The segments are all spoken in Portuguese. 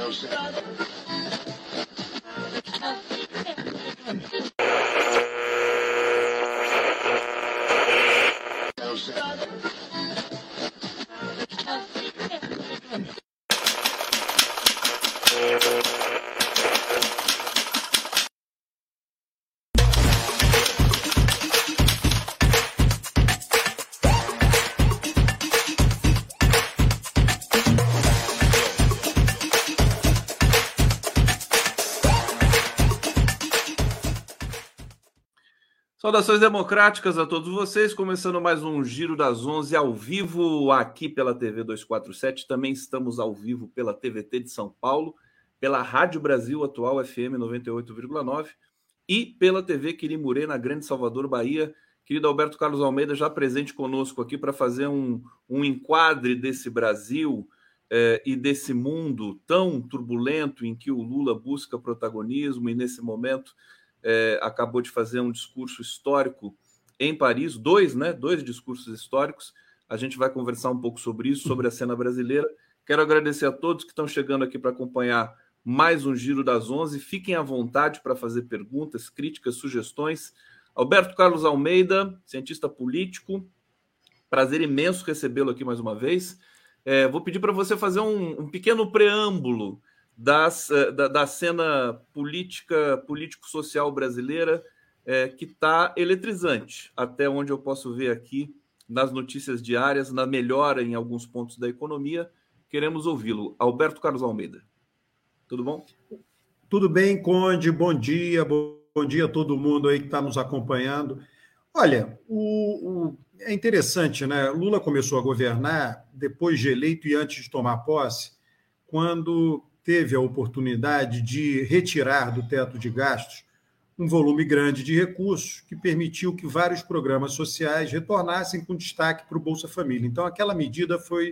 Saudações democráticas a todos vocês, começando mais um Giro das 11 ao vivo aqui pela TV 247, também estamos ao vivo pela TVT de São Paulo, pela Rádio Brasil Atual FM 98,9 e pela TV Quirimurê na Grande Salvador, Bahia. Querido Alberto Carlos Almeida já presente conosco aqui para fazer um enquadre desse Brasil e desse mundo tão turbulento em que o Lula busca protagonismo e nesse momento acabou de fazer um discurso histórico em Paris, dois discursos históricos. A gente vai conversar um pouco sobre isso, sobre a cena brasileira. Quero agradecer a todos que estão chegando aqui para acompanhar mais um Giro das 11. Fiquem à vontade para fazer perguntas, críticas, sugestões. Alberto Carlos Almeida, cientista político, prazer imenso recebê-lo aqui mais uma vez. Vou pedir para você fazer um pequeno preâmbulo da cena político-social brasileira, que está eletrizante, até onde eu posso ver aqui nas notícias diárias, na melhora em alguns pontos da economia. Queremos ouvi-lo. Alberto Carlos Almeida. Tudo bom? Tudo bem, Conde. Bom dia a todo mundo aí que está nos acompanhando. Olha, é interessante, né? Lula começou a governar depois de eleito e antes de tomar posse, quando teve a oportunidade de retirar do teto de gastos um volume grande de recursos que permitiu que vários programas sociais retornassem com destaque para o Bolsa Família. Então, aquela medida foi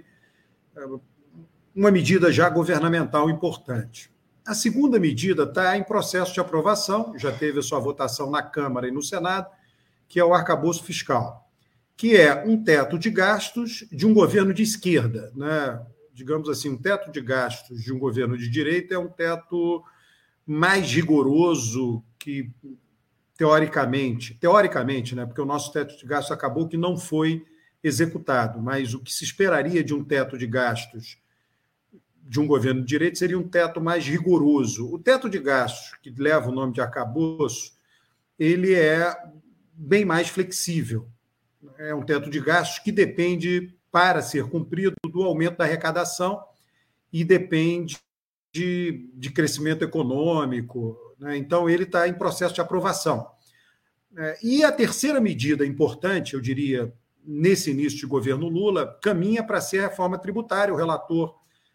uma medida já governamental importante. A segunda medida está em processo de aprovação, já teve a sua votação na Câmara e no Senado, que é o arcabouço fiscal, que é um teto de gastos de um governo de esquerda, né? Digamos assim, um teto de gastos de um governo de direita é um teto mais rigoroso que, teoricamente, né, porque o nosso teto de gastos acabou que não foi executado, mas o que se esperaria de um teto de gastos de um governo de direita seria um teto mais rigoroso. O teto de gastos, que leva o nome de arcabouço, ele é bem mais flexível. É um teto de gastos que depende, para ser cumprido, do aumento da arrecadação e depende de crescimento econômico, né? Então, ele está em processo de aprovação. E a terceira medida importante, eu diria, nesse início de governo Lula, caminha para ser a reforma tributária. O relator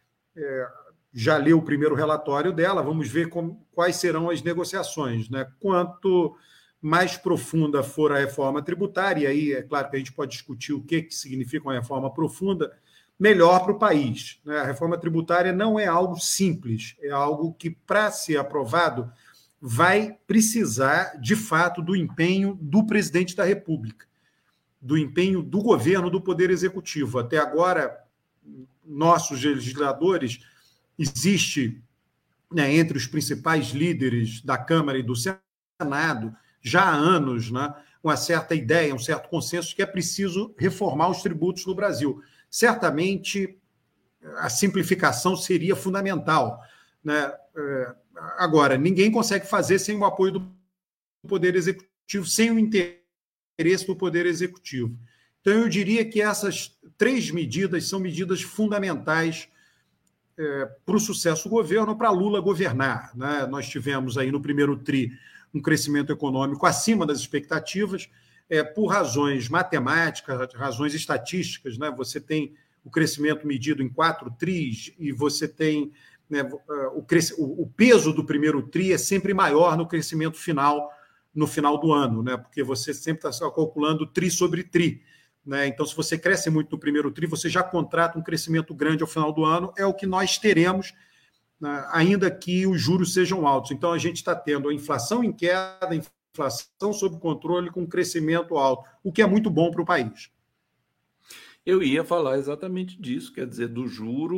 já leu o primeiro relatório dela, vamos ver quais serão as negociações, né? Quanto mais profunda for a reforma tributária, e aí é claro que a gente pode discutir o que significa uma reforma profunda, melhor para o país, né? A reforma tributária não é algo simples, é algo que, para ser aprovado, vai precisar, de fato, do empenho do presidente da República, do empenho do governo, do Poder Executivo. Até agora, nossos legisladores, existe, né, entre os principais líderes da Câmara e do Senado, já há anos, né, uma certa ideia, um certo consenso que é preciso reformar os tributos no Brasil. Certamente, a simplificação seria fundamental, né? Agora, ninguém consegue fazer sem o apoio do Poder Executivo, sem o interesse do Poder Executivo. Então, eu diria que essas três medidas são medidas fundamentais para o sucesso do governo, para Lula governar, né? Nós tivemos aí no primeiro TRI um crescimento econômico acima das expectativas, por razões matemáticas, razões estatísticas, né? Você tem o crescimento medido em 4 tris e você tem, né, o peso do primeiro TRI é sempre maior no crescimento final, no final do ano, né? Porque você sempre está calculando TRI sobre TRI, né? Então, se você cresce muito no primeiro TRI, você já contrata um crescimento grande ao final do ano, é o que nós teremos, né, ainda que os juros sejam altos. Então, a gente está tendo a inflação em queda, a inflação sob controle, com crescimento alto, o que é muito bom para o país. Eu ia falar exatamente disso, quer dizer, do juro,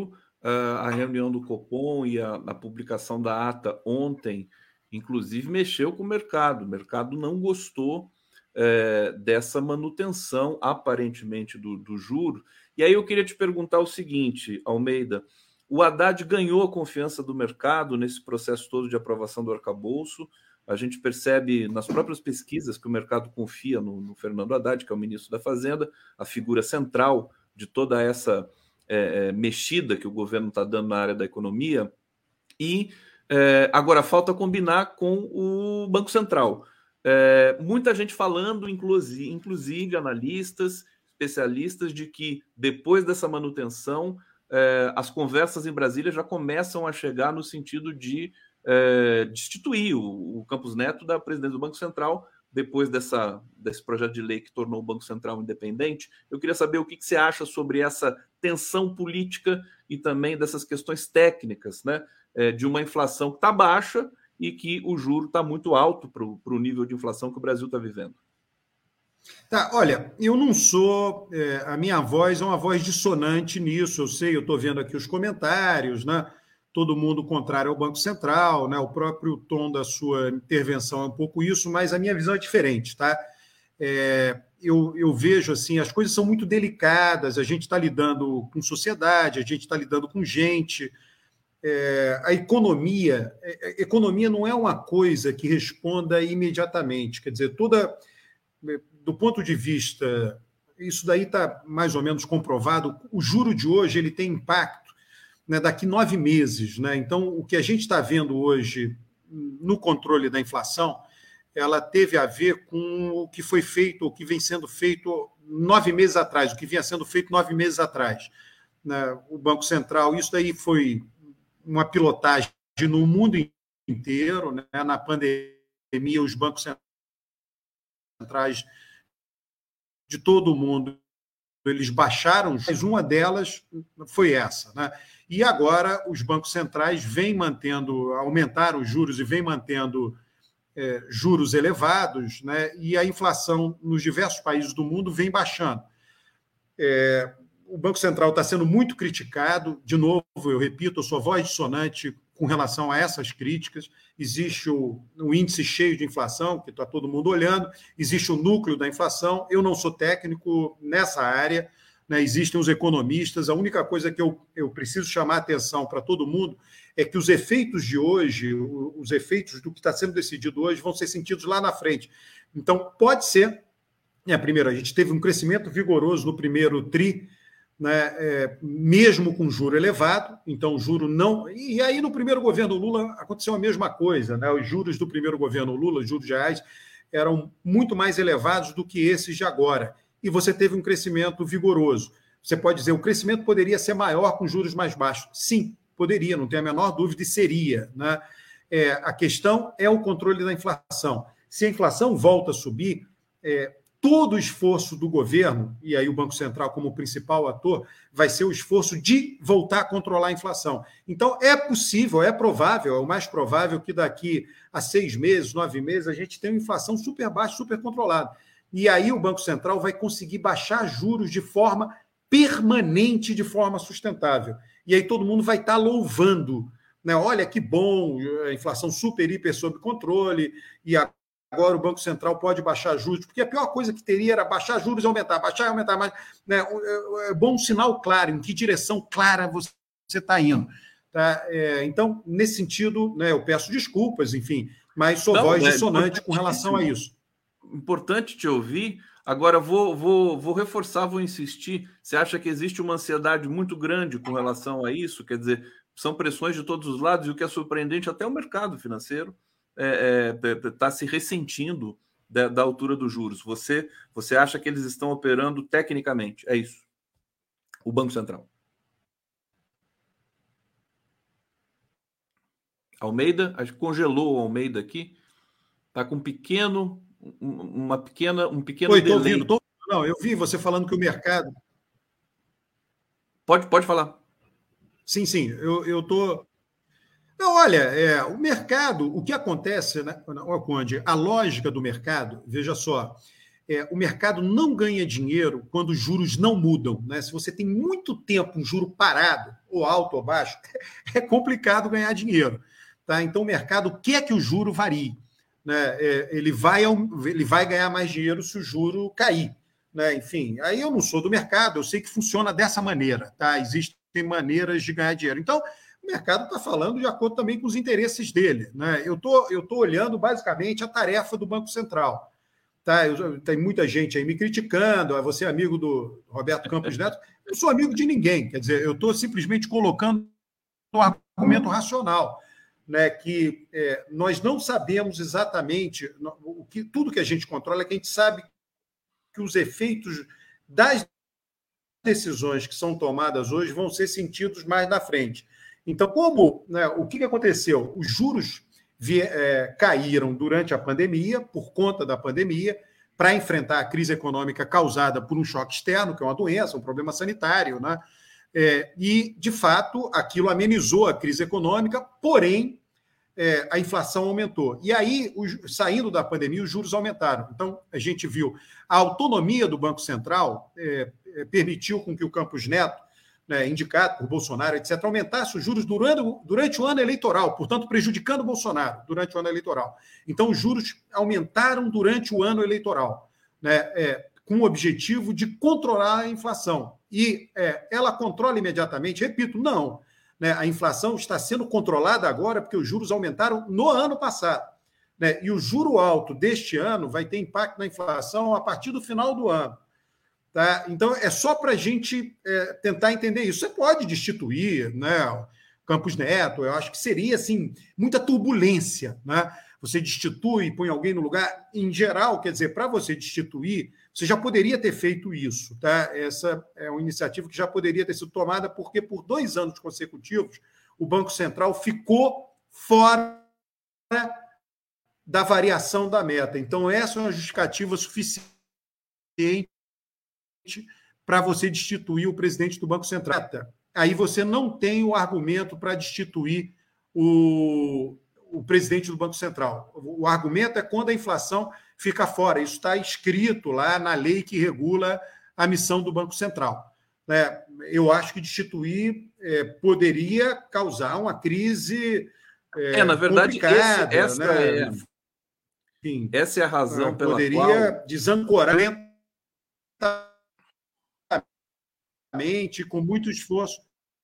a reunião do Copom e a publicação da ata ontem, inclusive, mexeu com o mercado. O mercado não gostou dessa manutenção, aparentemente, do juro. E aí eu queria te perguntar o seguinte, Almeida: o Haddad ganhou a confiança do mercado nesse processo todo de aprovação do arcabouço. A gente percebe nas próprias pesquisas que o mercado confia no Fernando Haddad, que é o ministro da Fazenda, a figura central de toda essa mexida que o governo está dando na área da economia. E agora falta combinar com o Banco Central. Muita gente falando, inclusive analistas, especialistas, de que depois dessa manutenção, as conversas em Brasília já começam a chegar no sentido de destituir o Campos Neto da presidência do Banco Central, depois desse projeto de lei que tornou o Banco Central independente. Eu queria saber o que você acha sobre essa tensão política e também dessas questões técnicas, né? De uma inflação que está baixa e que o juro está muito alto para o nível de inflação que o Brasil está vivendo. Tá, olha, eu não sou... a minha voz é uma voz dissonante nisso, eu sei, eu estou vendo aqui os comentários, né? Todo mundo contrário ao Banco Central, né? O próprio tom da sua intervenção é um pouco isso, mas a minha visão é diferente, tá? Eu vejo assim, as coisas são muito delicadas, a gente está lidando com sociedade, a gente está lidando com gente. A economia não é uma coisa que responda imediatamente, quer dizer, do ponto de vista, isso daí está mais ou menos comprovado, o juro de hoje ele tem impacto, né, daqui 9 meses. Né? Então, o que a gente está vendo hoje no controle da inflação, ela teve a ver com o que foi feito, o que vem sendo feito 9 meses atrás, o que vinha sendo feito 9 meses atrás. Né? O Banco Central, isso daí foi uma pilotagem no mundo inteiro. Né? Na pandemia, os bancos centrais de todo o mundo, eles baixaram, mas uma delas foi essa. Né? E agora os bancos centrais aumentaram os juros e vêm mantendo juros elevados, né? E a inflação nos diversos países do mundo vem baixando. O Banco Central está sendo muito criticado, de novo, eu repito, eu sou voz dissonante com relação a essas críticas. Existe o índice cheio de inflação, que está todo mundo olhando, existe o núcleo da inflação. Eu não sou técnico nessa área, né? Existem os economistas. A única coisa que eu preciso chamar a atenção para todo mundo é que os efeitos de hoje, os efeitos do que está sendo decidido hoje, vão ser sentidos lá na frente. Então, pode ser, primeiro, a gente teve um crescimento vigoroso no primeiro TRI, né, mesmo com juro elevado, então o juro não... E aí no primeiro governo Lula aconteceu a mesma coisa, né? Os juros do primeiro governo Lula, os juros reais, eram muito mais elevados do que esses de agora, e você teve um crescimento vigoroso. Você pode dizer, o crescimento poderia ser maior com juros mais baixos. Sim, poderia, não tem a menor dúvida, e seria. Né? A questão é o controle da inflação. Se a inflação volta a subir, todo o esforço do governo, e aí o Banco Central como principal ator, vai ser o esforço de voltar a controlar a inflação. Então, é possível, é provável, é o mais provável que daqui a 6 meses, 9 meses, a gente tenha uma inflação super baixa, super controlada. E aí o Banco Central vai conseguir baixar juros de forma permanente, de forma sustentável. E aí todo mundo vai estar louvando, né? Olha que bom, a inflação super, hiper sob controle, e agora o Banco Central pode baixar juros, porque a pior coisa que teria era baixar juros e aumentar, baixar e aumentar mais. Né? É bom sinal claro, em que direção clara você está indo. Tá? Então, nesse sentido, né, eu peço desculpas, enfim, mas sou voz dissonante com relação a isso. Importante te ouvir. Agora, vou reforçar, vou insistir. Você acha que existe uma ansiedade muito grande com relação a isso? Quer dizer, são pressões de todos os lados, e o que é surpreendente, até o mercado financeiro está se ressentindo da altura dos juros. Você acha que eles estão operando tecnicamente? É isso. O Banco Central. Almeida, acho que congelou o Almeida aqui. Está com um pequeno Oi, delay. Ouvindo. Não, eu vi você falando que o mercado... Pode falar. Sim, eu estou... Não, olha, o mercado, o que acontece, né, Conde, a lógica do mercado, veja só, o mercado não ganha dinheiro quando os juros não mudam, né? Se você tem muito tempo um juro parado, ou alto ou baixo, é complicado ganhar dinheiro. Tá? Então, o mercado quer que o juro varie. Né? Ele vai ganhar mais dinheiro se o juro cair. Né? Enfim, aí eu não sou do mercado, eu sei que funciona dessa maneira. Tá? Existem maneiras de ganhar dinheiro. Então, o mercado está falando de acordo também com os interesses dele. Né? Eu tô olhando basicamente a tarefa do Banco Central. Tá? Tem muita gente aí me criticando, você é amigo do Roberto Campos Neto. Eu não sou amigo de ninguém, quer dizer, eu estou simplesmente colocando um argumento racional, né? Que nós não sabemos exatamente tudo que a gente controla, é que a gente sabe que os efeitos das decisões que são tomadas hoje vão ser sentidos mais na frente. Então, né, o que aconteceu? Os juros caíram durante a pandemia, por conta da pandemia, para enfrentar a crise econômica causada por um choque externo, que é uma doença, um problema sanitário, né? E, de fato, aquilo amenizou a crise econômica, porém, a inflação aumentou. E aí, saindo da pandemia, os juros aumentaram. Então, a gente viu a autonomia do Banco Central permitiu com que o Campos Neto, né, indicado por Bolsonaro, etc., aumentasse os juros durante o ano eleitoral, portanto, prejudicando o Bolsonaro durante o ano eleitoral. Então, os juros aumentaram durante o ano eleitoral, né, com o objetivo de controlar a inflação. E ela controla imediatamente? Repito, não. Né, a inflação está sendo controlada agora porque os juros aumentaram no ano passado. Né, e o juro alto deste ano vai ter impacto na inflação a partir do final do ano. Tá? Então, é só para a gente tentar entender isso. Você pode destituir, né, Campos Neto, eu acho que seria assim, muita turbulência. Né? Você destitui, põe alguém no lugar. Em geral, quer dizer, para você destituir, você já poderia ter feito isso. Tá? Essa é uma iniciativa que já poderia ter sido tomada, porque por 2 anos consecutivos o Banco Central ficou fora da variação da meta. Então, essa é uma justificativa suficiente para você destituir o presidente do Banco Central. Aí você não tem o argumento para destituir o presidente do Banco Central. O argumento é quando a inflação fica fora. Isso está escrito lá na lei que regula a missão do Banco Central. Eu acho que destituir poderia causar uma crise na verdade, complicada. Essa é a razão pela qual... Poderia desancorar com muito esforço.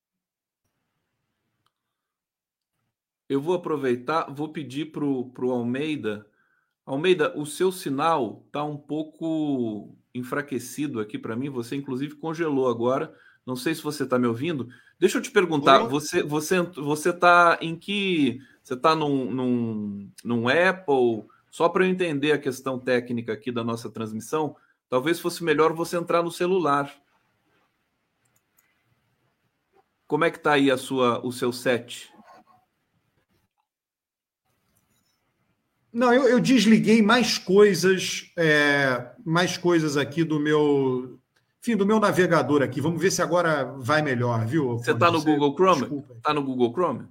Eu vou aproveitar, vou pedir para o Almeida. Almeida, o seu sinal está um pouco enfraquecido aqui para mim. Você, inclusive, congelou agora. Não sei se você está me ouvindo. Deixa eu te perguntar, você está em que... Você está num Apple? Só para eu entender a questão técnica aqui da nossa transmissão, talvez fosse melhor você entrar no celular. Como é que está aí o seu set? Não, eu desliguei mais coisas aqui do meu, enfim, do meu navegador aqui. Vamos ver se agora vai melhor, viu? Você está no Google Chrome? Está no Google Chrome?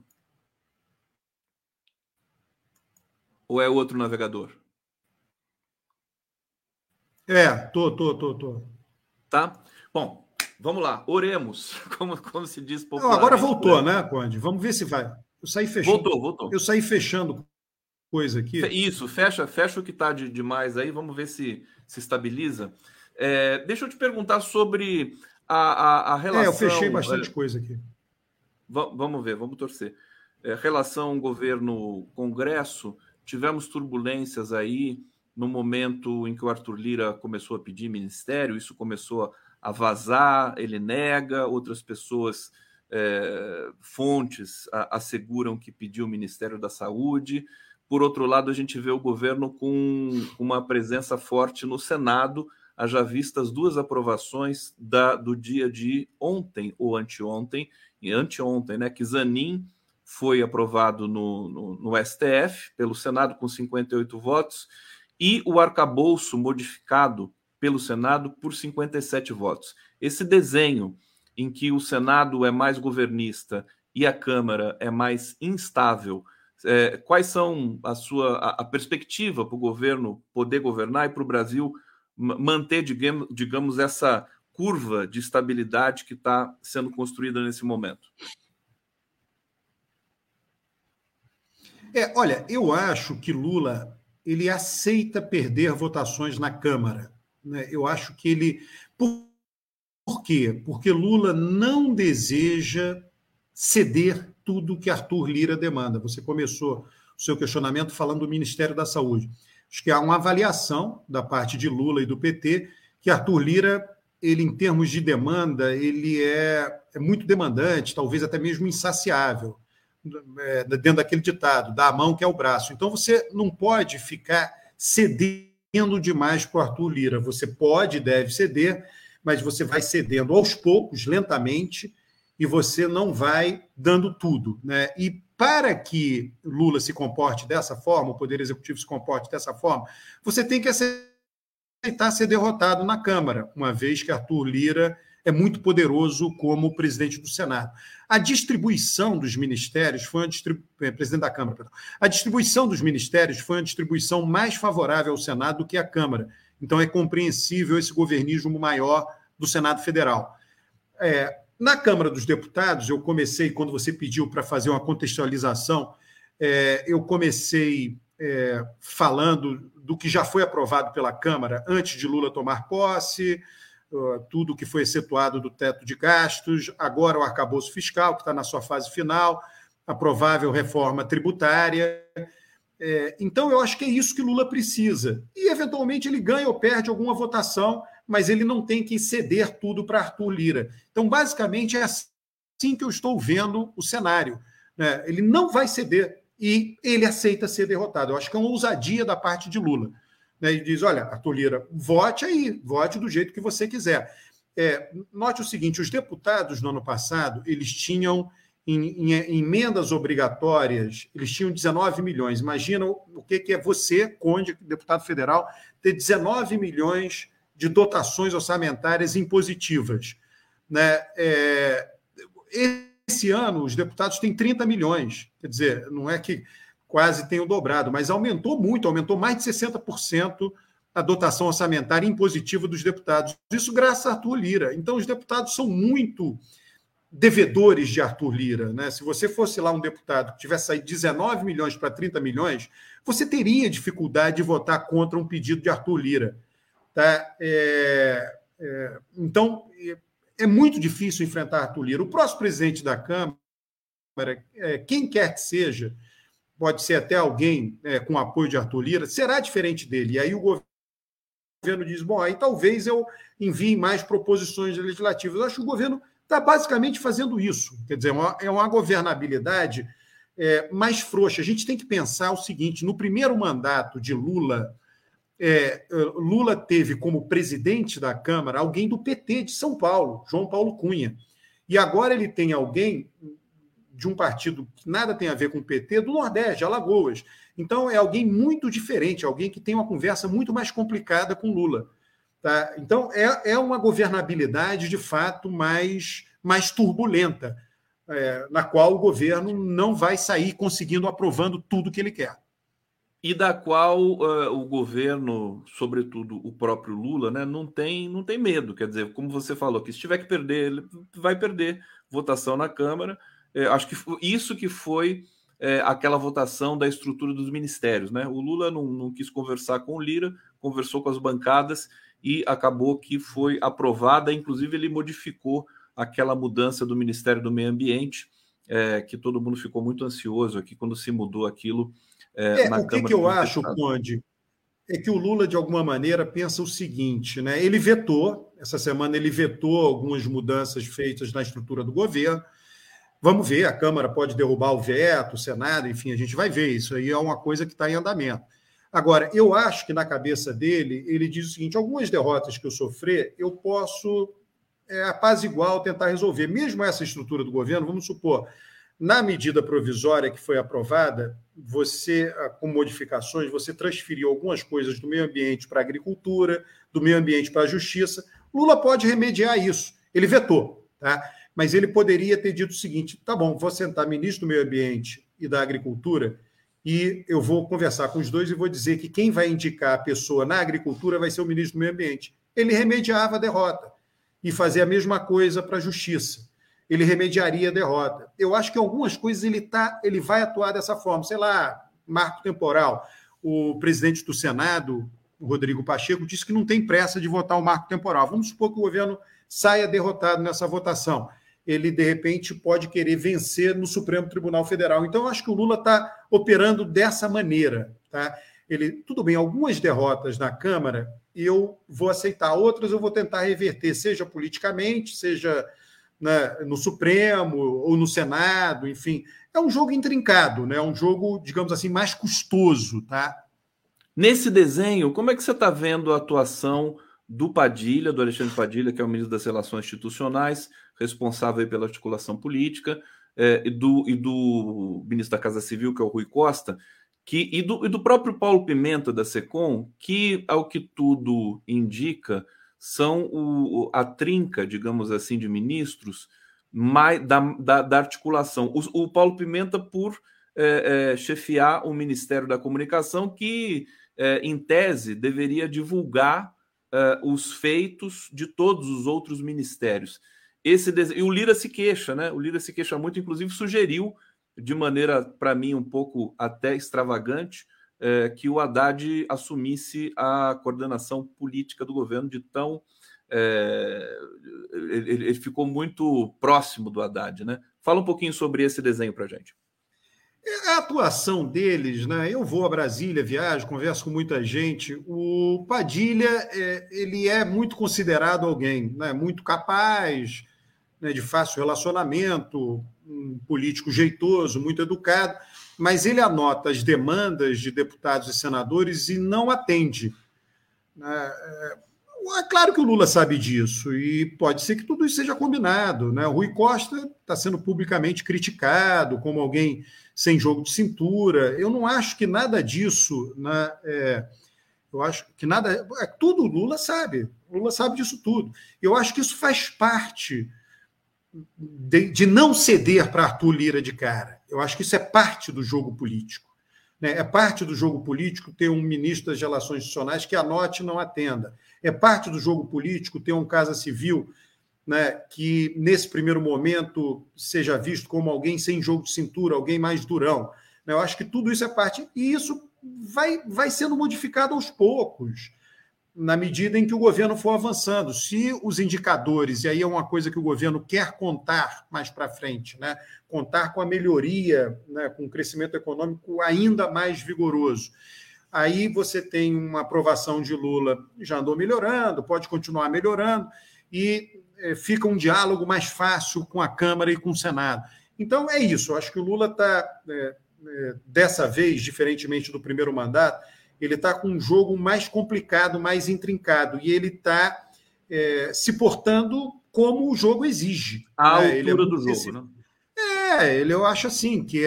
Ou é outro navegador? Tô. Tá? Bom, vamos lá. Oremos, como se diz popularmente. Não, agora voltou, né, Conde? Vamos ver se vai. Eu saí fechando. Voltou. Eu saí fechando coisa aqui. Isso, fecha o que está de demais aí, vamos ver se estabiliza. Deixa eu te perguntar sobre a relação... eu fechei bastante coisa aqui. Vamos ver, vamos torcer. Relação governo-congresso, tivemos turbulências aí no momento em que o Arthur Lira começou a pedir ministério, isso começou a vazar, ele nega, outras pessoas, fontes, asseguram que pediu o Ministério da Saúde. Por outro lado, a gente vê o governo com uma presença forte no Senado, haja vista as 2 aprovações do dia de ontem ou anteontem, né, que Zanin foi aprovado no STF, pelo Senado, com 58 votos, e o arcabouço modificado pelo Senado por 57 votos. Esse desenho em que o Senado é mais governista e a Câmara é mais instável, quais são a perspectiva para o governo poder governar e para o Brasil manter, digamos, essa curva de estabilidade que está sendo construída nesse momento? Olha, eu acho que Lula ele aceita perder votações na Câmara, né? Eu acho que ele... Por quê? Porque Lula não deseja ceder tudo que Arthur Lira demanda. Você começou o seu questionamento falando do Ministério da Saúde. Acho que há uma avaliação da parte de Lula e do PT que Arthur Lira, ele, em termos de demanda, ele é muito demandante, talvez até mesmo insaciável, dentro daquele ditado, dá a mão que é o braço. Então, você não pode ficar cedendo demais para o Arthur Lira. Você pode e deve ceder, mas você vai cedendo aos poucos, lentamente, e você não vai dando tudo, né? E para que Lula se comporte dessa forma, o Poder Executivo se comporte dessa forma, você tem que aceitar ser derrotado na Câmara, uma vez que Arthur Lira é muito poderoso como presidente do Senado. A distribuição dos ministérios foi presidente da Câmara, perdão. A distribuição dos ministérios foi uma distribuição mais favorável ao Senado do que à Câmara. Então é compreensível esse governismo maior do Senado Federal. Na Câmara dos Deputados, eu comecei, quando você pediu para fazer uma contextualização, eu comecei falando do que já foi aprovado pela Câmara antes de Lula tomar posse, tudo que foi excetuado do teto de gastos, agora o arcabouço fiscal, que está na sua fase final, a provável reforma tributária. Então, eu acho que é isso que Lula precisa. E, eventualmente, ele ganha ou perde alguma votação, mas ele não tem que ceder tudo para Arthur Lira. Então, basicamente, é assim que eu estou vendo o cenário, né? Ele não vai ceder e ele aceita ser derrotado. Eu acho que é uma ousadia da parte de Lula, né? Ele diz, olha, Arthur Lira, vote aí, vote do jeito que você quiser. Note o seguinte, os deputados, no ano passado, eles tinham, em emendas obrigatórias, eles tinham 19 milhões. Imagina o que é você, Conde, deputado federal, ter 19 milhões de dotações orçamentárias impositivas, né? Esse ano, os deputados têm 30 milhões. Quer dizer, não é que quase tenham dobrado, mas aumentou muito, aumentou mais de 60% a dotação orçamentária impositiva dos deputados. Isso graças a Arthur Lira. Então, os deputados são muito devedores de Arthur Lira, né? Se você fosse lá um deputado que tivesse saído 19 milhões para 30 milhões, você teria dificuldade de votar contra um pedido de Arthur Lira. Tá? Então, é muito difícil enfrentar Arthur Lira. O próximo presidente da Câmara, quem quer que seja, pode ser até alguém com apoio de Arthur Lira, será diferente dele. E aí o governo diz, bom, aí talvez eu envie mais proposições legislativas. Eu acho que o governo está basicamente fazendo isso. Quer dizer, é uma governabilidade mais frouxa. A gente tem que pensar o seguinte, no primeiro mandato de Lula, Lula teve como presidente da Câmara alguém do PT de São Paulo, João Paulo Cunha. E agora ele tem alguém de um partido que nada tem a ver com o PT, do Nordeste, Alagoas. Então, é alguém muito diferente, alguém que tem uma conversa muito mais complicada com Lula. Tá? Então, é uma governabilidade, de fato, mais turbulenta, na qual o governo não vai sair conseguindo aprovando tudo que ele quer. E da qual o governo, sobretudo o próprio Lula, né, não tem medo. Quer dizer, como você falou, que se tiver que perder, ele vai perder votação na Câmara. Acho que isso que foi aquela votação da estrutura dos ministérios, né? O Lula não quis conversar com o Lira, conversou com as bancadas e acabou que foi aprovada. Inclusive, ele modificou aquela mudança do Ministério do Meio Ambiente, que todo mundo ficou muito ansioso aqui quando se mudou aquilo. O que eu acho, Conde, é que o Lula, de alguma maneira, pensa o seguinte, né? Ele vetou, essa semana ele vetou algumas mudanças feitas na estrutura do governo. Vamos ver, a Câmara pode derrubar o veto, o Senado, enfim, a gente vai ver. Isso aí é uma coisa que está em andamento. Agora, eu acho que na cabeça dele, ele diz o seguinte, algumas derrotas que eu sofrer, eu posso apaziguar, tentar resolver. Mesmo essa estrutura do governo, vamos supor, na medida provisória que foi aprovada, você, com modificações, você transferiu algumas coisas do meio ambiente para a agricultura, do meio ambiente para a justiça. Lula pode remediar isso. Ele vetou, tá? Mas ele poderia ter dito o seguinte, tá bom, vou sentar ministro do meio ambiente e da agricultura e eu vou conversar com os dois e vou dizer que quem vai indicar a pessoa na agricultura vai ser o ministro do Meio Ambiente. Ele remediava a derrota e fazia a mesma coisa para a Justiça. Ele remediaria a derrota. Eu acho que algumas coisas ele vai atuar dessa forma. Sei lá, marco temporal. O presidente do Senado, o Rodrigo Pacheco, disse que não tem pressa de votar o marco temporal. Vamos supor que o governo saia derrotado nessa votação. Ele, de repente, pode querer vencer no Supremo Tribunal Federal. Então, eu acho que o Lula está operando dessa maneira. Tá? Tudo bem, algumas derrotas na Câmara eu vou aceitar, outras eu vou tentar reverter, seja politicamente, seja, né, no Supremo ou no Senado, enfim. É um jogo intrincado, né? É um jogo, digamos assim, mais custoso. Tá? Nesse desenho, como é que você está vendo a atuação do Padilha, do Alexandre Padilha, que é o ministro das Relações Institucionais, responsável pela articulação política, e do ministro da Casa Civil, que é o Rui Costa, e do próprio Paulo Pimenta, da SECOM, que, ao que tudo indica, são a trinca, digamos assim, de ministros mais da articulação. O Paulo Pimenta por chefiar o Ministério da Comunicação, que, em tese, deveria divulgar os feitos de todos os outros ministérios. E o Lira se queixa, né? O Lira se queixa muito, inclusive sugeriu, de maneira, para mim, um pouco até extravagante, que o Haddad assumisse a coordenação política do governo de tão... ele ficou muito próximo do Haddad, né? Fala um pouquinho sobre esse desenho para a gente. A atuação deles, né? Eu vou a Brasília, viajo, converso com muita gente. O Padilha, ele é muito considerado alguém, né, muito capaz, né, de fácil relacionamento, um político jeitoso, muito educado, mas ele anota as demandas de deputados e senadores e não atende. É claro que o Lula sabe disso e pode ser que tudo isso seja combinado, né? O Rui Costa está sendo publicamente criticado como alguém sem jogo de cintura. Eu não acho que nada disso, né, eu acho que nada... Tudo o Lula sabe disso tudo. Eu acho que isso faz parte de não ceder para Arthur Lira de cara. Eu acho que isso é parte do jogo político. Né? É parte do jogo político ter um ministro das Relações Institucionais que anote e não atenda. É parte do jogo político ter um Casa Civil, né, que, nesse primeiro momento, seja visto como alguém sem jogo de cintura, alguém mais durão. Eu acho que tudo isso é parte, e isso vai sendo modificado aos poucos, na medida em que o governo for avançando. Se os indicadores, e aí é uma coisa que o governo quer contar mais para frente, né, contar com a melhoria, né, com o crescimento econômico ainda mais vigoroso, aí você tem uma aprovação de Lula, já andou melhorando, pode continuar melhorando, e fica um diálogo mais fácil com a Câmara e com o Senado. Então, é isso. Eu acho que o Lula está, dessa vez, diferentemente do primeiro mandato, ele está com um jogo mais complicado, mais intrincado, e ele está se portando como o jogo exige. A altura do jogo, né? Eu acho assim, que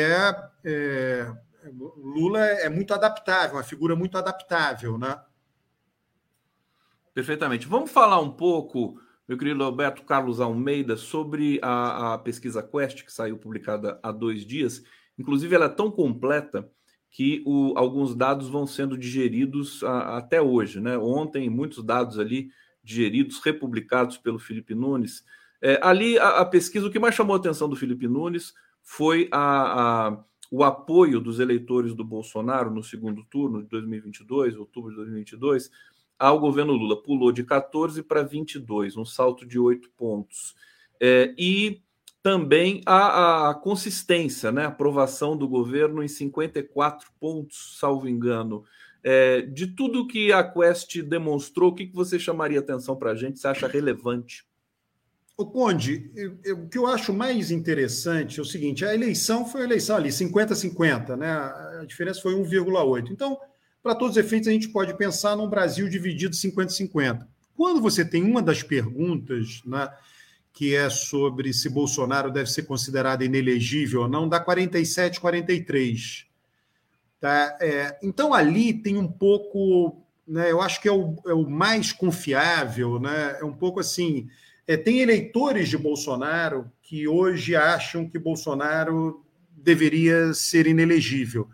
Lula é muito adaptável, uma figura muito adaptável, né? Perfeitamente. Vamos falar um pouco, meu querido Alberto Carlos Almeida, sobre a pesquisa Quest, que saiu publicada há 2 dias. Inclusive, ela é tão completa que alguns dados vão sendo digeridos até hoje, né? Ontem, muitos dados ali digeridos, republicados pelo Felipe Nunes. Ali, a pesquisa, o que mais chamou a atenção do Felipe Nunes foi o apoio dos eleitores do Bolsonaro no segundo turno de 2022, outubro de 2022, ao governo Lula. Pulou de 14 para 22, um salto de 8 pontos. E também a consistência, né? A aprovação do governo em 54 pontos, salvo engano. De tudo que a Quest demonstrou, o que você chamaria atenção para a gente? Você acha relevante? O Conde, o que eu acho mais interessante é o seguinte: a eleição foi a eleição ali, 50-50, né? A diferença foi 1,8. Então, para todos os efeitos, a gente pode pensar num Brasil dividido 50-50. Quando você tem uma das perguntas, né, que é sobre se Bolsonaro deve ser considerado inelegível ou não, dá 47-43. Tá? Então, ali tem um pouco, né, eu acho que é o mais confiável, né? É um pouco assim, tem eleitores de Bolsonaro que hoje acham que Bolsonaro deveria ser inelegível.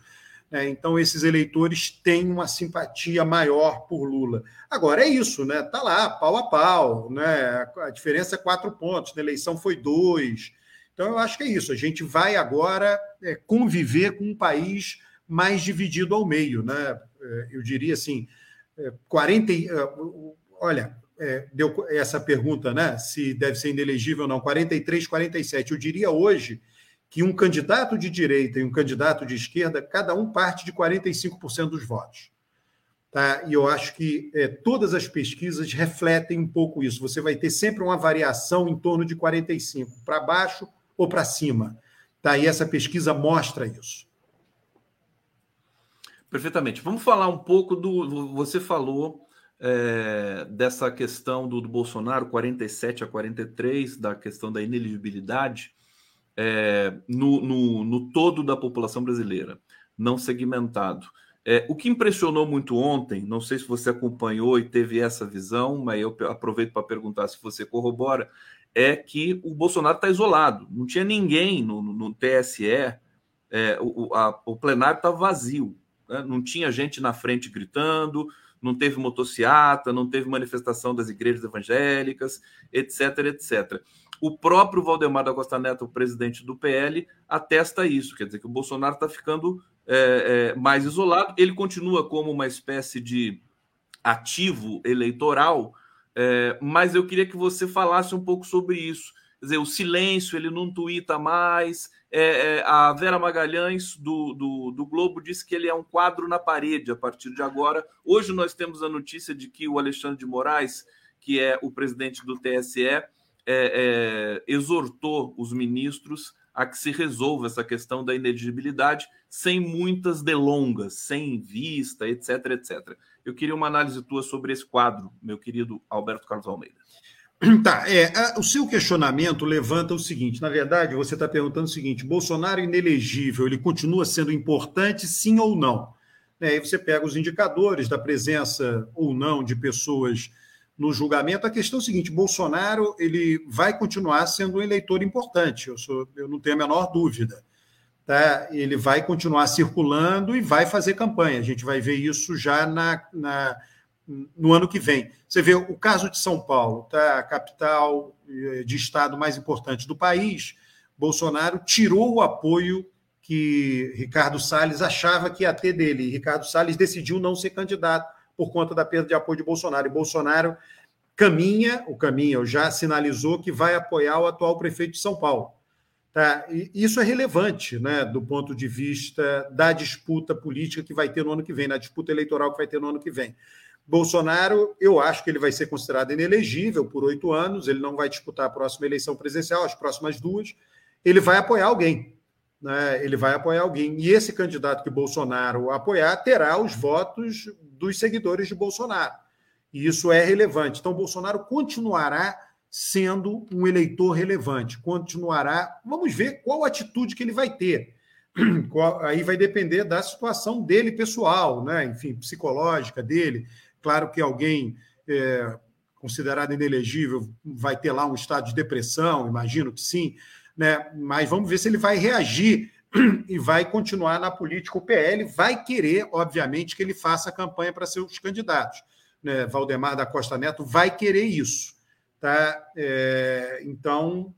né? Então, esses eleitores têm uma simpatia maior por Lula. Agora, é isso, né? Está lá, pau a pau, né? A diferença é 4 pontos, na eleição foi 2. Então, eu acho que é isso. A gente vai agora conviver com um país mais dividido ao meio, né? Eu diria assim, 40. Olha, deu essa pergunta, né? Se deve ser inelegível ou não, 43, 47. Eu diria hoje que um candidato de direita e um candidato de esquerda, cada um parte de 45% dos votos. Tá? E eu acho que todas as pesquisas refletem um pouco isso. Você vai ter sempre uma variação em torno de 45, para baixo ou para cima. Tá? E essa pesquisa mostra isso. Perfeitamente. Vamos falar um pouco do... Você falou dessa questão do Bolsonaro, 47 a 43, da questão da inelegibilidade, no todo da população brasileira, não segmentado. O que impressionou muito ontem, não sei se você acompanhou e teve essa visão, mas eu aproveito para perguntar se você corrobora, é que o Bolsonaro está isolado. Não tinha ninguém no TSE, o plenário estava vazio, né? Não tinha gente na frente gritando, não teve motociata, não teve manifestação das igrejas evangélicas, etc, etc. O próprio Valdemar da Costa Neto, o presidente do PL, atesta isso, quer dizer que o Bolsonaro está ficando mais isolado. Ele continua como uma espécie de ativo eleitoral, mas eu queria que você falasse um pouco sobre isso. Quer dizer, o silêncio, ele não tuita mais. A Vera Magalhães, do Globo, disse que ele é um quadro na parede a partir de agora. Hoje nós temos a notícia de que o Alexandre de Moraes, que é o presidente do TSE, exortou os ministros a que se resolva essa questão da inelegibilidade sem muitas delongas, sem vista, etc, etc. Eu queria uma análise tua sobre esse quadro, meu querido Alberto Carlos Almeida. Tá, o seu questionamento levanta o seguinte, na verdade, você está perguntando o seguinte, Bolsonaro inelegível, ele continua sendo importante, sim ou não? Aí você pega os indicadores da presença ou não de pessoas no julgamento. A questão é o seguinte, Bolsonaro ele vai continuar sendo um eleitor importante, eu não tenho a menor dúvida. Tá? Ele vai continuar circulando e vai fazer campanha. A gente vai ver isso já no ano que vem. Você vê o caso de São Paulo, tá? A capital de estado mais importante do país, Bolsonaro tirou o apoio que Ricardo Salles achava que ia ter dele. E Ricardo Salles decidiu não ser candidato por conta da perda de apoio de Bolsonaro. E Bolsonaro caminho já sinalizou que vai apoiar o atual prefeito de São Paulo. Tá? E isso é relevante, né, do ponto de vista da disputa política que vai ter no ano que vem, na disputa eleitoral que vai ter no ano que vem. Bolsonaro, eu acho que ele vai ser considerado inelegível por 8 anos, ele não vai disputar a próxima eleição presidencial, as próximas 2, ele vai apoiar alguém. Né? Ele vai apoiar alguém. E esse candidato que Bolsonaro apoiar terá os votos dos seguidores de Bolsonaro. E isso é relevante. Então, Bolsonaro continuará sendo um eleitor relevante, continuará. Vamos ver qual atitude que ele vai ter. Aí vai depender da situação dele pessoal, né? Enfim, psicológica dele. Claro que alguém considerado inelegível vai ter lá um estado de depressão, imagino que sim, né? Mas vamos ver se ele vai reagir e vai continuar na política. O PL vai querer, obviamente, que ele faça campanha para seus candidatos. Né? Valdemar da Costa Neto vai querer isso. Tá? Então,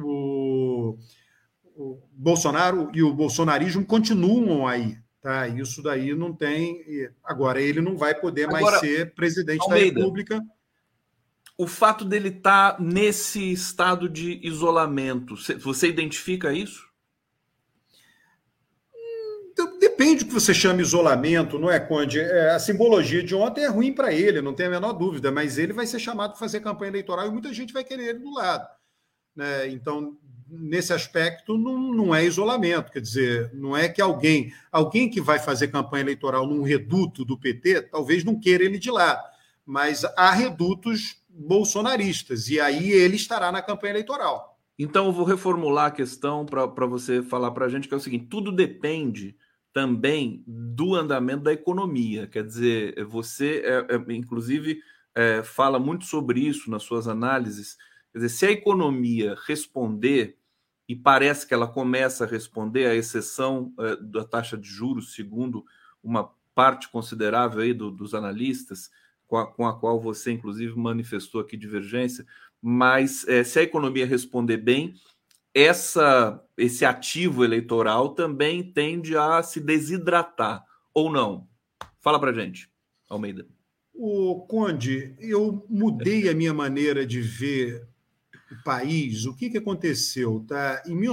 o Bolsonaro e o bolsonarismo continuam aí. Tá? Isso daí não tem... Agora, ele não vai poder mais ser presidente Almeida, da República. O fato dele estar nesse estado de isolamento, você identifica isso? Depende do que você chama isolamento, não é, Conde? A simbologia de ontem é ruim para ele, não tem a menor dúvida, mas ele vai ser chamado para fazer campanha eleitoral e muita gente vai querer ele do lado. Né? Então, nesse aspecto, não é isolamento. Quer dizer, não é que alguém que vai fazer campanha eleitoral num reduto do PT, talvez não queira ele de lá, mas há redutos bolsonaristas, e aí ele estará na campanha eleitoral. Então, eu vou reformular a questão para você falar para a gente, que é o seguinte, tudo depende também do andamento da economia. Quer dizer, você, inclusive, fala muito sobre isso nas suas análises. Quer dizer, se a economia responder e parece que ela começa a responder à exceção da taxa de juros, segundo uma parte considerável aí dos analistas, com a qual você, inclusive, manifestou aqui divergência, mas se a economia responder bem, esse ativo eleitoral também tende a se desidratar, ou não? Fala para gente, Almeida. Conde, eu mudei a minha maneira de ver o país. O que aconteceu? Tá? Em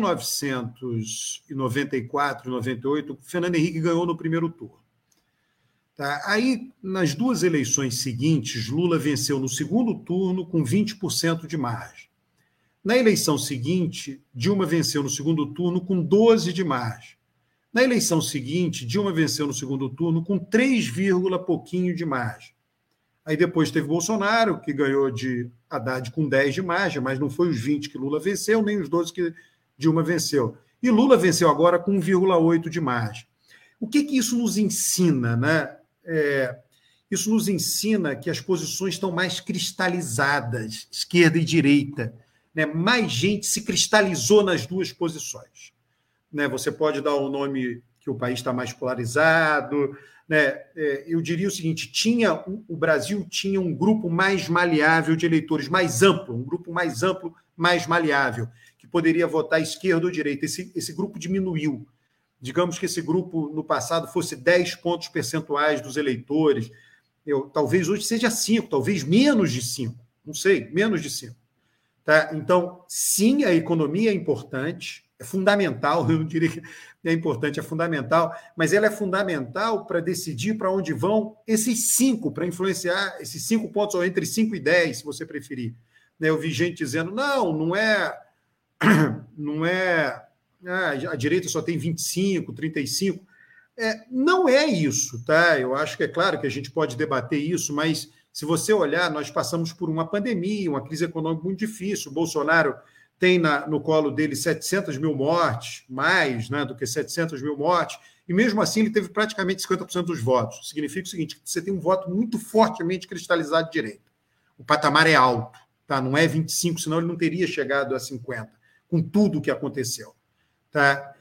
1994, 98, Fernando Henrique ganhou no primeiro turno. Tá? Aí, nas duas eleições seguintes, Lula venceu no segundo turno com 20% de margem. Na eleição seguinte, Dilma venceu no segundo turno com 12% de margem. Na eleição seguinte, Dilma venceu no segundo turno com 3, pouquinho de margem. Aí depois teve Bolsonaro, que ganhou de Haddad com 10 de margem, mas não foi os 20 que Lula venceu, nem os 12 que Dilma venceu. E Lula venceu agora com 1,8 de margem. O que isso nos ensina, né? Isso nos ensina que as posições estão mais cristalizadas, esquerda e direita. Né? Mais gente se cristalizou nas duas posições. Né? Você pode dar o nome que o país está mais polarizado. Né? Eu diria o seguinte: o Brasil tinha um grupo mais maleável de eleitores, mais amplo, um grupo mais amplo, mais maleável, que poderia votar esquerda ou direita. Esse grupo diminuiu. Digamos que esse grupo, no passado, fosse 10 pontos percentuais dos eleitores. Talvez hoje seja 5, talvez menos de 5. Não sei, menos de 5. Tá? Então, sim, a economia é importante, é fundamental, eu não diria que é importante, é fundamental, mas ela é fundamental para decidir para onde vão esses 5, para influenciar esses 5 pontos, ou entre 5 e 10, se você preferir. Eu vi gente dizendo, não é a direita só tem 25, 35. Não é isso, tá? Eu acho que é claro que a gente pode debater isso, mas se você olhar, nós passamos por uma pandemia, uma crise econômica muito difícil. O Bolsonaro tem no colo dele 700 mil mortes, mais, né, do que 700 mil mortes, e mesmo assim ele teve praticamente 50% dos votos. Significa o seguinte: que você tem um voto muito fortemente cristalizado de direita. O patamar é alto, tá? Não é 25, senão ele não teria chegado a 50, com tudo o que aconteceu. Tá?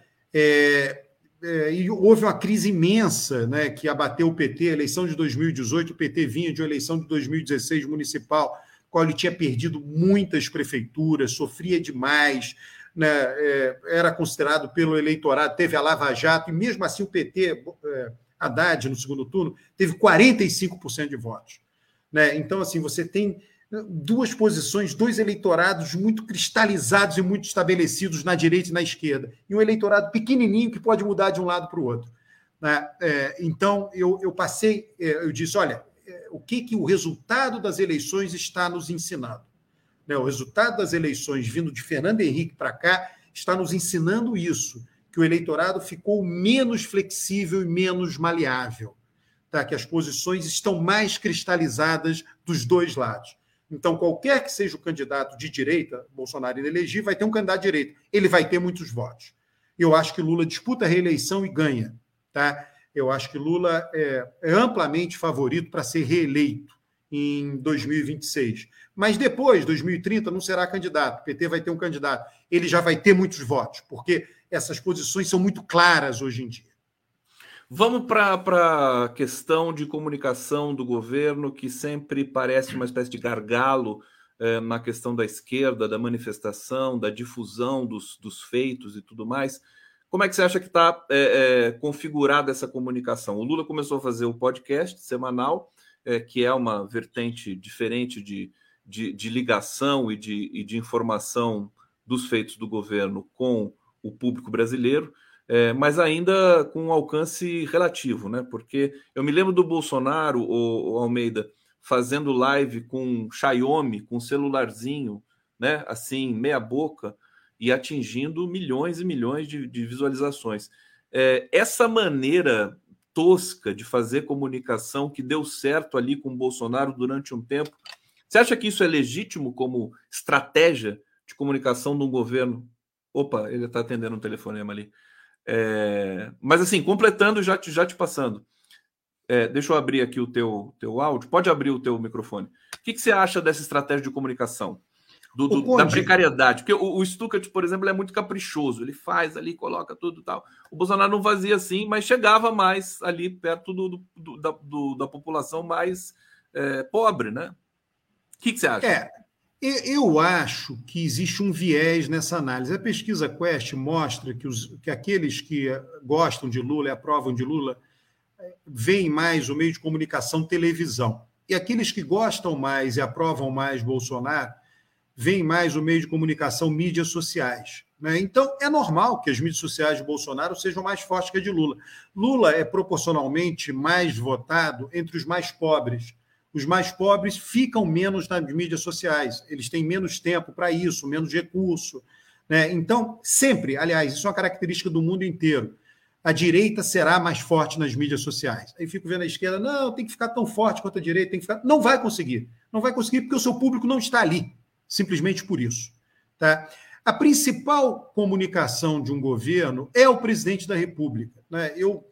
E houve uma crise imensa, né, que abateu o PT. A eleição de 2018, o PT vinha de uma eleição de 2016 municipal, qual ele tinha perdido muitas prefeituras, sofria demais, né, era considerado pelo eleitorado, teve a Lava Jato, e mesmo assim o PT, Haddad, no segundo turno, teve 45% de votos. Né? Então, assim, você tem duas posições, dois eleitorados muito cristalizados e muito estabelecidos na direita e na esquerda, e um eleitorado pequenininho que pode mudar de um lado para o outro. Né? Então, eu disse, olha, o que o resultado das eleições está nos ensinando? Né? O resultado das eleições vindo de Fernando Henrique para cá está nos ensinando isso, que o eleitorado ficou menos flexível e menos maleável, tá? Que as posições estão mais cristalizadas dos dois lados. Então, qualquer que seja o candidato de direita, Bolsonaro inelegível, vai ter um candidato de direita. Ele vai ter muitos votos. Eu acho que Lula disputa a reeleição e ganha. Tá? Eu acho que Lula é amplamente favorito para ser reeleito em 2026. Mas depois, 2030, não será candidato. O PT vai ter um candidato. Ele já vai ter muitos votos, porque essas posições são muito claras hoje em dia. Vamos para a questão de comunicação do governo, que sempre parece uma espécie de gargalo na questão da esquerda, da manifestação, da difusão dos feitos e tudo mais. Como é que você acha que está configurada essa comunicação? O Lula começou a fazer o podcast semanal, que é uma vertente diferente de ligação e de informação dos feitos do governo com o público brasileiro. Mas ainda com um alcance relativo, né? Porque eu me lembro do Bolsonaro, o Almeida, fazendo live com Xiaomi, com celularzinho, né? Assim, meia boca, e atingindo milhões e milhões de visualizações. Essa maneira tosca de fazer comunicação que deu certo ali com o Bolsonaro durante um tempo, você acha que isso é legítimo como estratégia de comunicação de um governo? Opa, ele está atendendo um telefonema ali. Mas assim, completando, já te passando. Deixa eu abrir aqui o teu áudio. Pode abrir o teu microfone. O que você acha dessa estratégia de comunicação? Da precariedade. Porque o Stuckert, por exemplo, é muito caprichoso. Ele faz ali, coloca tudo e tal. O Bolsonaro não fazia assim, mas chegava mais ali perto da população mais pobre, né? O que você acha? Eu acho que existe um viés nessa análise. A pesquisa Quest mostra que aqueles que gostam de Lula e aprovam de Lula veem mais o meio de comunicação televisão. E aqueles que gostam mais e aprovam mais Bolsonaro veem mais o meio de comunicação mídias sociais. Né? Então, é normal que as mídias sociais de Bolsonaro sejam mais fortes que a de Lula. Lula é proporcionalmente mais votado entre os mais pobres. Os mais pobres ficam menos nas mídias sociais, eles têm menos tempo para isso, menos recurso. Né? Então, sempre, aliás, isso é uma característica do mundo inteiro, a direita será mais forte nas mídias sociais. Aí fico vendo a esquerda, não, tem que ficar tão forte quanto a direita, tem que ficar... Não vai conseguir porque o seu público não está ali, simplesmente por isso. Tá? A principal comunicação de um governo é o presidente da República. Né?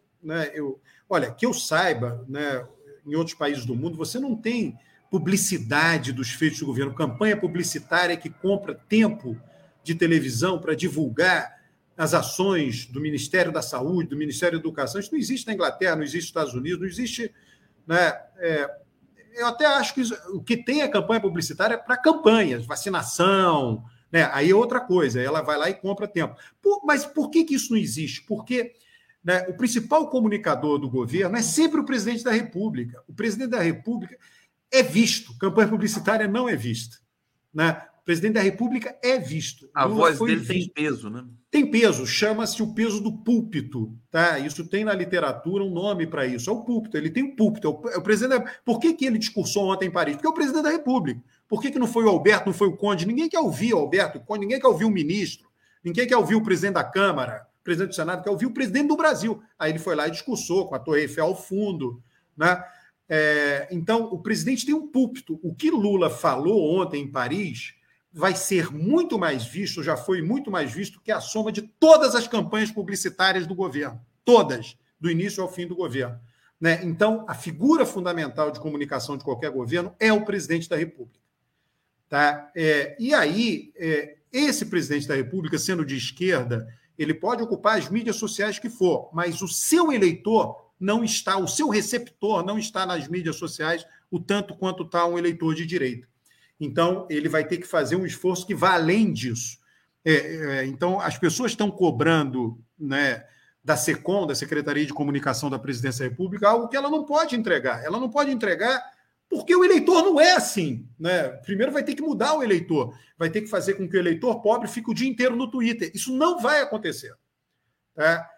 Olha, que eu saiba, né, em outros países do mundo, você não tem publicidade dos feitos do governo, campanha publicitária que compra tempo de televisão para divulgar as ações do Ministério da Saúde, do Ministério da Educação. Isso não existe na Inglaterra, não existe nos Estados Unidos, não existe... Né, eu até acho que o que tem a campanha publicitária é para campanhas, vacinação, né, aí é outra coisa, ela vai lá e compra tempo. Mas por que isso não existe? Porque... Né, o principal comunicador do governo é sempre o presidente da República. O presidente da República é visto, campanha publicitária não é vista. Né? O presidente da República é visto. A voz dele tem peso, né? Tem peso, chama-se o peso do púlpito. Tá? Isso tem na literatura um nome para isso. É o púlpito, ele tem um púlpito. É o presidente da... Por que ele discursou ontem em Paris? Porque é o presidente da República. Por que não foi o Alberto, não foi o Conde? Ninguém quer ouvir o Alberto, o Conde, ninguém quer ouvir o ministro, ninguém quer ouvir o presidente da Câmara, presidente do Senado, quer ouvir o presidente do Brasil. Aí ele foi lá e discursou com a Torre Eiffel ao fundo. Né? Então, o presidente tem um púlpito. O que Lula falou ontem em Paris vai ser muito mais visto, já foi muito mais visto que a soma de todas as campanhas publicitárias do governo. Todas, do início ao fim do governo. Né? Então, a figura fundamental de comunicação de qualquer governo é o presidente da República. Tá? E aí, esse presidente da República, sendo de esquerda, ele pode ocupar as mídias sociais que for, mas o seu eleitor não está, o seu receptor não está nas mídias sociais o tanto quanto está um eleitor de direita. Então, ele vai ter que fazer um esforço que vá além disso. Então, as pessoas estão cobrando, né, da SECOM, da Secretaria de Comunicação da Presidência da República, algo que ela não pode entregar. Ela não pode entregar porque o eleitor não é assim. Né? Primeiro vai ter que mudar o eleitor, vai ter que fazer com que o eleitor pobre fique o dia inteiro no Twitter. Isso não vai acontecer. Tá?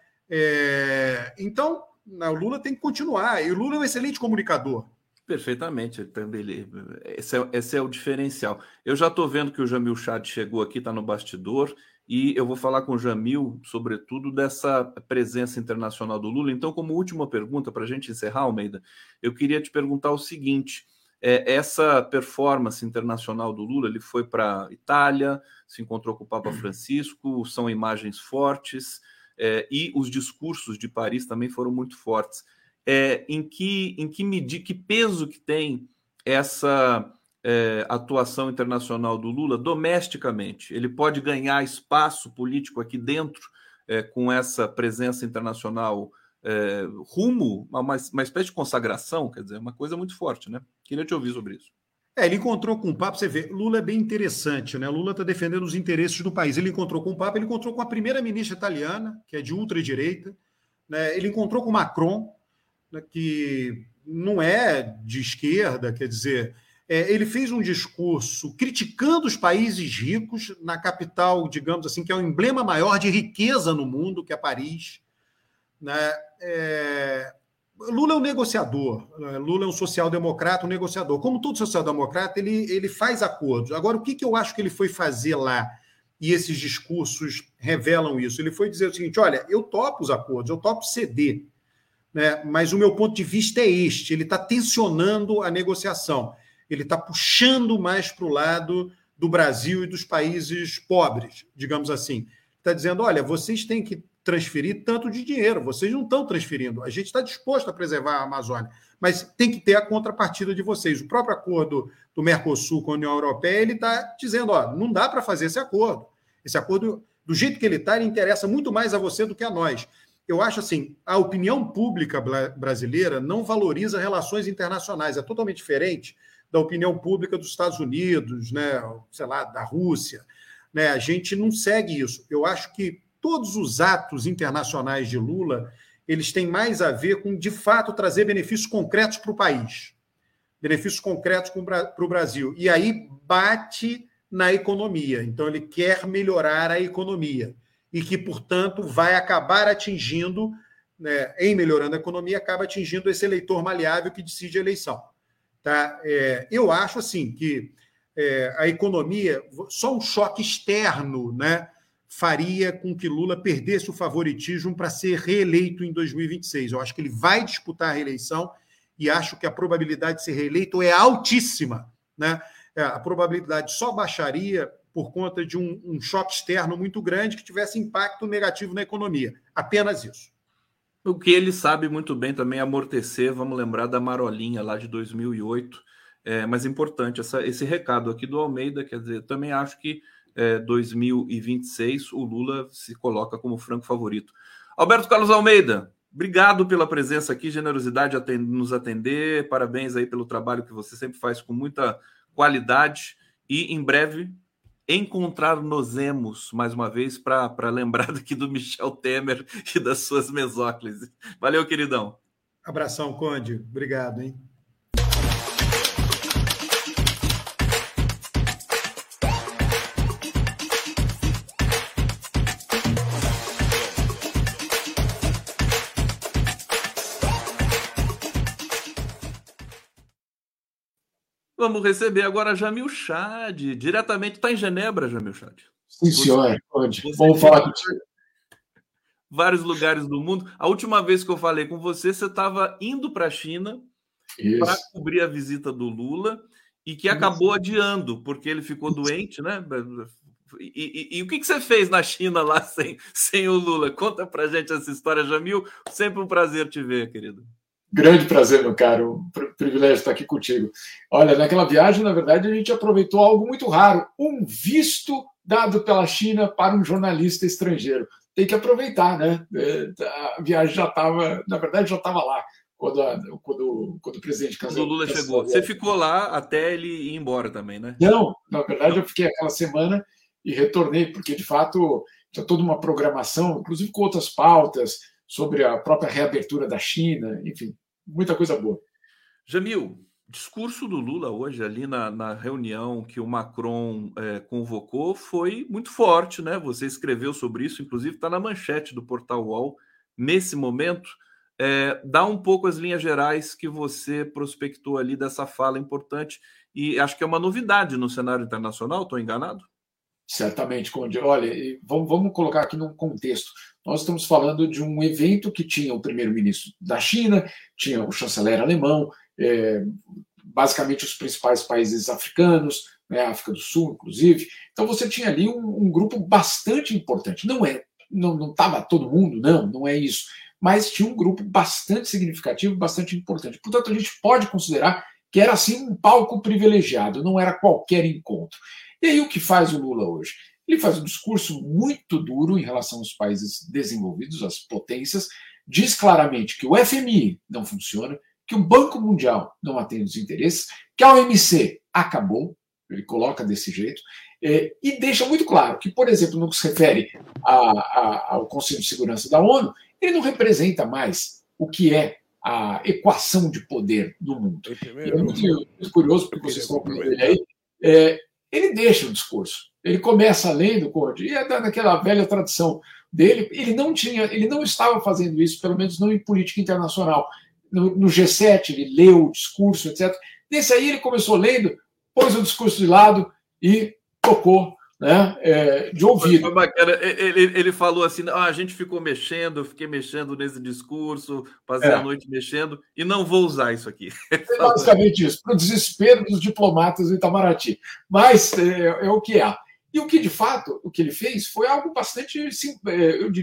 Então, o Lula tem que continuar. E o Lula é um excelente comunicador. Perfeitamente. Esse é o diferencial. Eu já estou vendo que o Jamil Chad chegou aqui, está no bastidor, e eu vou falar com o Jamil, sobretudo, dessa presença internacional do Lula. Então, como última pergunta, para a gente encerrar, Almeida, eu queria te perguntar o seguinte, essa performance internacional do Lula, ele foi para a Itália, se encontrou com o Papa Francisco, são imagens fortes, e os discursos de Paris também foram muito fortes. Em que medida, que peso que tem essa atuação internacional do Lula domesticamente? Ele pode ganhar espaço político aqui dentro com essa presença internacional rumo a uma espécie de consagração? Quer dizer, uma coisa muito forte, né? Queria te ouvir sobre isso. Ele encontrou com o Papa, você vê, Lula é bem interessante, né? Lula está defendendo os interesses do país. Ele encontrou com o Papa, ele encontrou com a primeira-ministra italiana, que é de ultradireita, né? Ele encontrou com Macron, né, que não é de esquerda, quer dizer, ele fez um discurso criticando os países ricos na capital, digamos assim, que é o emblema maior de riqueza no mundo, que é Paris. Né? Lula é um negociador, Lula é um social-democrata, um negociador. Como todo social-democrata, ele faz acordos. Agora, o que eu acho que ele foi fazer lá, e esses discursos revelam isso? Ele foi dizer o seguinte, olha, eu topo os acordos, eu topo ceder, né? Mas o meu ponto de vista é este, ele está tensionando a negociação, ele está puxando mais para o lado do Brasil e dos países pobres, digamos assim. Está dizendo, olha, vocês têm que transferir tanto de dinheiro. Vocês não estão transferindo. A gente está disposto a preservar a Amazônia, mas tem que ter a contrapartida de vocês. O próprio acordo do Mercosul com a União Europeia, ele está dizendo, não dá para fazer esse acordo. Esse acordo, do jeito que ele está, ele interessa muito mais a você do que a nós. Eu acho assim, a opinião pública brasileira não valoriza relações internacionais. É totalmente diferente da opinião pública dos Estados Unidos, né, sei lá, da Rússia. Né? A gente não segue isso. Eu acho que todos os atos internacionais de Lula, eles têm mais a ver com, de fato, trazer benefícios concretos para o país. Benefícios concretos para o Brasil. E aí bate na economia. Então, ele quer melhorar a economia. E que, portanto, vai acabar atingindo, né, em melhorando a economia, acaba atingindo esse eleitor maleável que decide a eleição. Tá? Eu acho assim que a economia, só um choque externo, né, faria com que Lula perdesse o favoritismo para ser reeleito em 2026. Eu acho que ele vai disputar a reeleição e acho que a probabilidade de ser reeleito é altíssima. Né? A probabilidade só baixaria por conta de um choque externo muito grande que tivesse impacto negativo na economia. Apenas isso. O que ele sabe muito bem também é amortecer, vamos lembrar da marolinha lá de 2008, mas importante esse recado aqui do Almeida, quer dizer, também acho que 2026 o Lula se coloca como franco favorito. Alberto Carlos Almeida, obrigado pela presença aqui, generosidade nos atender, parabéns aí pelo trabalho que você sempre faz com muita qualidade e em breve encontrar-nos mais uma vez para lembrar aqui do Michel Temer e das suas mesóclises. Valeu, queridão. Abração, Conde. Obrigado, hein? Vamos receber agora Jamil Chad, diretamente. Está em Genebra, Jamil Chad? Sim, senhor. Pode. Vamos falar contigo. Vários lugares do mundo. A última vez que eu falei com você, você estava indo para a China para cobrir a visita do Lula e que acabou adiando, porque ele ficou doente, né? E o que você fez na China lá sem o Lula? Conta para gente essa história, Jamil. Sempre um prazer te ver, querido. Grande prazer, meu caro. Privilégio estar aqui contigo. Olha, naquela viagem, na verdade, a gente aproveitou algo muito raro. Um visto dado pela China para um jornalista estrangeiro. Tem que aproveitar, né? A viagem já estava, na verdade, já estava lá quando o presidente Quando o Lula chegou. Você ficou lá até ele ir embora também, né? Não, na verdade, eu fiquei aquela semana e retornei, porque, de fato, tinha toda uma programação, inclusive com outras pautas, sobre a própria reabertura da China, enfim, muita coisa boa. Jamil, discurso do Lula hoje ali na reunião que o Macron convocou foi muito forte, né? Você escreveu sobre isso, inclusive está na manchete do Portal UOL nesse momento. Dá um pouco as linhas gerais que você prospectou ali dessa fala importante e acho que é uma novidade no cenário internacional, estou enganado? Certamente, Conde. Olha, vamos colocar aqui num contexto. Nós estamos falando de um evento que tinha o primeiro-ministro da China, tinha o chanceler alemão, basicamente os principais países africanos, né, África do Sul, inclusive. Então você tinha ali um grupo bastante importante. Não estava todo mundo, não é isso. Mas tinha um grupo bastante significativo, bastante importante. Portanto, a gente pode considerar que era assim um palco privilegiado, não era qualquer encontro. E aí o que faz o Lula hoje? Ele faz um discurso muito duro em relação aos países desenvolvidos, às potências, diz claramente que o FMI não funciona, que o Banco Mundial não atende os interesses, que a OMC acabou, ele coloca desse jeito, e deixa muito claro que, por exemplo, no que se refere ao Conselho de Segurança da ONU, ele não representa mais o que é a equação de poder do mundo. E é muito curioso, porque vocês estão vendo ele aí, ele deixa o discurso. Ele começa lendo, Conde, e é daquela velha tradição dele. Ele não estava fazendo isso, pelo menos não em política internacional. No G7, ele leu o discurso, etc. Nesse aí, ele começou lendo, pôs o discurso de lado e tocou, né, de ouvido. Foi bacana. Ele falou assim, a gente ficou mexendo, eu fiquei mexendo nesse discurso, passei a noite mexendo, e não vou usar isso aqui. É basicamente isso, para o desespero dos diplomatas do Itamaraty. Mas é o que é. E o que, de fato, o que ele fez foi algo bastante, eu diria,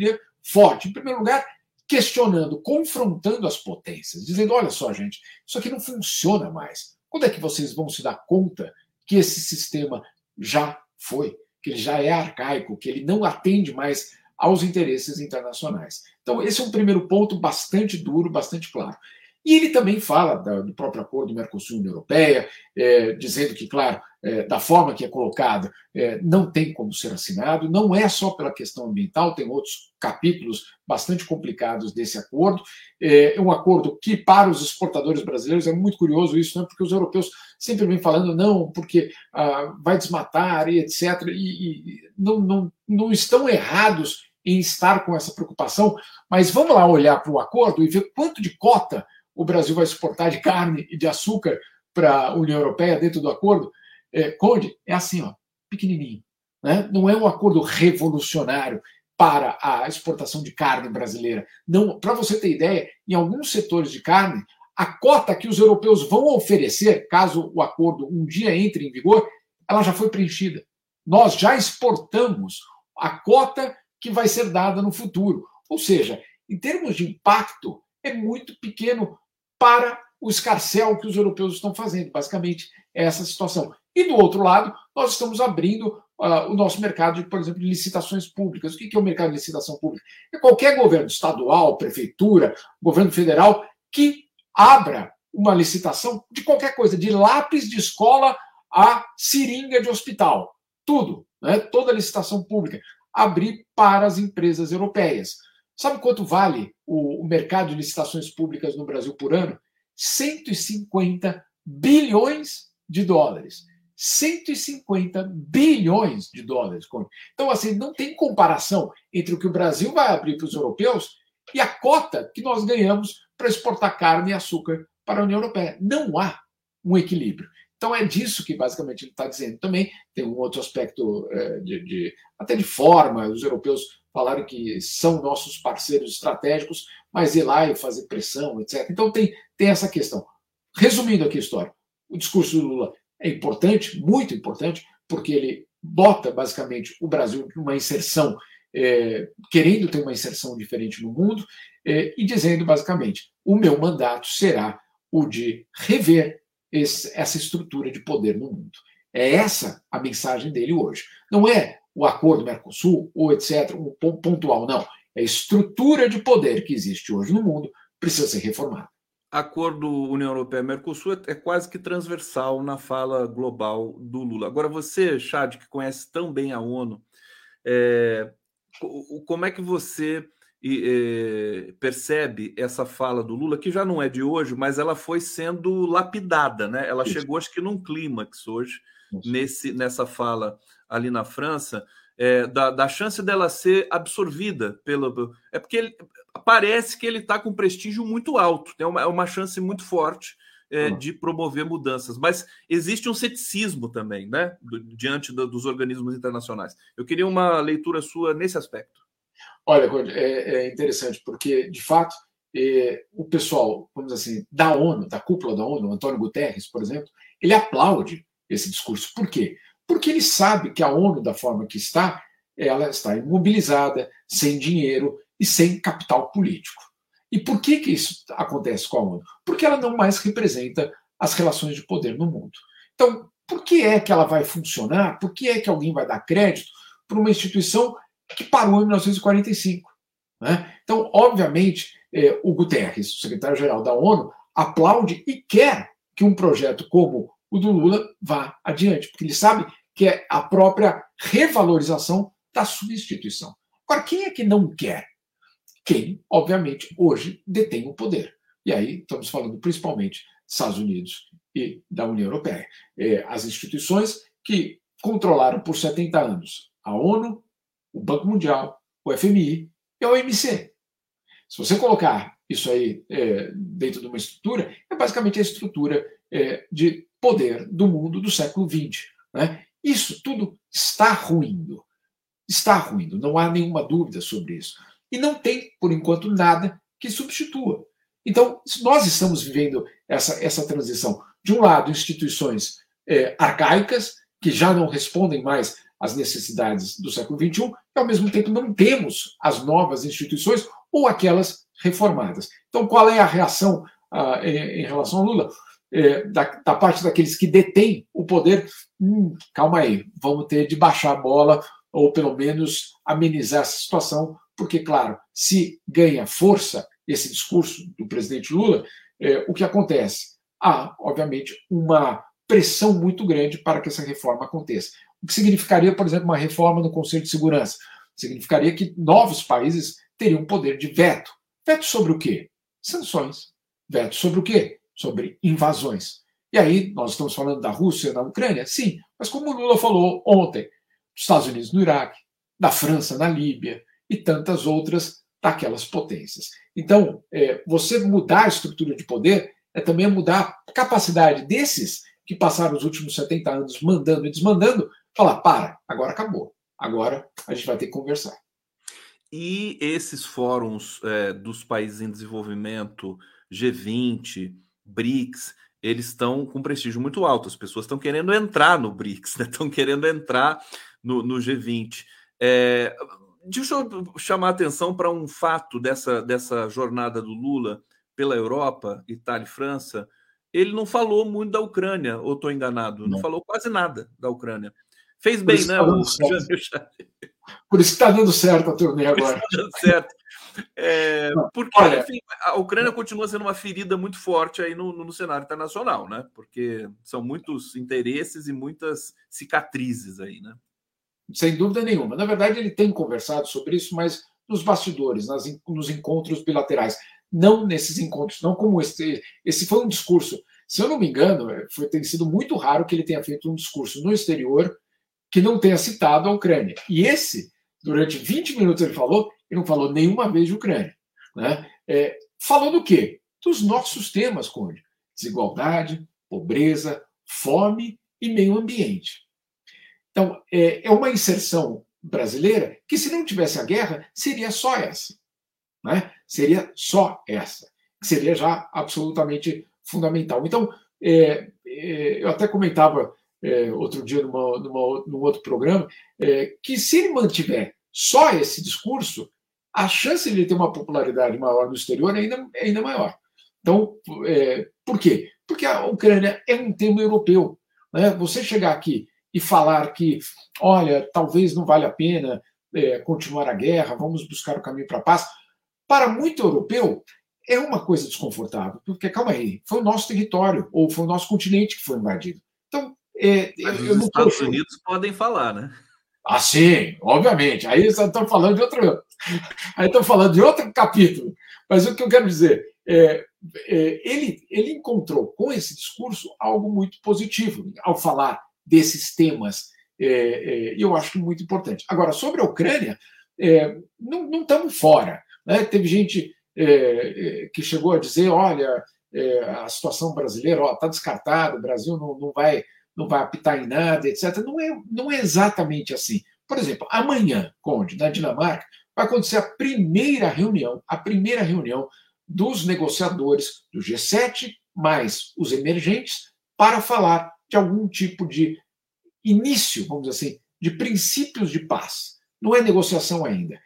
forte. Em primeiro lugar, questionando, confrontando as potências, dizendo: olha só, gente, isso aqui não funciona mais. Quando é que vocês vão se dar conta que esse sistema já foi, que ele já é arcaico, que ele não atende mais aos interesses internacionais? Então, esse é um primeiro ponto bastante duro, bastante claro. E ele também fala do próprio acordo Mercosul-União Europeia, dizendo que, claro, da forma que é colocado, não tem como ser assinado, não é só pela questão ambiental, tem outros capítulos bastante complicados desse acordo. É um acordo que, para os exportadores brasileiros, é muito curioso isso, né? Porque os europeus sempre vêm falando, não, porque vai desmatar e etc. E não estão errados em estar com essa preocupação, mas vamos lá olhar para o acordo e ver quanto de cota o Brasil vai exportar de carne e de açúcar para a União Europeia dentro do acordo. Conde, é assim, ó, pequenininho. Né? Não é um acordo revolucionário para a exportação de carne brasileira. Não, para você ter ideia, em alguns setores de carne, a cota que os europeus vão oferecer, caso o acordo um dia entre em vigor, ela já foi preenchida. Nós já exportamos a cota que vai ser dada no futuro. Ou seja, em termos de impacto, é muito pequeno para o escarcéu que os europeus estão fazendo. Basicamente, é essa situação. E, do outro lado, nós estamos abrindo o nosso mercado, por exemplo, de licitações públicas. O que é o mercado de licitação pública? É qualquer governo estadual, prefeitura, governo federal, que abra uma licitação de qualquer coisa, de lápis de escola a seringa de hospital. Tudo, né? Toda licitação pública. Abrir para as empresas europeias. Sabe quanto vale o mercado de licitações públicas no Brasil por ano? 150 bilhões de dólares. 150 bilhões de dólares. Então, assim, não tem comparação entre o que o Brasil vai abrir para os europeus e a cota que nós ganhamos para exportar carne e açúcar para a União Europeia. Não há um equilíbrio. Então, é disso que, basicamente, ele está dizendo. Também tem um outro aspecto até de forma. Os europeus falaram que são nossos parceiros estratégicos, mas ir lá e fazer pressão, etc. Então, tem essa questão. Resumindo aqui a história, o discurso do Lula é importante, muito importante, porque ele bota, basicamente, o Brasil numa inserção, querendo ter uma inserção diferente no mundo, e dizendo, basicamente, o meu mandato será o de rever essa estrutura de poder no mundo. É essa a mensagem dele hoje. Não é o acordo Mercosul, ou etc., um pontual, não. É a estrutura de poder que existe hoje no mundo, precisa ser reformada. Acordo União Europeia-Mercosul é quase que transversal na fala global do Lula. Agora, você, Chad, que conhece tão bem a ONU, como é que você percebe essa fala do Lula, que já não é de hoje, mas ela foi sendo lapidada, né? Ela chegou, acho que, num clímax hoje, nessa fala ali na França, da chance dela ser absorvida pelo... É porque parece que ele está com prestígio muito alto, tem uma chance muito forte de promover mudanças, mas existe um ceticismo também, né, diante dos organismos internacionais. Eu queria uma leitura sua nesse aspecto. Olha, é interessante, porque, de fato, o pessoal, vamos dizer assim, da ONU, da cúpula da ONU, Antônio Guterres, por exemplo, ele aplaude esse discurso. Por quê? Porque ele sabe que a ONU, da forma que está, ela está imobilizada, sem dinheiro e sem capital político. E por que isso acontece com a ONU? Porque ela não mais representa as relações de poder no mundo. Então, por que é que ela vai funcionar? Por que é que alguém vai dar crédito para uma instituição que parou em 1945? Né? Então, obviamente, o Guterres, o secretário-geral da ONU, aplaude e quer que um projeto como o do Lula vá adiante, porque ele sabe que é a própria revalorização da sua instituição. Agora, quem é que não quer? Quem, obviamente, hoje detém o poder. E aí estamos falando principalmente dos Estados Unidos e da União Europeia. As instituições que controlaram por 70 anos a ONU, o Banco Mundial, o FMI e a OMC. Se você colocar isso aí dentro de uma estrutura, é basicamente a estrutura de poder do mundo do século XX. Né? Isso tudo está ruindo. Está ruindo, não há nenhuma dúvida sobre isso. E não tem, por enquanto, nada que substitua. Então, nós estamos vivendo essa transição. De um lado, instituições arcaicas, que já não respondem mais as necessidades do século XXI e, ao mesmo tempo, não temos as novas instituições ou aquelas reformadas. Então, qual é a reação em relação ao Lula? Da parte daqueles que detêm o poder, calma aí, vamos ter de baixar a bola ou, pelo menos, amenizar essa situação, porque, claro, se ganha força esse discurso do presidente Lula, o que acontece? Há, obviamente, uma pressão muito grande para que essa reforma aconteça. O que significaria, por exemplo, uma reforma no Conselho de Segurança? Significaria que novos países teriam poder de veto. Veto sobre o quê? Sanções. Veto sobre o quê? Sobre invasões. E aí, nós estamos falando da Rússia na Ucrânia? Sim, mas como o Lula falou ontem, dos Estados Unidos no Iraque, da França na Líbia e tantas outras daquelas potências. Então, você mudar a estrutura de poder é também mudar a capacidade desses que passaram os últimos 70 anos mandando e desmandando, falar, agora acabou. Agora a gente vai ter que conversar. E esses fóruns dos países em desenvolvimento, G20, BRICS, eles estão com prestígio muito alto. As pessoas estão querendo entrar no BRICS, né? Estão querendo entrar no G20. Deixa eu chamar a atenção para um fato dessa jornada do Lula pela Europa, Itália e França. Ele não falou muito da Ucrânia, ou estou enganado? Não falou quase nada da Ucrânia. Fez bem, né? Por isso que está dando certo a turnê agora. Está dando certo. Porque, enfim, a Ucrânia continua sendo uma ferida muito forte aí no cenário internacional, né? Porque são muitos interesses e muitas cicatrizes aí, né? Sem dúvida nenhuma. Na verdade, ele tem conversado sobre isso, mas nos bastidores, nos encontros bilaterais. Não nesses encontros, não como esse. Esse foi um discurso, se eu não me engano, tem sido muito raro que ele tenha feito um discurso no exterior que não tenha citado a Ucrânia. E esse, durante 20 minutos ele não falou nenhuma vez de Ucrânia. Né? Falou do quê? Dos nossos temas, Conde. Desigualdade, pobreza, fome e meio ambiente. Então, é uma inserção brasileira que, se não tivesse a guerra, seria só essa. Né? Seria só essa. Que seria já absolutamente fundamental. Então, eu até comentava outro dia num outro programa que, se ele mantiver só esse discurso, a chance de ele ter uma popularidade maior no exterior é ainda maior. Então, por quê? Porque a Ucrânia é um tema europeu. Né? Você chegar aqui e falar que, olha, talvez não vale a pena continuar a guerra, vamos buscar o caminho para a paz, para muito europeu, é uma coisa desconfortável, porque, calma aí, foi o nosso território, ou foi o nosso continente que foi invadido. Então, mas os Estados Unidos podem falar, né? Ah, sim, obviamente. Aí estão falando de outro capítulo. Mas o que eu quero dizer ele encontrou com esse discurso algo muito positivo ao falar desses temas, e eu acho que muito importante. Agora, sobre a Ucrânia, não estamos fora. Né? Teve gente que chegou a dizer, olha, a situação brasileira está descartada, o Brasil não vai apitar em nada, etc. Não é exatamente assim. Por exemplo, amanhã, Conde, na Dinamarca, vai acontecer a primeira reunião dos negociadores do G7, mais os emergentes, para falar de algum tipo de início, vamos dizer assim, de princípios de paz. Não é negociação ainda.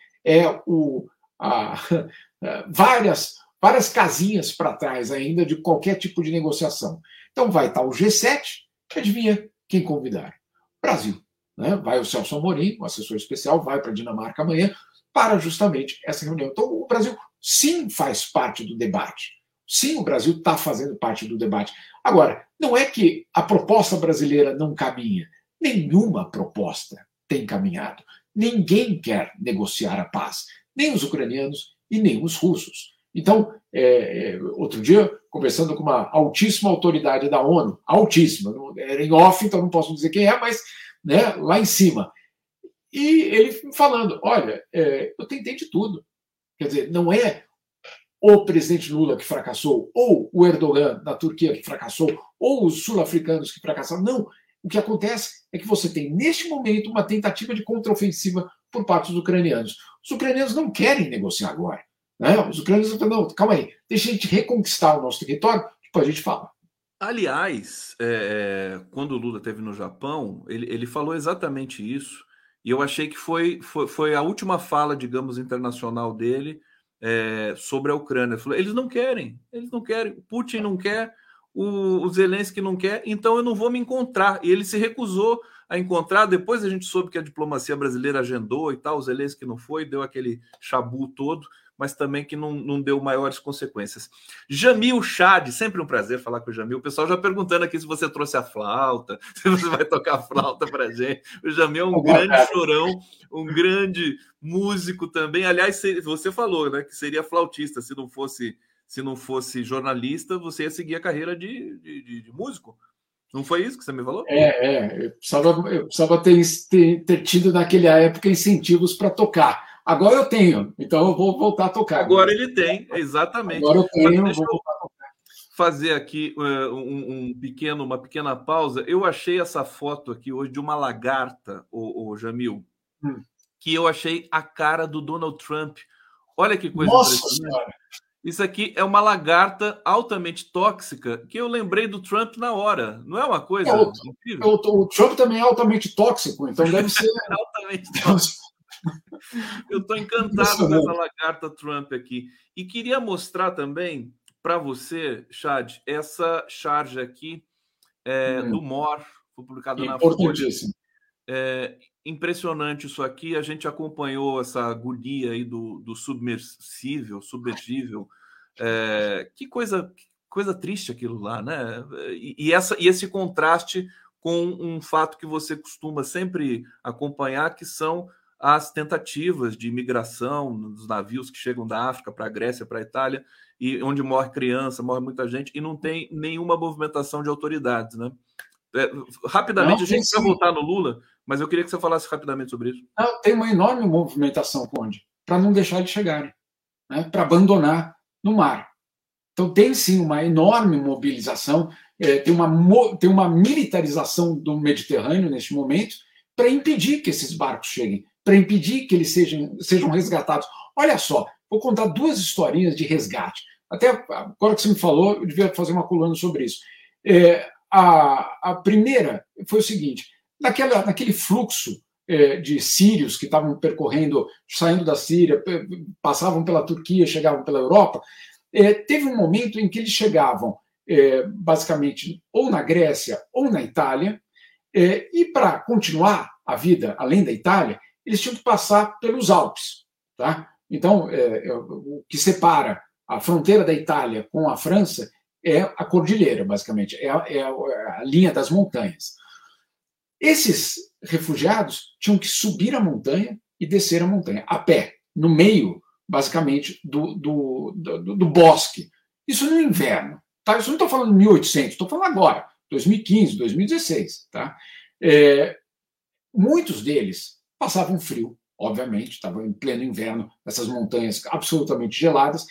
Várias casinhas para trás ainda de qualquer tipo de negociação. Então vai estar o G7, adivinha quem convidar? Brasil. Né? Vai o Celso Amorim, o assessor especial, vai para a Dinamarca amanhã para justamente essa reunião. Então o Brasil sim faz parte do debate. Sim, o Brasil está fazendo parte do debate. Agora, não é que a proposta brasileira não caminha. Nenhuma proposta tem caminhado. Ninguém quer negociar a paz. Nem os ucranianos e nem os russos. Então, outro dia, conversando com uma altíssima autoridade da ONU, altíssima, era em off, então não posso dizer quem é, mas né, lá em cima. E ele falando, olha, eu tentei de tudo. Quer dizer, não é o presidente Lula que fracassou, ou o Erdogan na Turquia que fracassou, ou os sul-africanos que fracassaram. Não. O que acontece é que você tem, neste momento, uma tentativa de contraofensiva por parte dos ucranianos. Os ucranianos não querem negociar agora. Né? Os ucranianos estão falando, não, calma aí, deixa a gente reconquistar o nosso território, depois a gente fala. Aliás, quando o Lula esteve no Japão, ele falou exatamente isso, e eu achei que foi a última fala, digamos, internacional dele sobre a Ucrânia. Ele falou, eles não querem, o Putin não quer, o Zelensky não quer, então eu não vou me encontrar. E ele se recusou a encontrar. Depois a gente soube que a diplomacia brasileira agendou e tal, o Zelensky não foi, deu aquele chabu todo, mas também que não deu maiores consequências. Jamil Chad, sempre um prazer falar com o Jamil. O pessoal já perguntando aqui se você trouxe a flauta, se você vai tocar flauta para gente. O Jamil é um grande chorão, um grande músico também. Aliás, você falou, né, que seria flautista. Se não fosse jornalista, você ia seguir a carreira de músico. Não foi isso que você me falou? Eu precisava ter tido naquela época incentivos para tocar. Agora eu tenho, então eu vou voltar a tocar. Agora ele tem, exatamente. Agora eu tenho, vou voltar a tocar. Fazer aqui uma pequena pausa. Eu achei essa foto aqui hoje de uma lagarta, o Jamil, que eu achei a cara do Donald Trump. Olha que coisa impressionante. Isso aqui é uma lagarta altamente tóxica que eu lembrei do Trump na hora. Não é uma coisa incrível? O Trump também é altamente tóxico, então deve ser... altamente tóxico. Eu estou encantado com essa lagarta Trump aqui. E queria mostrar também para você, Chad, essa charge aqui do MOR, foi publicado na Folha. Impressionante isso aqui. A gente acompanhou essa agonia aí do submergível. Que coisa triste aquilo lá, né? E esse contraste com um fato que você costuma sempre acompanhar, que são as tentativas de imigração dos navios que chegam da África para a Grécia, para a Itália, e onde morre criança, morre muita gente, e não tem nenhuma movimentação de autoridades, né? Rapidamente, a gente vai voltar no Lula, mas eu queria que você falasse rapidamente sobre isso. Tem uma enorme movimentação, Conde, para não deixar eles chegarem, né? Para abandonar no mar. Então tem sim uma enorme mobilização, tem uma militarização do Mediterrâneo neste momento para impedir que esses barcos cheguem, para impedir que eles sejam resgatados. Olha só, vou contar duas historinhas de resgate. Até agora que você me falou, eu devia fazer uma coluna sobre isso. A primeira foi o seguinte: naquele fluxo de sírios que estavam saindo da Síria, passavam pela Turquia, chegavam pela Europa, teve um momento em que eles chegavam basicamente ou na Grécia ou na Itália, e para continuar a vida além da Itália, eles tinham que passar pelos Alpes. Tá? Então, o que separa a fronteira da Itália com a França é a cordilheira, basicamente, é a linha das montanhas. Esses refugiados tinham que subir a montanha e descer a montanha, a pé, no meio, basicamente, do bosque. Isso no inverno. Tá? Isso não estou falando de 1800, estou falando agora, 2015, 2016. Tá? Muitos deles passavam frio, obviamente, estavam em pleno inverno, nessas montanhas absolutamente geladas,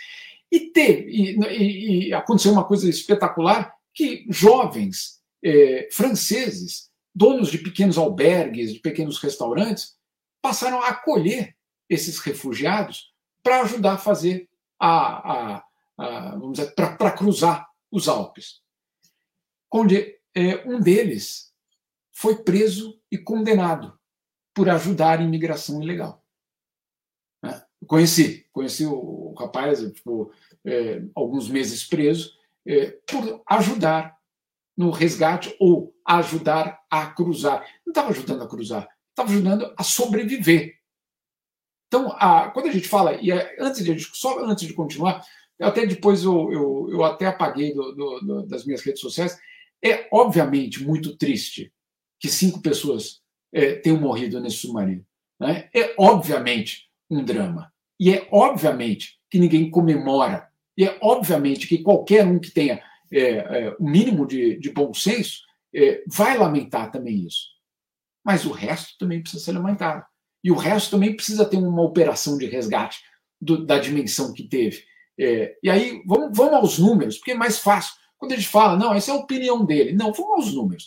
e aconteceu uma coisa espetacular, que jovens franceses, donos de pequenos albergues, de pequenos restaurantes, passaram a acolher esses refugiados para ajudar a fazer vamos dizer, para cruzar os Alpes. Onde um deles foi preso e condenado por ajudar a imigração ilegal. Conheci o rapaz, ele ficou alguns meses preso por ajudar no resgate ou ajudar a cruzar. Não estava ajudando a cruzar, estava ajudando a sobreviver. Então, quando a gente fala, e só antes de continuar, até depois eu até apaguei das minhas redes sociais, é obviamente muito triste que 5 pessoas tenham morrido nesse submarino. Né? É obviamente um drama. E é obviamente que ninguém comemora. E é obviamente que qualquer um que tenha o mínimo de bom senso vai lamentar também isso. Mas o resto também precisa ser lamentado. E o resto também precisa ter uma operação de resgate da dimensão que teve. E aí, vamos aos números, porque é mais fácil. Quando a gente fala, não, essa é a opinião dele. Não, vamos aos números.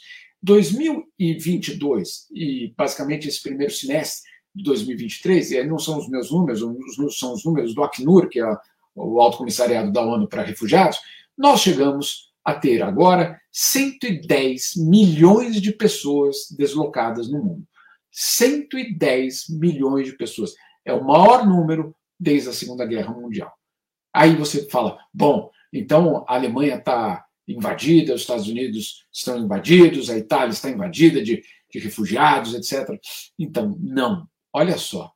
2022, e basicamente esse primeiro semestre de 2023, e aí não são os meus números, são os números do Acnur, que é o Alto Comissariado da ONU para Refugiados, nós chegamos a ter agora 110 milhões de pessoas deslocadas no mundo. 110 milhões de pessoas. É o maior número desde a Segunda Guerra Mundial. Aí você fala, bom, então a Alemanha está invadida, os Estados Unidos estão invadidos, a Itália está invadida de refugiados, etc. Então, não. Olha só,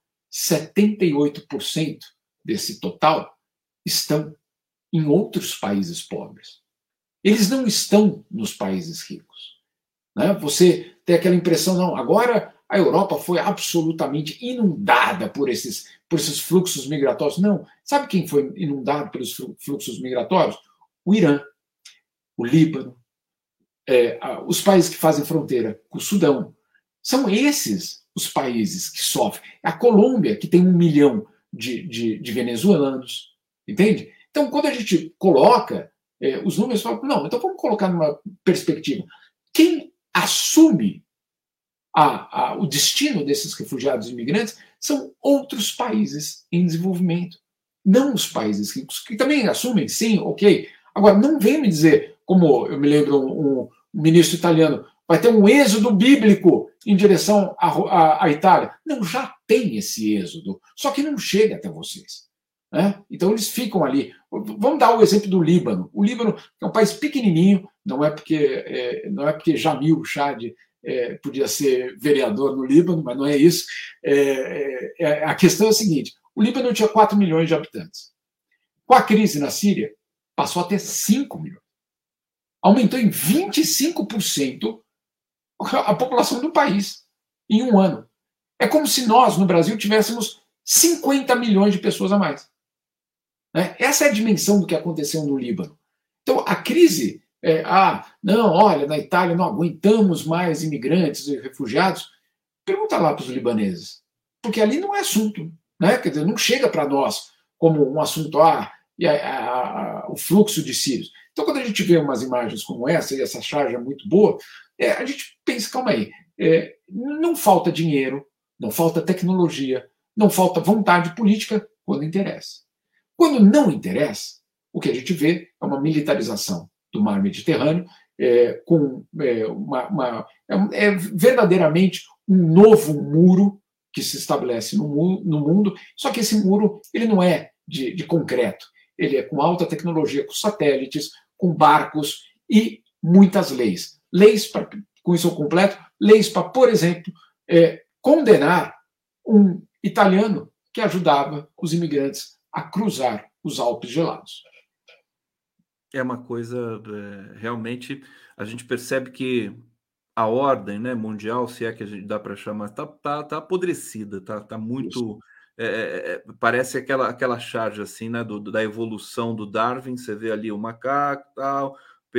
78% desse total estão em outros países pobres. Eles não estão nos países ricos. Né? Você tem aquela impressão, não, agora a Europa foi absolutamente inundada por esses fluxos migratórios. Não. Sabe quem foi inundado pelos fluxos migratórios? O Irã, o Líbano, os países que fazem fronteira com o Sudão. São esses os países que sofrem. A Colômbia, que tem 1 milhão de venezuelanos. Entende? Então, quando a gente coloca os números, fala, não, então vamos colocar numa perspectiva. Quem assume o destino desses refugiados e imigrantes são outros países em desenvolvimento, não os países ricos, que também assumem, sim, ok. Agora, não vem me dizer, como eu me lembro um ministro italiano, vai ter um êxodo bíblico em direção à Itália. Não, já tem esse êxodo, só que não chega até vocês. Né? Então, eles ficam ali. Vamos dar o exemplo do Líbano. O Líbano é um país pequenininho, não é porque Jamil Chad podia ser vereador no Líbano, mas não é isso. A questão é a seguinte, o Líbano tinha 4 milhões de habitantes. Com a crise na Síria, passou a ter 5 milhões. Aumentou em 25% a população do país em um ano. É como se nós, no Brasil, tivéssemos 50 milhões de pessoas a mais. Essa é a dimensão do que aconteceu no Líbano. Então, a crise... não, olha, na Itália não aguentamos mais imigrantes e refugiados. Pergunta lá para os libaneses. Porque ali não é assunto. Né? Quer dizer, não chega para nós como um assunto, o fluxo de sírios. Então, quando a gente vê umas imagens como essa, e essa charge é muito boa, a gente pensa, calma aí, não falta dinheiro, não falta tecnologia, não falta vontade política quando interessa. Quando não interessa, o que a gente vê é uma militarização do mar Mediterrâneo, verdadeiramente um novo muro que se estabelece no mundo, só que esse muro ele não é de concreto, ele é com alta tecnologia, com satélites, com barcos e muitas leis. Leis, com isso eu completo, leis para, por exemplo, condenar um italiano que ajudava os imigrantes a cruzar os Alpes gelados. É uma coisa, realmente, a gente percebe que a ordem, né, mundial, se é que a gente dá para chamar, tá apodrecida, tá muito... parece aquela charge assim, né, da evolução do Darwin, você vê ali o macaco, tal,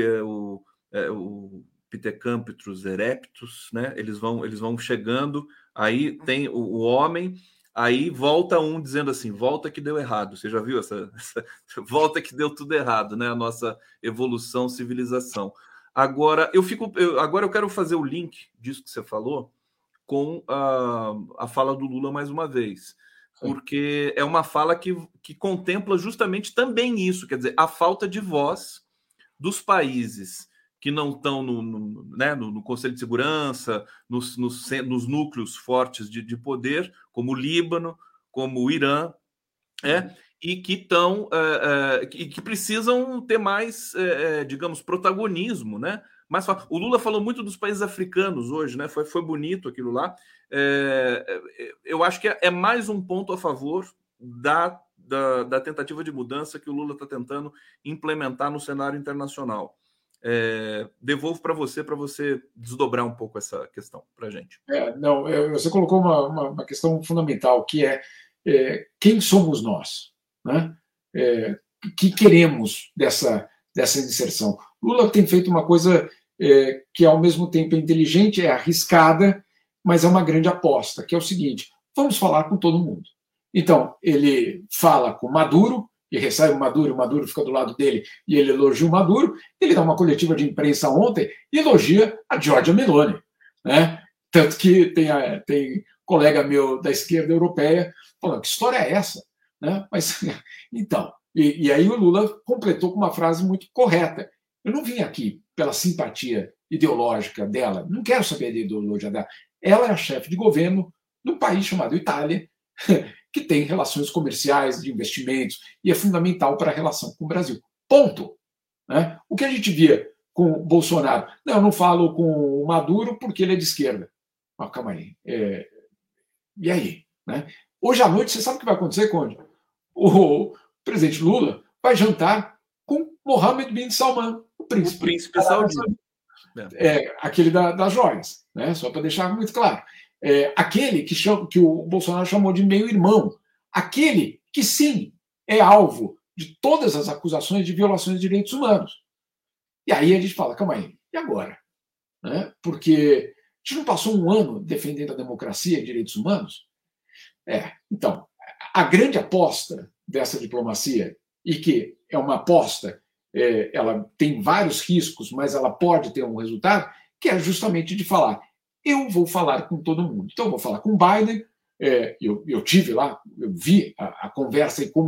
o Pithecanthropus erectus, né, eles vão chegando, aí tem o homem... Aí volta um dizendo assim, volta que deu errado. Você já viu essa volta que deu tudo errado, né? A nossa evolução, civilização. Agora eu quero fazer o link disso que você falou com a fala do Lula mais uma vez, porque é uma fala que contempla justamente também isso, quer dizer, a falta de voz dos países que não estão no Conselho de Segurança, nos núcleos fortes de poder, como o Líbano, como o Irã, e que que precisam ter mais, digamos, protagonismo, né? Mas o Lula falou muito dos países africanos hoje, né? Foi bonito aquilo lá. Eu acho que é mais um ponto a favor da tentativa de mudança que o Lula está tentando implementar no cenário internacional. Devolvo para você desdobrar um pouco essa questão para a gente. Você colocou uma questão fundamental, que é quem somos nós? Né? Que queremos dessa inserção? Lula tem feito uma coisa que, ao mesmo tempo, é inteligente, é arriscada, mas é uma grande aposta, que é o seguinte, vamos falar com todo mundo. Então, ele fala com Maduro, e recebe o Maduro fica do lado dele e ele elogia o Maduro, ele dá uma coletiva de imprensa ontem e elogia a Giorgia Meloni. Né? Tanto que tem colega meu da esquerda europeia falando, que história é essa? Né? Mas, então, e aí o Lula completou com uma frase muito correta. Eu não vim aqui pela simpatia ideológica dela, não quero saber da ideologia dela. Ela é a chefe de governo de um país chamado Itália, que tem relações comerciais, de investimentos, e é fundamental para a relação com o Brasil. Ponto. Né? O que a gente via com o Bolsonaro? Não, eu não falo com o Maduro porque ele é de esquerda. Ah, calma aí. E aí? Né? Hoje à noite, você sabe o que vai acontecer, Conde? O presidente Lula vai jantar com Mohammed bin Salman, o príncipe saudita. Aquele das joias, né? Só para deixar muito claro. Aquele que o Bolsonaro chamou de meio-irmão. Aquele que, sim, é alvo de todas as acusações de violações de direitos humanos. E aí a gente fala, calma aí, e agora? Né? Porque a gente não passou um ano defendendo a democracia e direitos humanos? Então, a grande aposta dessa diplomacia, e que é uma aposta, ela tem vários riscos, mas ela pode ter um resultado, que é justamente de falar, eu vou falar com todo mundo. Então, eu vou falar com o Biden, eu tive lá, eu vi a conversa e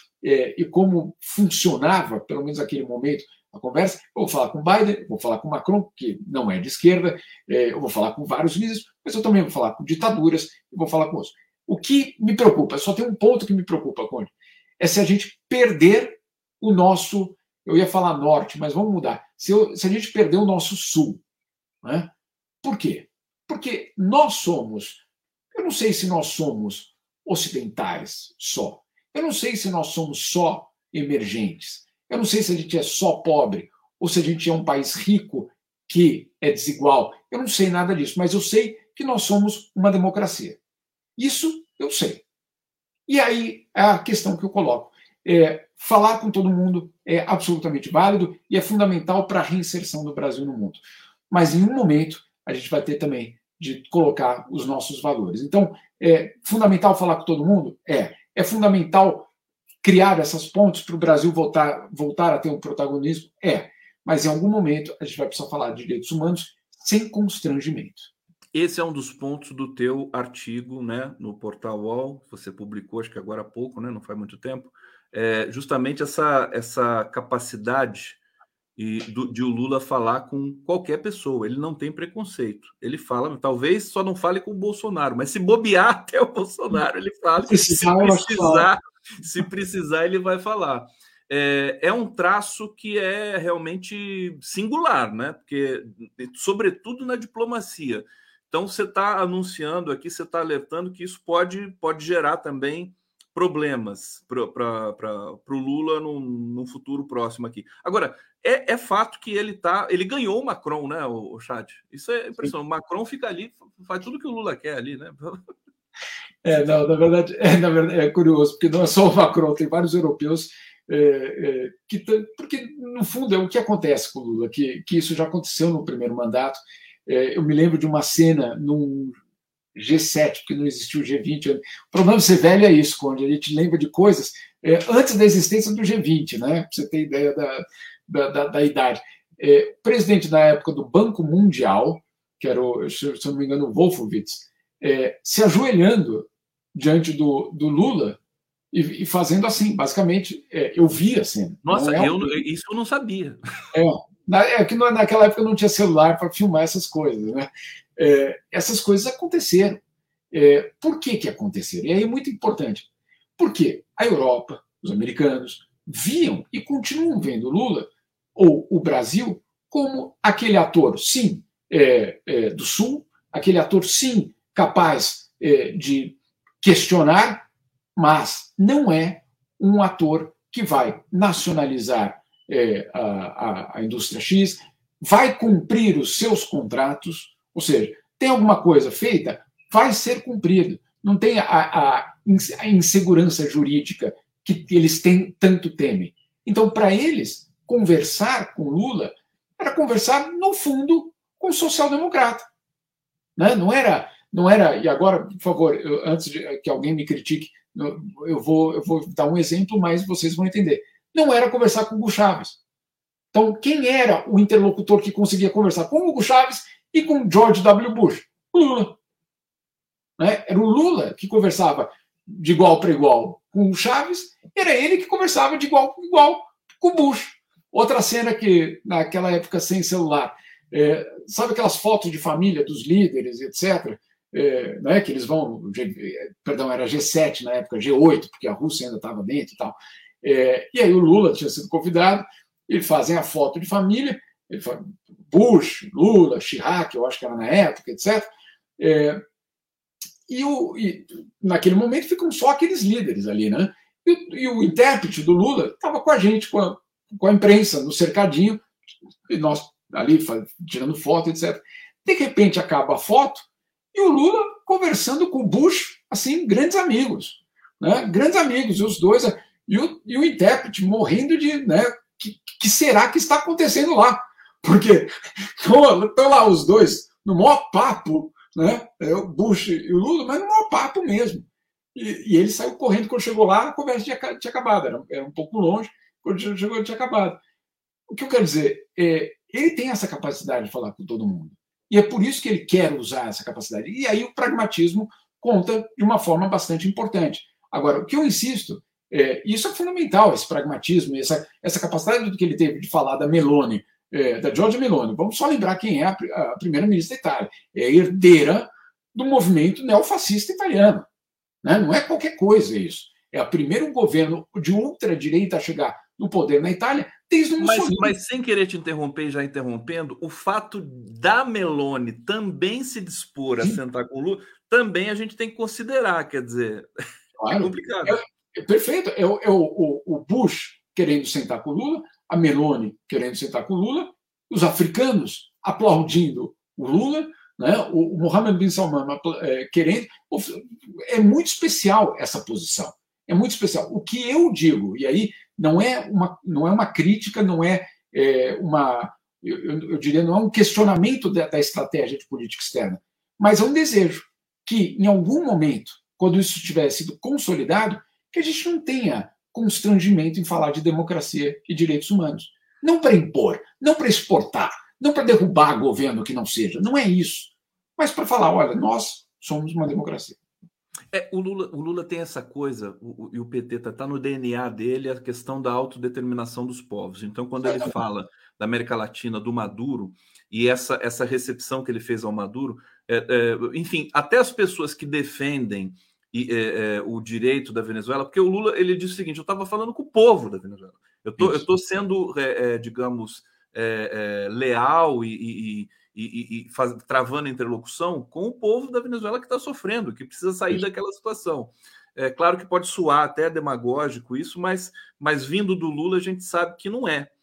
como funcionava, pelo menos naquele momento, a conversa. Eu vou falar com o Biden, eu vou falar com o Macron, que não é de esquerda, eu vou falar com vários líderes, mas eu também vou falar com ditaduras, eu vou falar com outros. O que me preocupa, só tem um ponto que me preocupa, Conde, é se a gente perder o nosso, eu ia falar norte, mas vamos mudar, se a gente perder o nosso sul. Né? Por quê? Porque nós somos, eu não sei se nós somos ocidentais só, eu não sei se nós somos só emergentes, eu não sei se a gente é só pobre ou se a gente é um país rico que é desigual, eu não sei nada disso, mas eu sei que nós somos uma democracia. Isso eu sei. E aí a questão que eu coloco falar com todo mundo é absolutamente válido e é fundamental para a reinserção do Brasil no mundo. Mas em um momento a gente vai ter também de colocar os nossos valores. Então, é fundamental falar com todo mundo? É fundamental criar essas pontes para o Brasil voltar a ter um protagonismo? Mas em algum momento a gente vai precisar falar de direitos humanos sem constrangimento. Esse é um dos pontos do teu artigo, né, no Portal UOL, você publicou, acho que agora há pouco, né, não faz muito tempo, justamente essa capacidade de o Lula falar com qualquer pessoa. Ele não tem preconceito. Ele fala, talvez só não fale com o Bolsonaro, mas se bobear até o Bolsonaro, ele fala. Se precisar, ele vai falar. É um traço que é realmente singular, né? Porque, sobretudo na diplomacia. Então, você está anunciando aqui, você está alertando que isso pode gerar também problemas para o Lula num futuro próximo aqui. Agora, é fato que ele ganhou o Macron, né, o Chad? Isso é impressionante. O Macron fica ali, faz tudo que o Lula quer ali, né? Não, na verdade é curioso, porque não é só o Macron, tem vários europeus porque, no fundo, é o que acontece com o Lula, que isso já aconteceu no primeiro mandato. Eu me lembro de uma cena num G7, porque não existiu o G20. O problema de ser velho é isso, Conde, a gente lembra de coisas antes da existência do G20, né? Para você ter ideia da idade. O presidente na época do Banco Mundial, que era, se eu não me engano, o Wolfowitz, se ajoelhando diante do Lula e fazendo assim, basicamente, eu vi a cena. Nossa, isso eu não sabia. Que naquela época não tinha celular para filmar essas coisas, né? Essas coisas aconteceram. Por que aconteceram? E aí é muito importante. Porque a Europa, os americanos, viam e continuam vendo Lula, ou o Brasil, como aquele ator, sim, do Sul, aquele ator, sim, capaz de questionar, mas não é um ator que vai nacionalizar a indústria X, vai cumprir os seus contratos, ou seja, tem alguma coisa feita, vai ser cumprido. Não tem a insegurança jurídica que eles tanto temem. Então, para eles, conversar com Lula era conversar, no fundo, com o social-democrata. Né? Não era, e agora, por favor, antes de que alguém me critique, eu vou dar um exemplo, mas vocês vão entender. Não era conversar com o Hugo Chávez. Então, quem era o interlocutor que conseguia conversar com o Hugo Chávez e com George W. Bush? O Lula. Né? Era o Lula que conversava de igual para igual com o Chávez, era ele que conversava de igual para igual com o Bush. Outra cena que, naquela época sem celular, sabe aquelas fotos de família dos líderes, etc., né, que eles vão, perdão, era G7 na época, G8, porque a Rússia ainda estava dentro e tal. E aí o Lula tinha sido convidado, eles fazem a foto de família, Bush, Lula, Chirac, eu acho que era na época, etc., e naquele momento ficam só aqueles líderes ali, né? E o intérprete do Lula estava com a gente, com a imprensa, no cercadinho, e nós ali tirando foto, etc. De repente acaba a foto e o Lula conversando com o Bush, assim, grandes amigos, né? Grandes amigos, e os dois, e o intérprete morrendo de, né? Que será que está acontecendo lá? Porque estão lá os dois no maior papo, né? O Bush e o Lula, mas no maior papo mesmo. E ele saiu correndo. Quando chegou lá, a conversa tinha acabado. Era um pouco longe. Quando chegou, tinha acabado. O que eu quero dizer ele tem essa capacidade de falar com todo mundo. E é por isso que ele quer usar essa capacidade. E aí o pragmatismo conta de uma forma bastante importante. Agora, o que eu insisto, isso é fundamental, esse pragmatismo, essa capacidade que ele teve de falar da Meloni, da Giorgia Meloni. Vamos só lembrar quem é a primeira-ministra da Itália. É a herdeira do movimento neofascista italiano. Né? Não é qualquer coisa isso. É o primeiro governo de ultradireita a chegar no poder na Itália desde o Mussolini. Mas sem querer te interromper, já interrompendo, o fato da Meloni também se dispor a sentar com o Lula, também a gente tem que considerar, quer dizer, claro, é complicado. Perfeito. O Bush querendo sentar com o Lula, a Meloni querendo sentar com o Lula, os africanos aplaudindo o Lula, né? O Mohammed bin Salman querendo. É muito especial essa posição. É muito especial. O que eu digo, e aí não é uma crítica, não é eu diria, não é um questionamento da estratégia de política externa, mas é um desejo que, em algum momento, quando isso tiver sido consolidado, que a gente não tenha constrangimento em falar de democracia e direitos humanos. Não para impor, não para exportar, não para derrubar governo que não seja. Não é isso. Mas para falar, olha, nós somos uma democracia. O Lula tem essa coisa, e o PT está no DNA dele, a questão da autodeterminação dos povos. Então, quando ele fala da América Latina, do Maduro, e essa recepção que ele fez ao Maduro, enfim, até as pessoas que defendem o direito da Venezuela, porque o Lula ele disse o seguinte: eu estava falando com o povo da Venezuela, eu estou sendo, digamos, leal e travando a interlocução com o povo da Venezuela que está sofrendo, que precisa sair daquela situação. É claro que pode soar até demagógico isso, mas vindo do Lula a gente sabe que não é.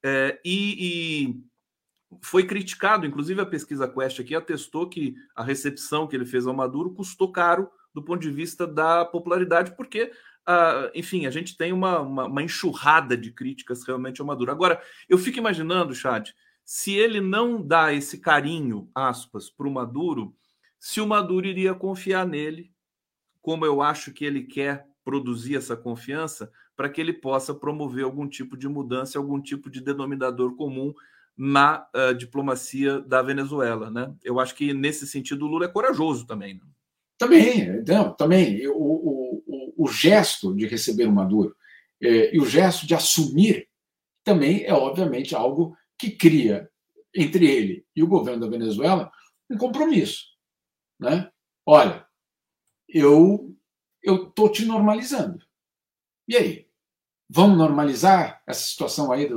E foi criticado, inclusive a pesquisa Quest aqui atestou que a recepção que ele fez ao Maduro custou caro do ponto de vista da popularidade, porque, enfim, a gente tem uma enxurrada de críticas realmente ao Maduro. Agora, eu fico imaginando, Chad, se ele não dá esse carinho, aspas, para o Maduro, se o Maduro iria confiar nele, como eu acho que ele quer produzir essa confiança, para que ele possa promover algum tipo de mudança, algum tipo de denominador comum na diplomacia da Venezuela, né? Eu acho que, nesse sentido, o Lula é corajoso também. Né? Também. O gesto de receber o Maduro e o gesto de assumir também é, obviamente, algo que cria entre ele e o governo da Venezuela um compromisso. Né? Olha, eu estou te normalizando. E aí? Vamos normalizar essa situação aí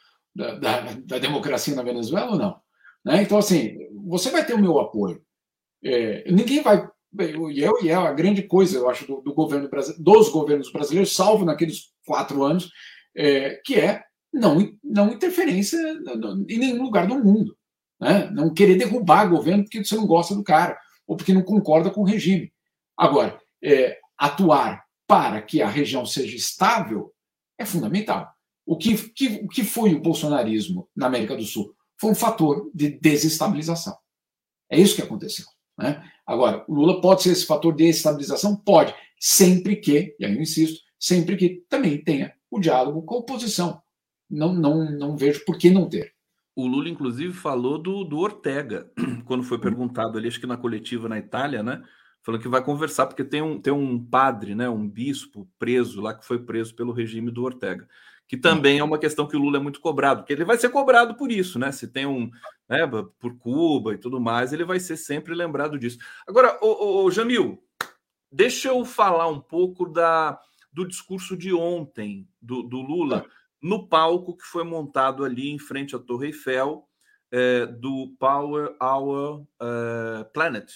da democracia na Venezuela ou não? Né? Então, assim, você vai ter o meu apoio. Ninguém vai... E é a grande coisa, eu acho, dos governos brasileiros, salvo naqueles 4 anos, que é não interferência em nenhum lugar do mundo. Né? Não querer derrubar governo porque você não gosta do cara ou porque não concorda com o regime. Agora, atuar para que a região seja estável é fundamental. O que foi o bolsonarismo na América do Sul? Foi um fator de desestabilização. É isso que aconteceu. Né? Agora, o Lula pode ser esse fator de estabilização? Pode, sempre que, e aí eu insisto, sempre que também tenha o diálogo com a oposição. Não vejo por que não ter. O Lula, inclusive, falou do Ortega, quando foi perguntado ali, acho que na coletiva na Itália, né? Falou que vai conversar, porque tem um padre, né, um bispo preso lá, que foi preso pelo regime do Ortega. que também é uma questão que o Lula é muito cobrado, porque ele vai ser cobrado por isso, né? Se tem né, por Cuba e tudo mais, ele vai ser sempre lembrado disso. Agora, o Jamil, deixa eu falar um pouco do discurso de ontem do Lula no palco que foi montado ali em frente à Torre Eiffel, do Power Our Planet.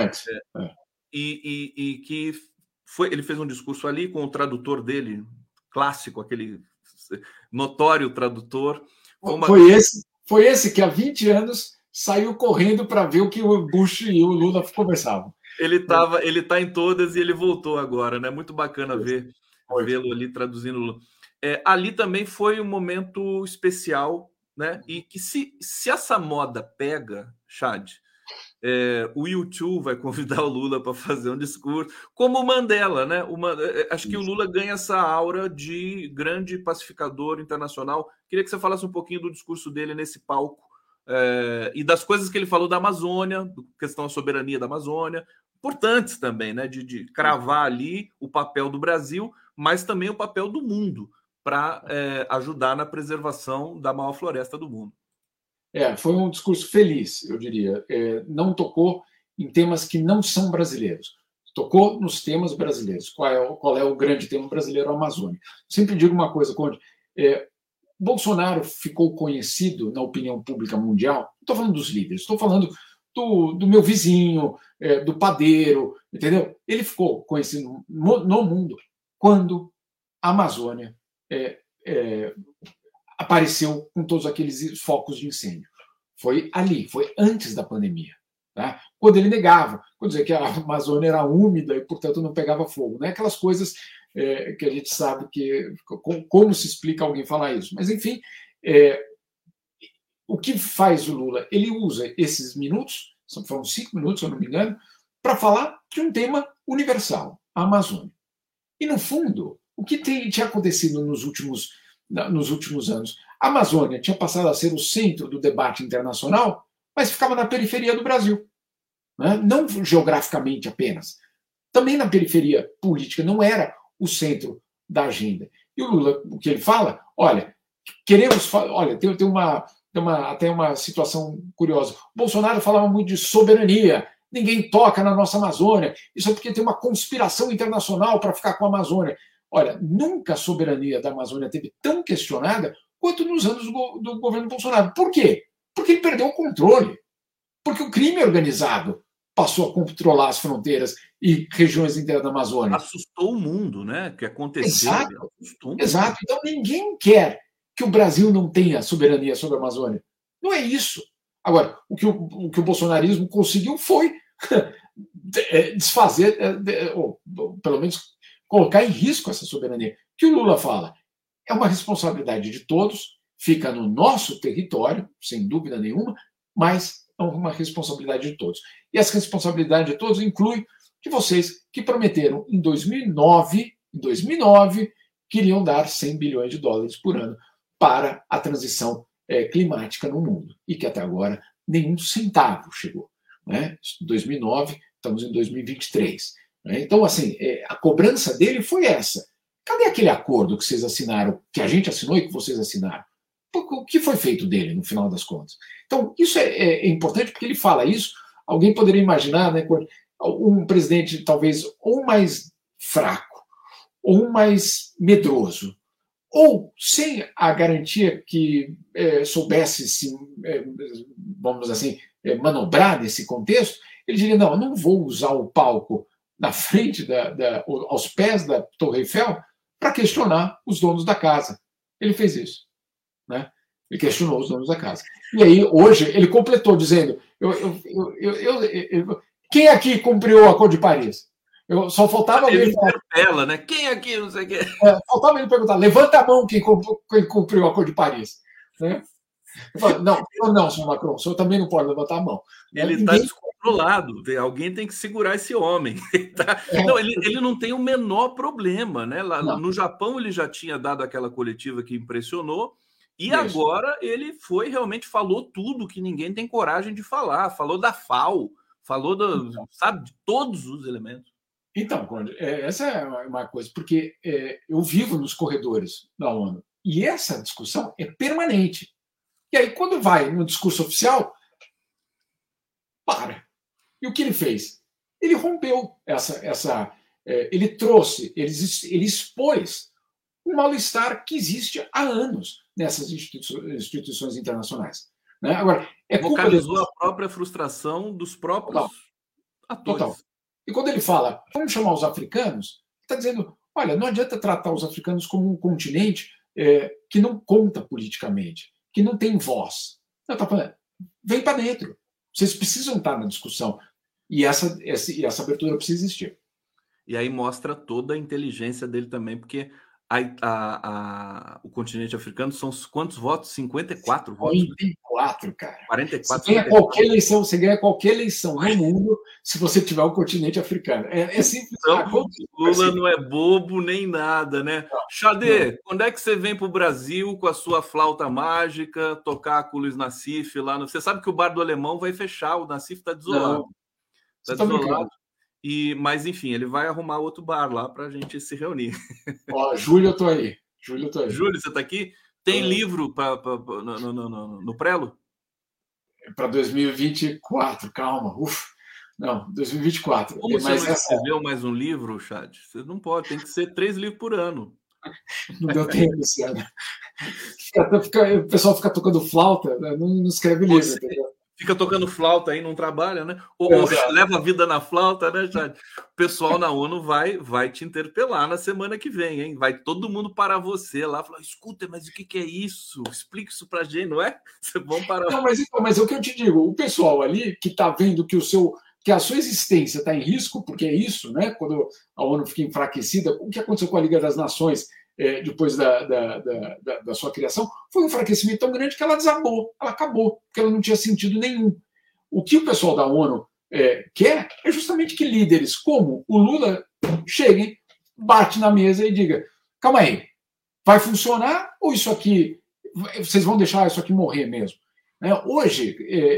E que ele fez um discurso ali com o tradutor dele, clássico, aquele notório tradutor. Foi esse que há 20 anos saiu correndo para ver o que o Bush e o Lula conversavam. Ele tá em todas e ele voltou agora, né? Muito bacana vê-lo ali traduzindo o Lula. Ali também foi um momento especial, né? E que se essa moda pega, Chad, o YouTube vai convidar o Lula para fazer um discurso, como o Mandela, né? Acho que o Lula ganha essa aura de grande pacificador internacional. Queria que você falasse um pouquinho do discurso dele nesse palco e das coisas que ele falou da Amazônia, questão da soberania da Amazônia, importantes também, né? De cravar ali o papel do Brasil, mas também o papel do mundo para ajudar na preservação da maior floresta do mundo. Foi um discurso feliz, eu diria. Não tocou em temas que não são brasileiros. Tocou nos temas brasileiros. Qual é o grande tema brasileiro? A Amazônia. Sempre digo uma coisa, Conde. Bolsonaro ficou conhecido na opinião pública mundial. Não estou falando dos líderes, estou falando do meu vizinho, do padeiro, entendeu? Ele ficou conhecido no mundo quando a Amazônia apareceu com todos aqueles focos de incêndio. Foi ali, foi antes da pandemia. Tá? Quando ele negava, quando dizia que a Amazônia era úmida e, portanto, não pegava fogo. Né? Aquelas coisas que a gente sabe que... Como se explica alguém falar isso? Mas, enfim, o que faz o Lula? Ele usa esses minutos, foram 5 minutos, se eu não me engano, para falar de um tema universal, a Amazônia. E, no fundo, o que tinha acontecido nos últimos anos? A Amazônia tinha passado a ser o centro do debate internacional, mas ficava na periferia do Brasil. Né? Não geograficamente apenas. Também na periferia política, não era o centro da agenda. E o Lula, o que ele fala? Olha, tem até uma situação curiosa. O Bolsonaro falava muito de soberania. Ninguém toca na nossa Amazônia. Isso é porque tem uma conspiração internacional para ficar com a Amazônia. Olha, nunca a soberania da Amazônia teve tão questionada quanto nos anos do governo Bolsonaro. Por quê? Porque ele perdeu o controle. Porque o crime organizado passou a controlar as fronteiras e regiões inteiras da Amazônia. Assustou o mundo, né? O que aconteceu. Exato. Então ninguém quer que o Brasil não tenha soberania sobre a Amazônia. Não é isso. Agora, o que o bolsonarismo conseguiu foi desfazer, ou pelo menos colocar em risco essa soberania. O que o Lula fala? É uma responsabilidade de todos, fica no nosso território, sem dúvida nenhuma, mas é uma responsabilidade de todos. E essa responsabilidade de todos inclui de vocês que prometeram em 2009, queriam dar 100 bilhões de dólares por ano para a transição climática no mundo, e que até agora nenhum centavo chegou. Né? 2009, estamos em 2023. Né? Então, assim, a cobrança dele foi essa. Cadê aquele acordo que vocês assinaram, que a gente assinou e que vocês assinaram? O que foi feito dele, no final das contas? Então, isso é importante, porque ele fala isso. Alguém poderia imaginar, né, um presidente talvez ou mais fraco, ou mais medroso, ou sem a garantia que soubesse se, vamos assim, manobrar nesse contexto. Ele diria, não, eu não vou usar o palco na frente, aos pés da Torre Eiffel, para questionar os donos da casa. Ele fez isso. Né? Ele questionou os donos da casa. E aí, hoje, ele completou dizendo, quem aqui cumpriu o Acordo de Paris? Só faltava ele interpela, né? Quem aqui, não sei o quê. Faltava ele perguntar, levanta a mão quem cumpriu o Acordo de Paris. Né? Não, senhor Macron, o senhor também não pode levantar a mão. Ele está descontrolado, alguém tem que segurar esse homem. Não, ele não tem o menor problema. Né? Lá no Japão ele já tinha dado aquela coletiva que impressionou, e agora ele realmente falou tudo que ninguém tem coragem de falar. Falou da FAO, falou de todos os elementos. Então, Conde, essa é uma coisa, porque eu vivo nos corredores da ONU. E essa discussão é permanente. E aí, quando vai no discurso oficial, para. E o que ele fez? Ele rompeu ele trouxe, ele expôs o mal-estar que existe há anos nessas instituições internacionais. Né? Agora, vocalizou a própria frustração dos próprios atores. Total. E quando ele fala, vamos chamar os africanos, ele está dizendo, olha, não adianta tratar os africanos como um continente que não conta politicamente, que não tem voz. Não, tá falando, vem para dentro. Vocês precisam estar na discussão. E essa abertura precisa existir. E aí mostra toda a inteligência dele também, porque o continente africano são quantos votos? 54 votos? 54, cara. 44. Você ganha qualquer eleição no mundo se você tiver o continente africano. É simples. Então, Lula não é bobo nem nada, né? Xadê, quando é que você vem para o Brasil com a sua flauta mágica, tocar com o Luiz Nassif lá? Você sabe que o Bar do Alemão vai fechar, o Nassif está desolado. Está desolado. Mas, enfim, ele vai arrumar outro bar lá para a gente se reunir. Júlio, eu tô aí. Júlio, você está aqui? Tem livro no Prelo? Para 2024, calma. Não, 2024. Como você não escreveu mais um livro, Chad? Você não pode, tem que ser 3 livros por ano. Não deu tempo, Luciano. O pessoal fica tocando flauta, não escreve livro, entendeu? Fica tocando flauta aí, não trabalha, né? Ou leva a vida na flauta, né, Chad? O pessoal na ONU vai te interpelar na semana que vem, hein? Vai todo mundo parar você lá, falar, escuta, mas o que é isso? Explica isso pra gente, não é? Vocês vão parar. Não, mas é o que eu te digo, o pessoal ali que está vendo que a sua existência está em risco, porque é isso, né? Quando a ONU fica enfraquecida, o que aconteceu com a Liga das Nações depois da sua criação, foi um enfraquecimento tão grande que ela desabou, ela acabou, porque ela não tinha sentido nenhum. O que o pessoal da ONU quer é justamente que líderes como o Lula cheguem, bate na mesa e diga, calma aí, vai funcionar ou isso aqui, vocês vão deixar isso aqui morrer mesmo? Hoje,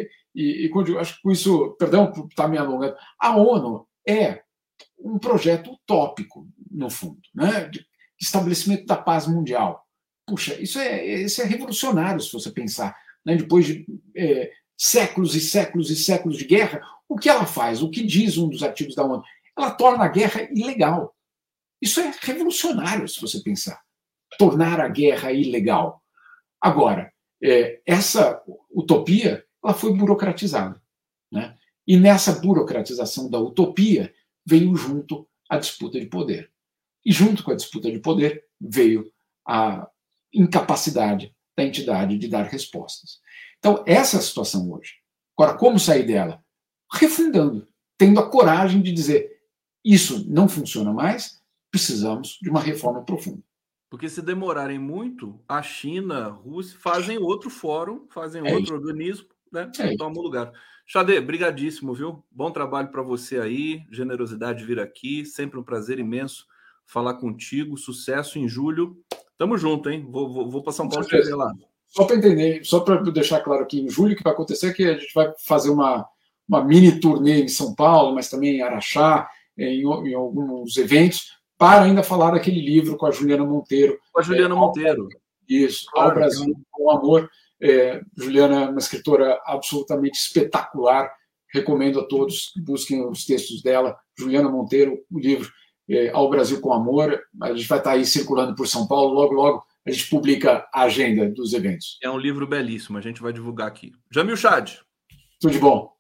eu acho que com isso, perdão por estar me alongando, a ONU é um projeto utópico, no fundo, né? De estabelecimento da paz mundial. Puxa, isso é revolucionário, se você pensar. Né? Depois de séculos e séculos e séculos de guerra, o que ela faz? O que diz um dos artigos da ONU? Ela torna a guerra ilegal. Isso é revolucionário, se você pensar. Tornar a guerra ilegal. Agora, essa utopia ela foi burocratizada. Né? E nessa burocratização da utopia veio junto a disputa de poder. E junto com a disputa de poder veio a incapacidade da entidade de dar respostas. Então, essa é a situação hoje. Agora, como sair dela? Refundando, tendo a coragem de dizer isso não funciona mais, precisamos de uma reforma profunda. Porque se demorarem muito, a China, a Rússia fazem outro fórum, fazem outro organismo, né? Toma o lugar. Xadê, brigadíssimo, viu? Bom trabalho para você aí, generosidade de vir aqui, sempre um prazer imenso falar contigo, sucesso em julho. Tamo junto, hein? Vou para São Paulo te ver lá. Só para entender, só para deixar claro aqui, em julho o que vai acontecer é que a gente vai fazer uma mini turnê em São Paulo, mas também em Araxá, em alguns eventos, para ainda falar daquele livro com a Juliana Monteiro. Com a Juliana Monteiro. Isso, claro, Ao Brasil com Amor. Juliana é uma escritora absolutamente espetacular. Recomendo a todos que busquem os textos dela. Juliana Monteiro, o livro Ao Brasil com Amor. A gente vai estar aí circulando por São Paulo. Logo, logo, a gente publica a agenda dos eventos. É um livro belíssimo. A gente vai divulgar aqui. Jamil Chad. Tudo de bom.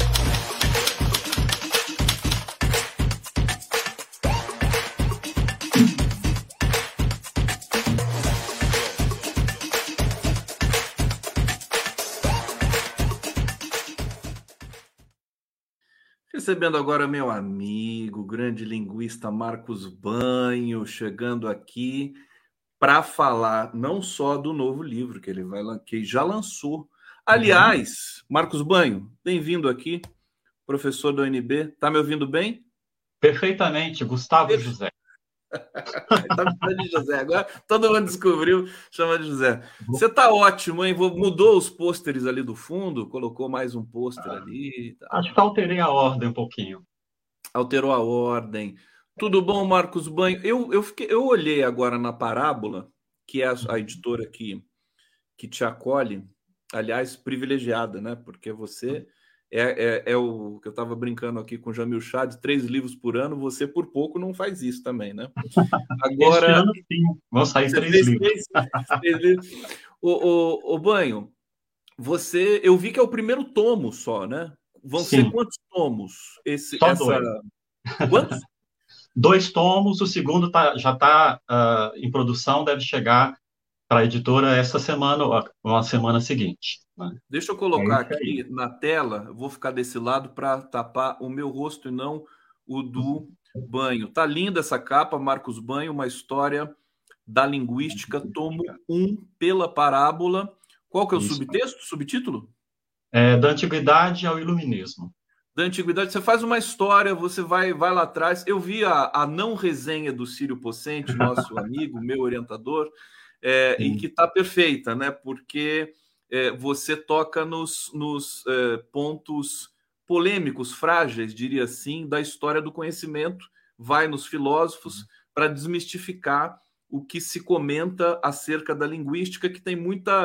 Recebendo agora meu amigo, grande linguista Marcos Banho, chegando aqui para falar não só do novo livro que já lançou. Aliás, Marcos Banho, bem-vindo aqui, professor da UNB. Tá me ouvindo bem? Perfeitamente, Gustavo José. Tá me chamando de José. Agora todo mundo descobriu, chama de José. Você tá ótimo, hein? Mudou os pôsteres ali do fundo, colocou mais um pôster ali. Tá. Acho que alterei a ordem um pouquinho. Alterou a ordem. Tudo bom, Marcos Banho? Eu olhei agora na parábola que é a editora que te acolhe, aliás, privilegiada, né? Porque você é o que eu estava brincando aqui com o Jamil Chad, 3 livros por ano, você por pouco não faz isso também, né? Este Agora, ano, sim, vão sair você 3 fez livros. 3 livros. O Banho, eu vi que é o primeiro tomo só, né? Vão ser Sim, quantos tomos? só 2. Quantos? 2 tomos, o segundo já está em produção, deve chegar para a editora essa semana ou uma semana seguinte. Né? Deixa eu colocar isso aí. aqui na tela, eu vou ficar desse lado para tapar o meu rosto e não o do Banho. Tá linda essa capa, Marcos Banho, uma história da linguística, tomo 1, pela parábola. Qual que é o Isso. subtítulo? Da antiguidade ao iluminismo. Da antiguidade, você faz uma história, você vai lá atrás. Eu vi a não resenha do Círio Pocente, nosso amigo, meu orientador, e que está perfeita, né? Porque você toca nos pontos polêmicos, frágeis, diria assim, da história do conhecimento, vai nos filósofos para desmistificar o que se comenta acerca da linguística, que tem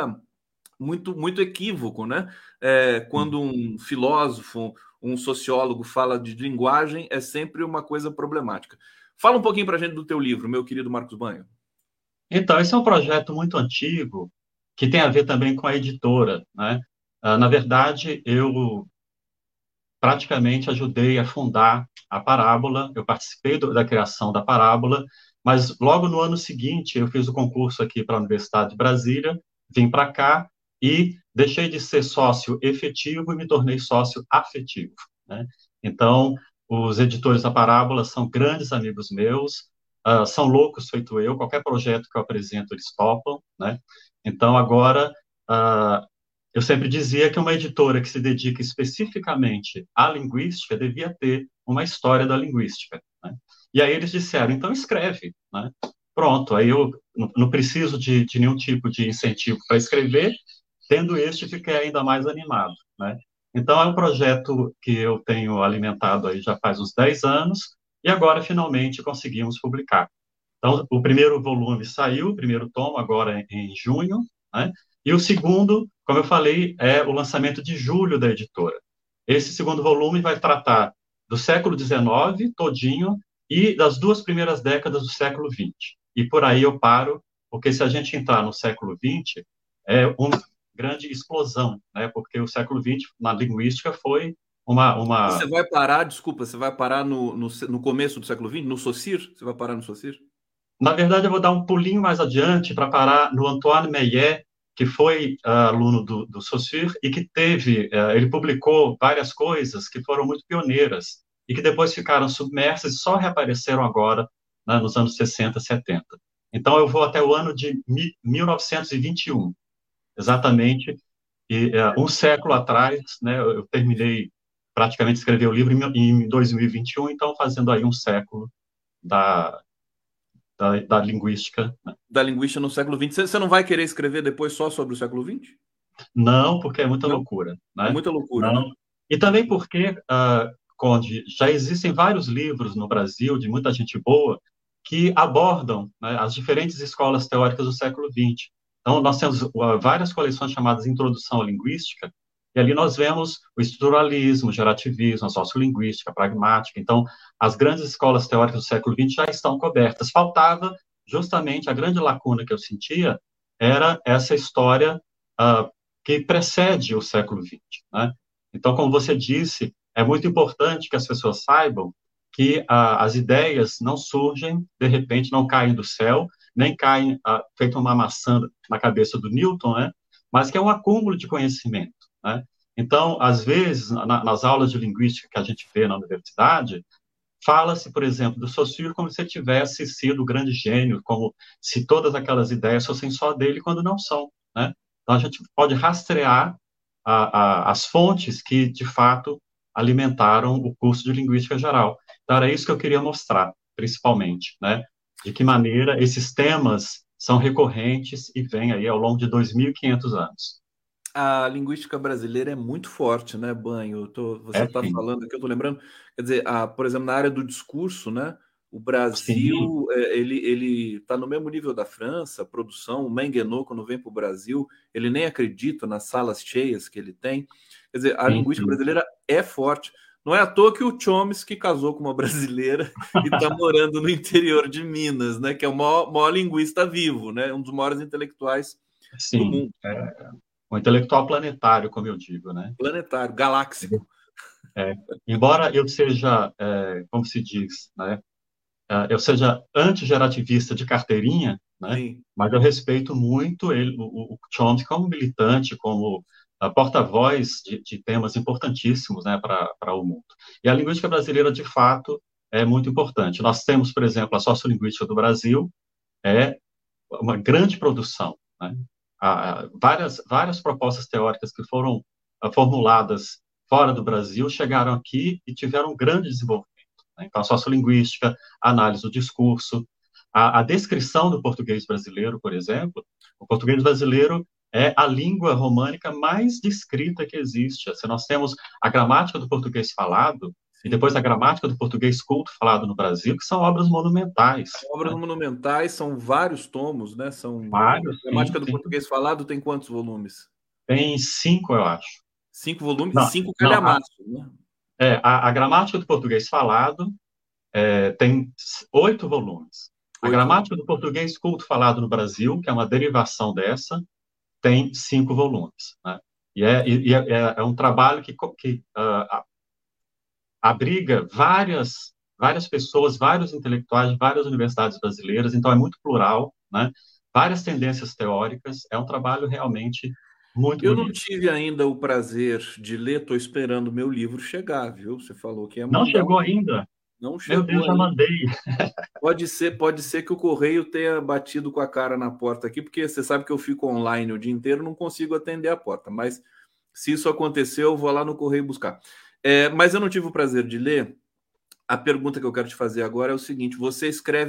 muito equívoco, né? Quando um filósofo, um sociólogo fala de linguagem, é sempre uma coisa problemática. Fala um pouquinho para a gente do teu livro, meu querido Marcos Banho. Então, esse é um projeto muito antigo, que tem a ver também com a editora, né? Na verdade, eu praticamente ajudei a fundar a Parábola, eu participei da criação da Parábola, mas logo no ano seguinte eu fiz o concurso aqui para a Universidade de Brasília, vim para cá e deixei de ser sócio efetivo e me tornei sócio afetivo, né? Então, os editores da Parábola são grandes amigos meus, são loucos feito eu, qualquer projeto que eu apresento eles topam, né? Então, agora, eu sempre dizia que uma editora que se dedica especificamente à linguística devia ter uma história da linguística, né? E aí eles disseram, então escreve, né? Pronto, aí eu não preciso de nenhum tipo de incentivo para escrever, tendo este, fiquei ainda mais animado, né? Então, é um projeto que eu tenho alimentado aí já faz uns 10 anos, e agora, finalmente, conseguimos publicar. Então, o primeiro volume saiu, o primeiro tomo, agora em junho, né? E o segundo, como eu falei, é o lançamento de julho da editora. Esse segundo volume vai tratar do século XIX todinho e das 2 primeiras décadas do século XX. E por aí eu paro, porque se a gente entrar no século XX, é uma grande explosão, né? Porque o século XX, na linguística, foi uma... Você vai parar, desculpa, você vai parar no começo do século XX, no Saussure? Você vai parar no Saussure? Na verdade, eu vou dar um pulinho mais adiante para parar no Antoine Meillet, que foi aluno do Saussure e que ele publicou várias coisas que foram muito pioneiras e que depois ficaram submersas e só reapareceram agora, né, nos anos 60, 70. Então, eu vou até o ano de 1921, exatamente, e um século atrás, né, eu terminei praticamente de escrever o livro em 2021, então fazendo aí um século da linguística, né? Da linguística no século XX. Você não vai querer escrever depois só sobre o século XX? Não, porque é muita Não? loucura, É né? muita loucura, Não. né? E também porque, Conde, já existem vários livros no Brasil, de muita gente boa, que abordam, né, as diferentes escolas teóricas do século XX. Então, nós temos várias coleções chamadas Introdução à Linguística, e ali nós vemos o estruturalismo, o gerativismo, a sociolinguística, a pragmática. Então, as grandes escolas teóricas do século XX já estão cobertas. Faltava justamente a grande lacuna que eu sentia era essa história que precede o século XX, né? Então, como você disse, é muito importante que as pessoas saibam que as ideias não surgem, de repente, não caem do céu, nem caem feito uma maçã na cabeça do Newton, né? Mas que é um acúmulo de conhecimento, né? Então, às vezes, nas aulas de linguística que a gente vê na universidade, fala-se, por exemplo, do Saussure como se ele tivesse sido o grande gênio, como se todas aquelas ideias fossem só dele, quando não são, né? Então, a gente pode rastrear as fontes que, de fato, alimentaram o curso de Linguística Geral. Então, era isso que eu queria mostrar, principalmente, né? De que maneira esses temas são recorrentes e vêm aí ao longo de 2.500 anos. A linguística brasileira é muito forte, né, Banho? Você está Sim. falando aqui, eu estou lembrando, quer dizer, por exemplo, na área do discurso, né? O Sim, Brasil, ele está no mesmo nível da França, a produção. O Menguenot, quando vem para o Brasil, ele nem acredita nas salas cheias que ele tem. Quer dizer, a sim, linguística sim. brasileira é forte. Não é à toa que o Chomsky casou com uma brasileira e está morando no interior de Minas, né? Que é o maior linguista vivo, né? Um dos maiores intelectuais do Sim, mundo, um intelectual planetário, como eu digo, né? planetário, galáxico. É, embora eu seja, como se diz, né? Eu seja antigerativista de carteirinha, né? Sim. Mas eu respeito muito ele, o Chomsky como militante, como porta-voz de temas importantíssimos, né, para o mundo. E a linguística brasileira, de fato, é muito importante. Nós temos, por exemplo, a sociolinguística do Brasil, é uma grande produção, né? Várias propostas teóricas que foram formuladas fora do Brasil chegaram aqui e tiveram um grande desenvolvimento, né? Então, a sociolinguística, a análise do discurso, a descrição do português brasileiro, por exemplo. O português brasileiro é a língua românica mais descrita que existe. Se nós temos a gramática do português falado, e Sim. depois a gramática do português culto falado no Brasil, que são obras monumentais, Obras né? monumentais, são vários tomos, né? A Vários, sim, gramática do sim. português falado tem quantos volumes? Tem 5, eu acho. 5 volumes e Não, 5 não, calhamaços, né? a gramática do português falado tem 8 volumes. A 8 volumes. gramática do português culto falado no Brasil, que é uma derivação dessa, tem 5 volumes, né? É um trabalho que abriga várias pessoas, vários intelectuais de várias universidades brasileiras, então é muito plural, né? Várias tendências teóricas, é um trabalho realmente muito Eu não bonito. tive ainda o prazer de ler, estou esperando o meu livro chegar, viu? Você falou que ia Não mandar chegou um livro. ainda? Não Meu chegou Deus, já ainda. mandei. Pode ser que o correio tenha batido com a cara na porta aqui, porque você sabe que eu fico online o dia inteiro, não consigo atender a porta. Mas se isso acontecer, eu vou lá no correio buscar. Mas eu não tive o prazer de ler. A pergunta que eu quero te fazer agora é o seguinte: você escreve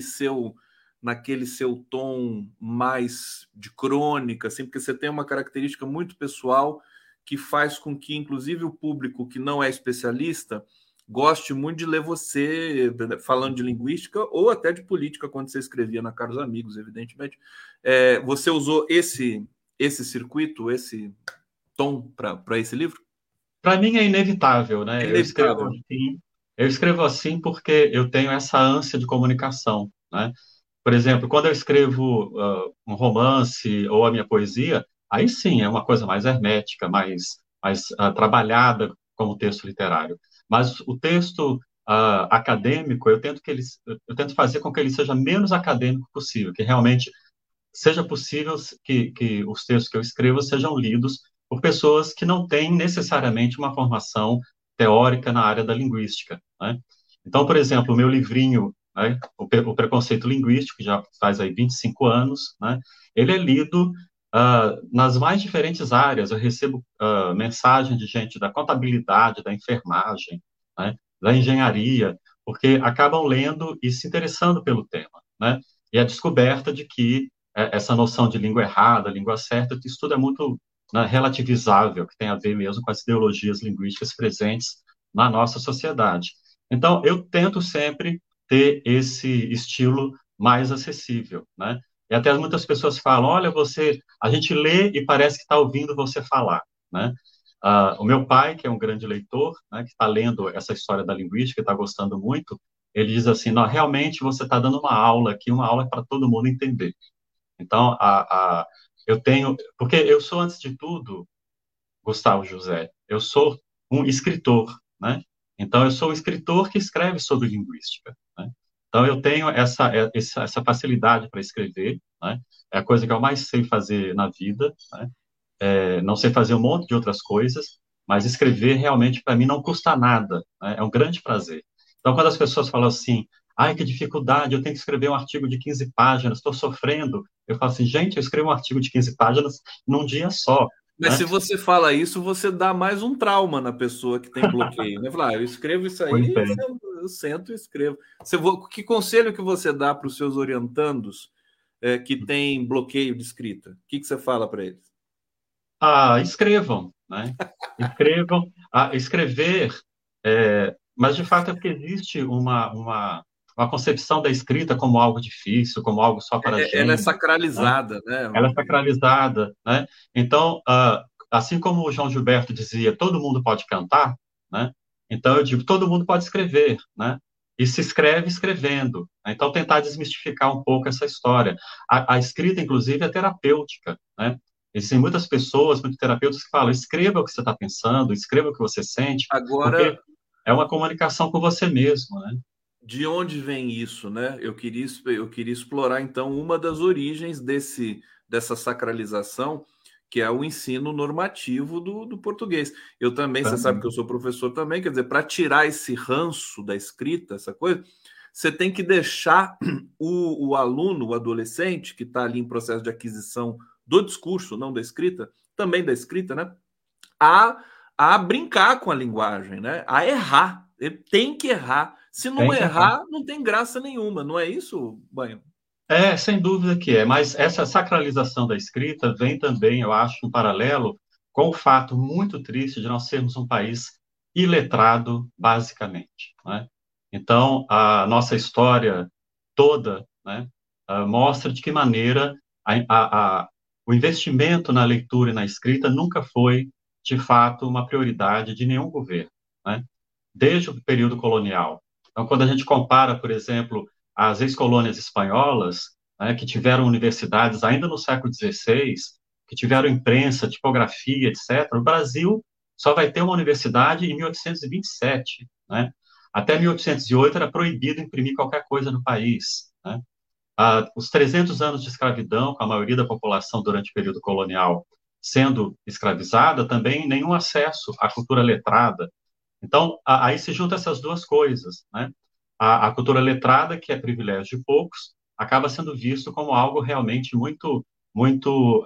naquele seu tom mais de crônica, assim, porque você tem uma característica muito pessoal que faz com que, inclusive, o público que não é especialista goste muito de ler você falando de linguística ou até de política, quando você escrevia na Caros Amigos, evidentemente. Você usou esse circuito, esse tom para esse livro? Para mim é inevitável, É né? inevitável. Eu escrevo assim porque eu tenho essa ânsia de comunicação, né? Por exemplo, quando eu escrevo um romance ou a minha poesia, aí sim é uma coisa mais hermética, mais trabalhada como texto literário. Mas o texto acadêmico, eu tento fazer com que ele seja menos acadêmico possível, que realmente seja possível que os textos que eu escrevo sejam lidos por pessoas que não têm necessariamente uma formação teórica na área da linguística, né? Então, por exemplo, o meu livrinho, né, o Preconceito Linguístico, que já faz aí 25 anos, né, ele é lido nas mais diferentes áreas. Eu recebo mensagem de gente da contabilidade, da enfermagem, né, da engenharia, porque acabam lendo e se interessando pelo tema, né? E a descoberta de que essa noção de língua errada, língua certa, isso tudo é muito, né, relativizável, que tem a ver mesmo com as ideologias linguísticas presentes na nossa sociedade. Então, eu tento sempre ter esse estilo mais acessível, né? E até muitas pessoas falam, olha, a gente lê e parece que está ouvindo você falar, né? O meu pai, que é um grande leitor, né, que está lendo essa história da linguística, está gostando muito, ele diz assim, não, realmente você está dando uma aula aqui, uma aula para todo mundo entender. Então, porque eu sou, antes de tudo, Gustavo José, eu sou um escritor, né? Então, eu sou um escritor que escreve sobre linguística, né? Então, eu tenho essa facilidade para escrever, né? É a coisa que eu mais sei fazer na vida, né? Não sei fazer um monte de outras coisas, mas escrever realmente para mim não custa nada, né? É um grande prazer. Então, quando as pessoas falam assim, ai, que dificuldade, eu tenho que escrever um artigo de 15 páginas, estou sofrendo, eu falo assim, gente, eu escrevo um artigo de 15 páginas num dia só, Mas né? se você fala isso, você dá mais um trauma na pessoa que tem bloqueio, né? Falar, eu escrevo isso Pois aí, é. eu sento e escrevo. Que conselho que você dá para os seus orientandos que têm bloqueio de escrita? O que você fala para eles? Escrevam, né? Escrevam. Escrever, mas de fato é porque existe uma concepção da escrita como algo difícil, como algo só para Ela é gênios, né? sacralizada, né? Ela é sacralizada, né? Então, assim como o João Gilberto dizia, todo mundo pode cantar, né? Então eu digo, todo mundo pode escrever, né? E se escreve escrevendo. Né? Então tentar desmistificar um pouco essa história. A escrita, inclusive, é terapêutica, né? Existem muitas pessoas, muitos terapeutas que falam, escreva o que você está pensando, escreva o que você sente, porque Agora, é uma comunicação com você mesmo, né? de onde vem isso, né? Eu queria explorar então uma das origens dessa sacralização, que é o ensino normativo do português. Eu também, você sabe que eu sou professor também, quer dizer, para tirar esse ranço da escrita, essa coisa, você tem que deixar o aluno, o adolescente, que está ali em processo de aquisição do discurso, não da escrita, também da escrita, né? A, a brincar com a linguagem, né? A errar. Ele tem que errar. Se não Tem que errar. errar, não tem graça nenhuma, não é isso, Banho? Sem dúvida que é, mas essa sacralização da escrita vem também, eu acho, em paralelo com o fato muito triste de nós sermos um país iletrado, basicamente, né? Então, a nossa história toda, né, mostra de que maneira o investimento na leitura e na escrita nunca foi, de fato, uma prioridade de nenhum governo, né? Desde o período colonial. Então, quando a gente compara, por exemplo, as ex-colônias espanholas, né, que tiveram universidades ainda no século XVI, que tiveram imprensa, tipografia, etc., o Brasil só vai ter uma universidade em 1827, né? Até 1808 era proibido imprimir qualquer coisa no país, né? Os 300 anos de escravidão, com a maioria da população durante o período colonial sendo escravizada, também nenhum acesso à cultura letrada. Então, aí se juntam essas duas coisas, né? A cultura letrada, que é privilégio de poucos, acaba sendo visto como algo realmente muito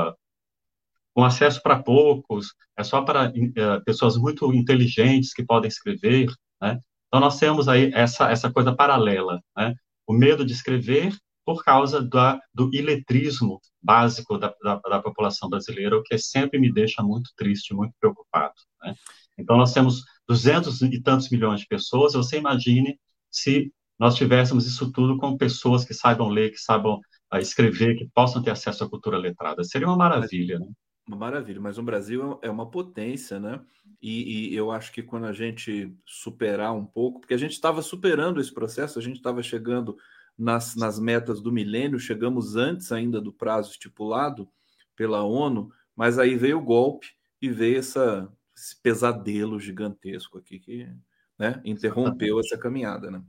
com acesso para poucos, é só para pessoas muito inteligentes que podem escrever, né? Então, nós temos aí essa coisa paralela, né? O medo de escrever por causa do iletrismo básico da população brasileira, o que sempre me deixa muito triste, muito preocupado, né? Então, nós temos 200 e tantos milhões de pessoas, você imagine se nós tivéssemos isso tudo com pessoas que saibam ler, que saibam escrever, que possam ter acesso à cultura letrada. Seria uma maravilha, né? Uma maravilha, mas o Brasil é uma potência, né? E eu acho que quando a gente superar um pouco, porque a gente estava superando esse processo, a gente estava chegando nas metas do milênio, chegamos antes ainda do prazo estipulado pela ONU, mas aí veio o golpe e veio esse pesadelo gigantesco aqui que, né, interrompeu essa caminhada, né?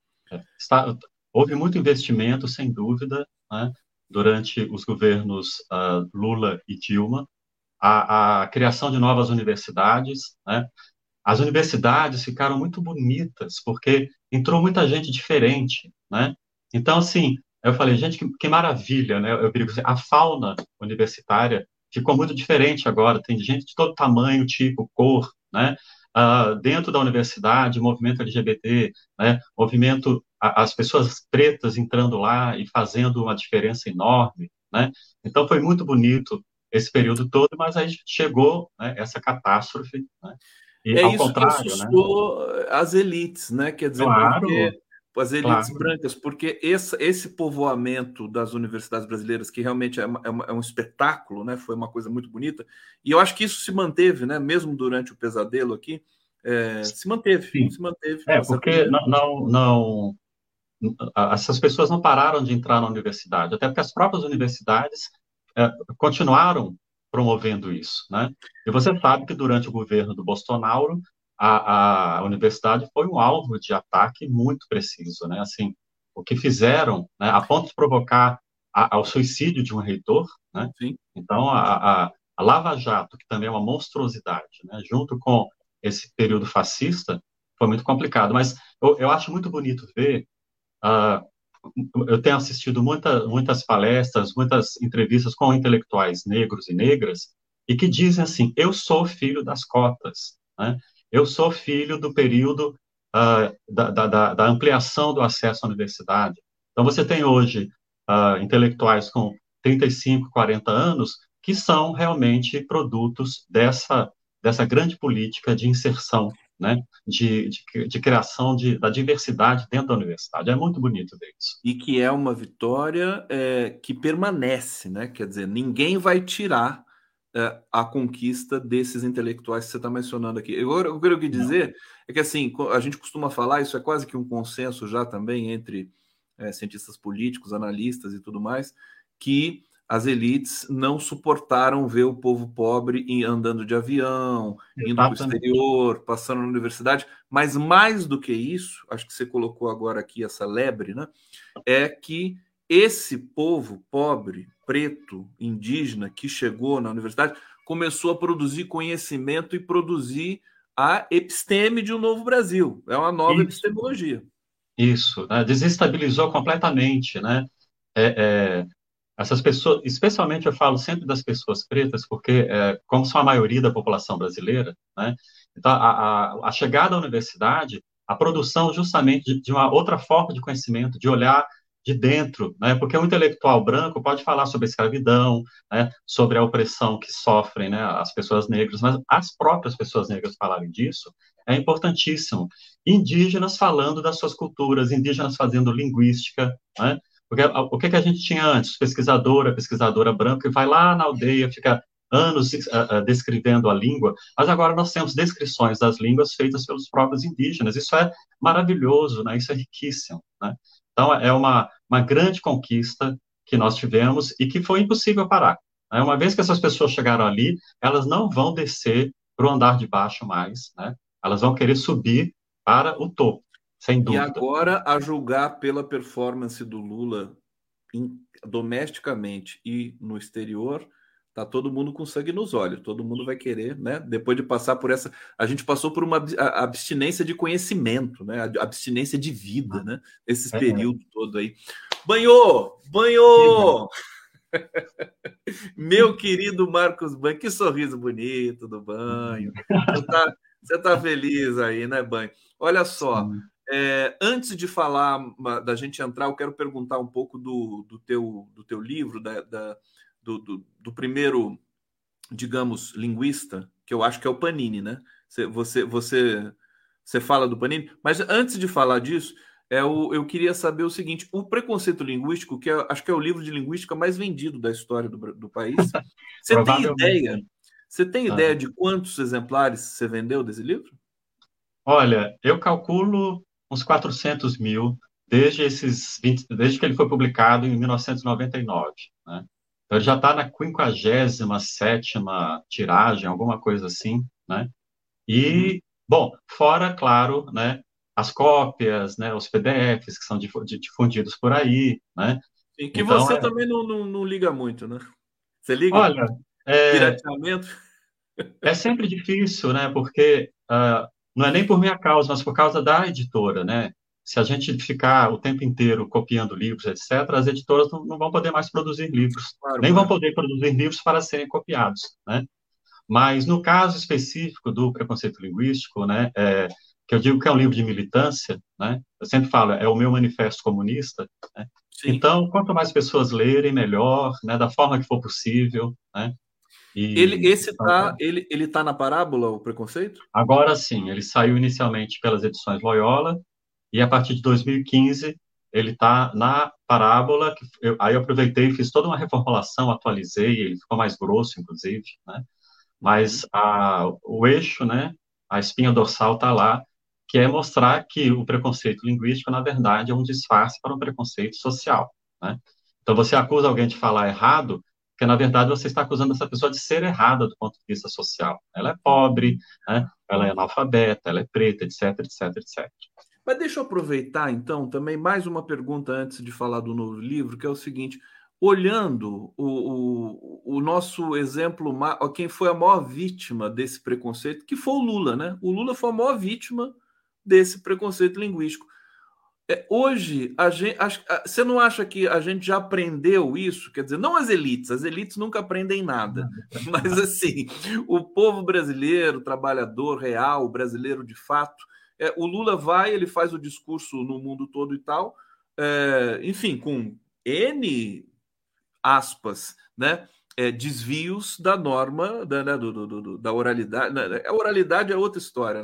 Houve muito investimento, sem dúvida, né, durante os governos Lula e Dilma, a criação de novas universidades, né? As universidades ficaram muito bonitas, porque entrou muita gente diferente, né? Então, assim, eu falei, gente, que maravilha, né? Eu digo, a fauna universitária ficou muito diferente agora, tem gente de todo tamanho, tipo, cor, né? Dentro da universidade, movimento LGBT, né? Movimento, as pessoas pretas entrando lá e fazendo uma diferença enorme, né? Então, foi muito bonito esse período todo, mas aí chegou, né, essa catástrofe, né? E É ao isso que contrário, né? assustou as elites, né? Quer dizer, Claro, porque as elites claro. brancas, porque esse povoamento das universidades brasileiras, que realmente é um espetáculo, né? Foi uma coisa muito bonita, e eu acho que isso se manteve, né? Mesmo durante o pesadelo aqui, se manteve, Sim. se manteve. Porque essas pessoas não pararam de entrar na universidade, até porque as próprias universidades continuaram promovendo isso, né? E você sabe que durante o governo do Bolsonaro, a universidade foi um alvo de ataque muito preciso, né? Assim, o que fizeram, né, a ponto de provocar ao suicídio de um reitor, né? Sim. Então, a Lava Jato, que também é uma monstruosidade, né? Junto com esse período fascista, foi muito complicado. Mas eu acho muito bonito ver. Eu tenho assistido muitas palestras, muitas entrevistas com intelectuais negros e negras, e que dizem assim: eu sou filho das cotas, né? Eu sou filho do período da ampliação do acesso à universidade. Então, você tem hoje intelectuais com 35, 40 anos que são realmente produtos dessa grande política de inserção né, de criação da diversidade dentro da universidade. É muito bonito ver isso. E que é uma vitória que permanece, né? Quer dizer, ninguém vai tirar a conquista desses intelectuais que você está mencionando aqui. Eu quero dizer é que, assim, a gente costuma falar, isso é quase que um consenso já também entre cientistas políticos, analistas e tudo mais, que as elites não suportaram ver o povo pobre andando de avião, indo para o exterior, passando na universidade. Mas mais do que isso, acho que você colocou agora aqui essa lebre, né? É que esse povo pobre, preto, indígena, que chegou na universidade, começou a produzir conhecimento e produzir a episteme de um novo Brasil. É uma nova epistemologia. Isso, né? Desestabilizou completamente, né? Essas pessoas, especialmente eu falo sempre das pessoas pretas, porque como são a maioria da população brasileira, né? Então a chegada à universidade, a produção justamente de uma outra forma de conhecimento, de olhar de dentro, né? Porque um intelectual branco pode falar sobre a escravidão, né? Sobre a opressão que sofrem, né? As pessoas negras, mas as próprias pessoas negras falarem disso é importantíssimo. Indígenas falando das suas culturas, indígenas fazendo linguística, né? Porque o que a gente tinha antes? Pesquisadora branca, que vai lá na aldeia, fica anos descrevendo a língua, mas agora nós temos descrições das línguas feitas pelos próprios indígenas. Isso é maravilhoso, né? Isso é riquíssimo, né? Então, é uma grande conquista que nós tivemos e que foi impossível parar, né? Uma vez que essas pessoas chegaram ali, elas não vão descer para o andar de baixo mais, né? Elas vão querer subir para o topo. Sem dúvida. E agora, a julgar pela performance do Lula domesticamente e no exterior, tá todo mundo com sangue nos olhos, todo mundo vai querer, né? Depois de passar por essa... A gente passou por uma abstinência de conhecimento, né? Abstinência de vida, né? Esse período todo aí. Banhou! Meu querido Marcos Banho, que sorriso bonito do Banho. Você tá feliz aí, né, Banho? Olha só, antes de falar, da gente entrar, eu quero perguntar um pouco do teu livro, do primeiro, digamos, linguista, que eu acho que é o Panini, né? Você fala do Panini, mas antes de falar disso, eu queria saber o seguinte: o Preconceito Linguístico, que acho que é o livro de linguística mais vendido da história do país. Você tem ideia de quantos exemplares você vendeu desse livro? Olha, eu calculo uns 400 mil desde que ele foi publicado em 1999, né? Então, ele já está na 57ª tiragem, alguma coisa assim, né? E, bom, fora, claro, né, as cópias, né, os PDFs que são difundidos por aí, né? E que então, você também não liga muito, né? Você liga? Olha, pirateamento? É sempre difícil, né? Porque não é nem por minha causa, mas por causa da editora, né? Se a gente ficar o tempo inteiro copiando livros, etc., as editoras não vão poder mais produzir livros, nem vão poder produzir livros para serem copiados, né? Mas no caso específico do Preconceito Linguístico, né, que eu digo que é um livro de militância, né? Eu sempre falo, é o meu manifesto comunista, né? Então, quanto mais pessoas lerem, melhor, né? Da forma que for possível, né? Ele tá na Parábola, o Preconceito? Agora sim, ele saiu inicialmente pelas edições Loyola, e a partir de 2015 ele está na Parábola, aí eu aproveitei e fiz toda uma reformulação, atualizei, ele ficou mais grosso, inclusive, né? Mas o eixo, né, a espinha dorsal está lá, que é mostrar que o preconceito linguístico, na verdade, é um disfarce para um preconceito social, né? Então, você acusa alguém de falar errado, porque, na verdade, você está acusando essa pessoa de ser errada do ponto de vista social. Ela é pobre, né? Ela é analfabeta, ela é preta, etc, etc, etc. Mas deixa eu aproveitar, então, também mais uma pergunta antes de falar do novo livro, que é o seguinte: olhando o nosso exemplo, quem foi a maior vítima desse preconceito, que foi o Lula, né? O Lula foi a maior vítima desse preconceito linguístico. Hoje, você não acha que a gente já aprendeu isso? Quer dizer, não as elites nunca aprendem nada, mas assim, o povo brasileiro, trabalhador real, brasileiro de fato, o Lula ele faz o discurso no mundo todo e tal, enfim, com N aspas, né? Desvios da norma da oralidade. A oralidade é outra história, né?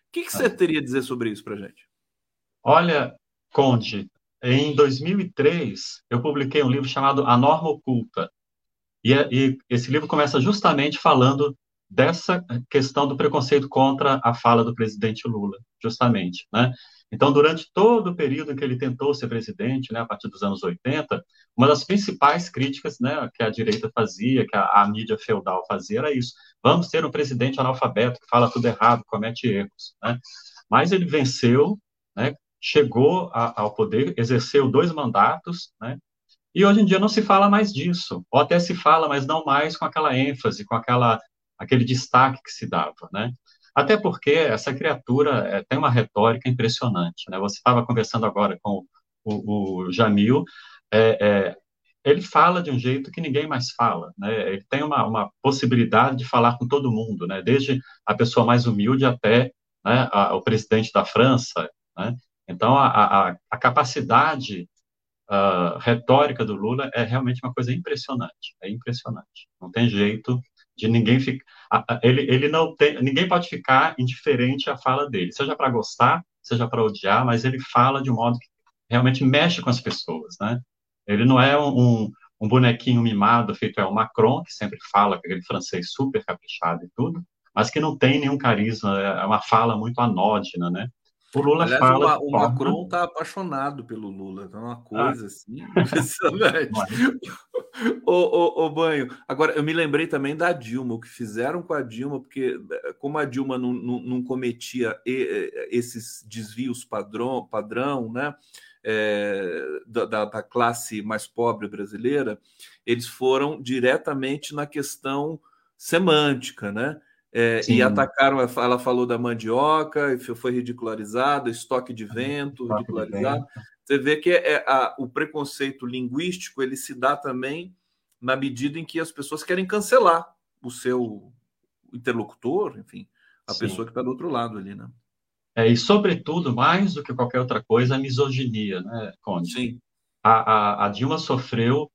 que você teria a dizer sobre isso para gente? Olha, Conde, em 2003, eu publiquei um livro chamado A Norma Oculta. E esse livro começa justamente falando dessa questão do preconceito contra a fala do presidente Lula, justamente, né? Então, durante todo o período em que ele tentou ser presidente, né, a partir dos anos 80, uma das principais críticas, né, que a direita fazia, que a mídia feudal fazia, era isso: vamos ter um presidente analfabeto que fala tudo errado, comete erros, né? Mas ele venceu, né, chegou ao poder, exerceu 2 mandatos, né? E hoje em dia não se fala mais disso, ou até se fala, mas não mais com aquela ênfase, com aquele destaque que se dava, né? Até porque essa criatura tem uma retórica impressionante, né? Você estava conversando agora com o Jamil, é, é, ele fala de um jeito que ninguém mais fala, né? Ele tem uma possibilidade de falar com todo mundo, né? Desde a pessoa mais humilde até, né, o presidente da França, né? Então, a capacidade retórica do Lula é realmente uma coisa impressionante, é impressionante. Não tem jeito de ninguém ficar, ele não tem, ninguém pode ficar indiferente à fala dele, seja para gostar, seja para odiar, mas ele fala de um modo que realmente mexe com as pessoas, né? Ele não é um bonequinho mimado feito o Macron, que sempre fala com aquele francês super caprichado e tudo, mas que não tem nenhum carisma, é uma fala muito anódina, né? O Lula Aliás, fala de o forma... Macron está apaixonado pelo Lula, é uma Ah, coisa assim impressionante. Ô, Banho, agora eu me lembrei também da Dilma, o que fizeram com a Dilma, porque como a Dilma não cometia esses desvios padrão, né, da classe mais pobre brasileira, eles foram diretamente na questão semântica, né? E sim, atacaram, ela falou da mandioca, e foi ridicularizada, estoque de vento, toque de ridicularizado. vento. Você vê que o preconceito linguístico ele se dá também na medida em que as pessoas querem cancelar o seu interlocutor, enfim, a Sim. pessoa que está do outro lado ali, né? E, sobretudo, mais do que qualquer outra coisa, a misoginia, né, Conde? Sim, A Dilma sofreu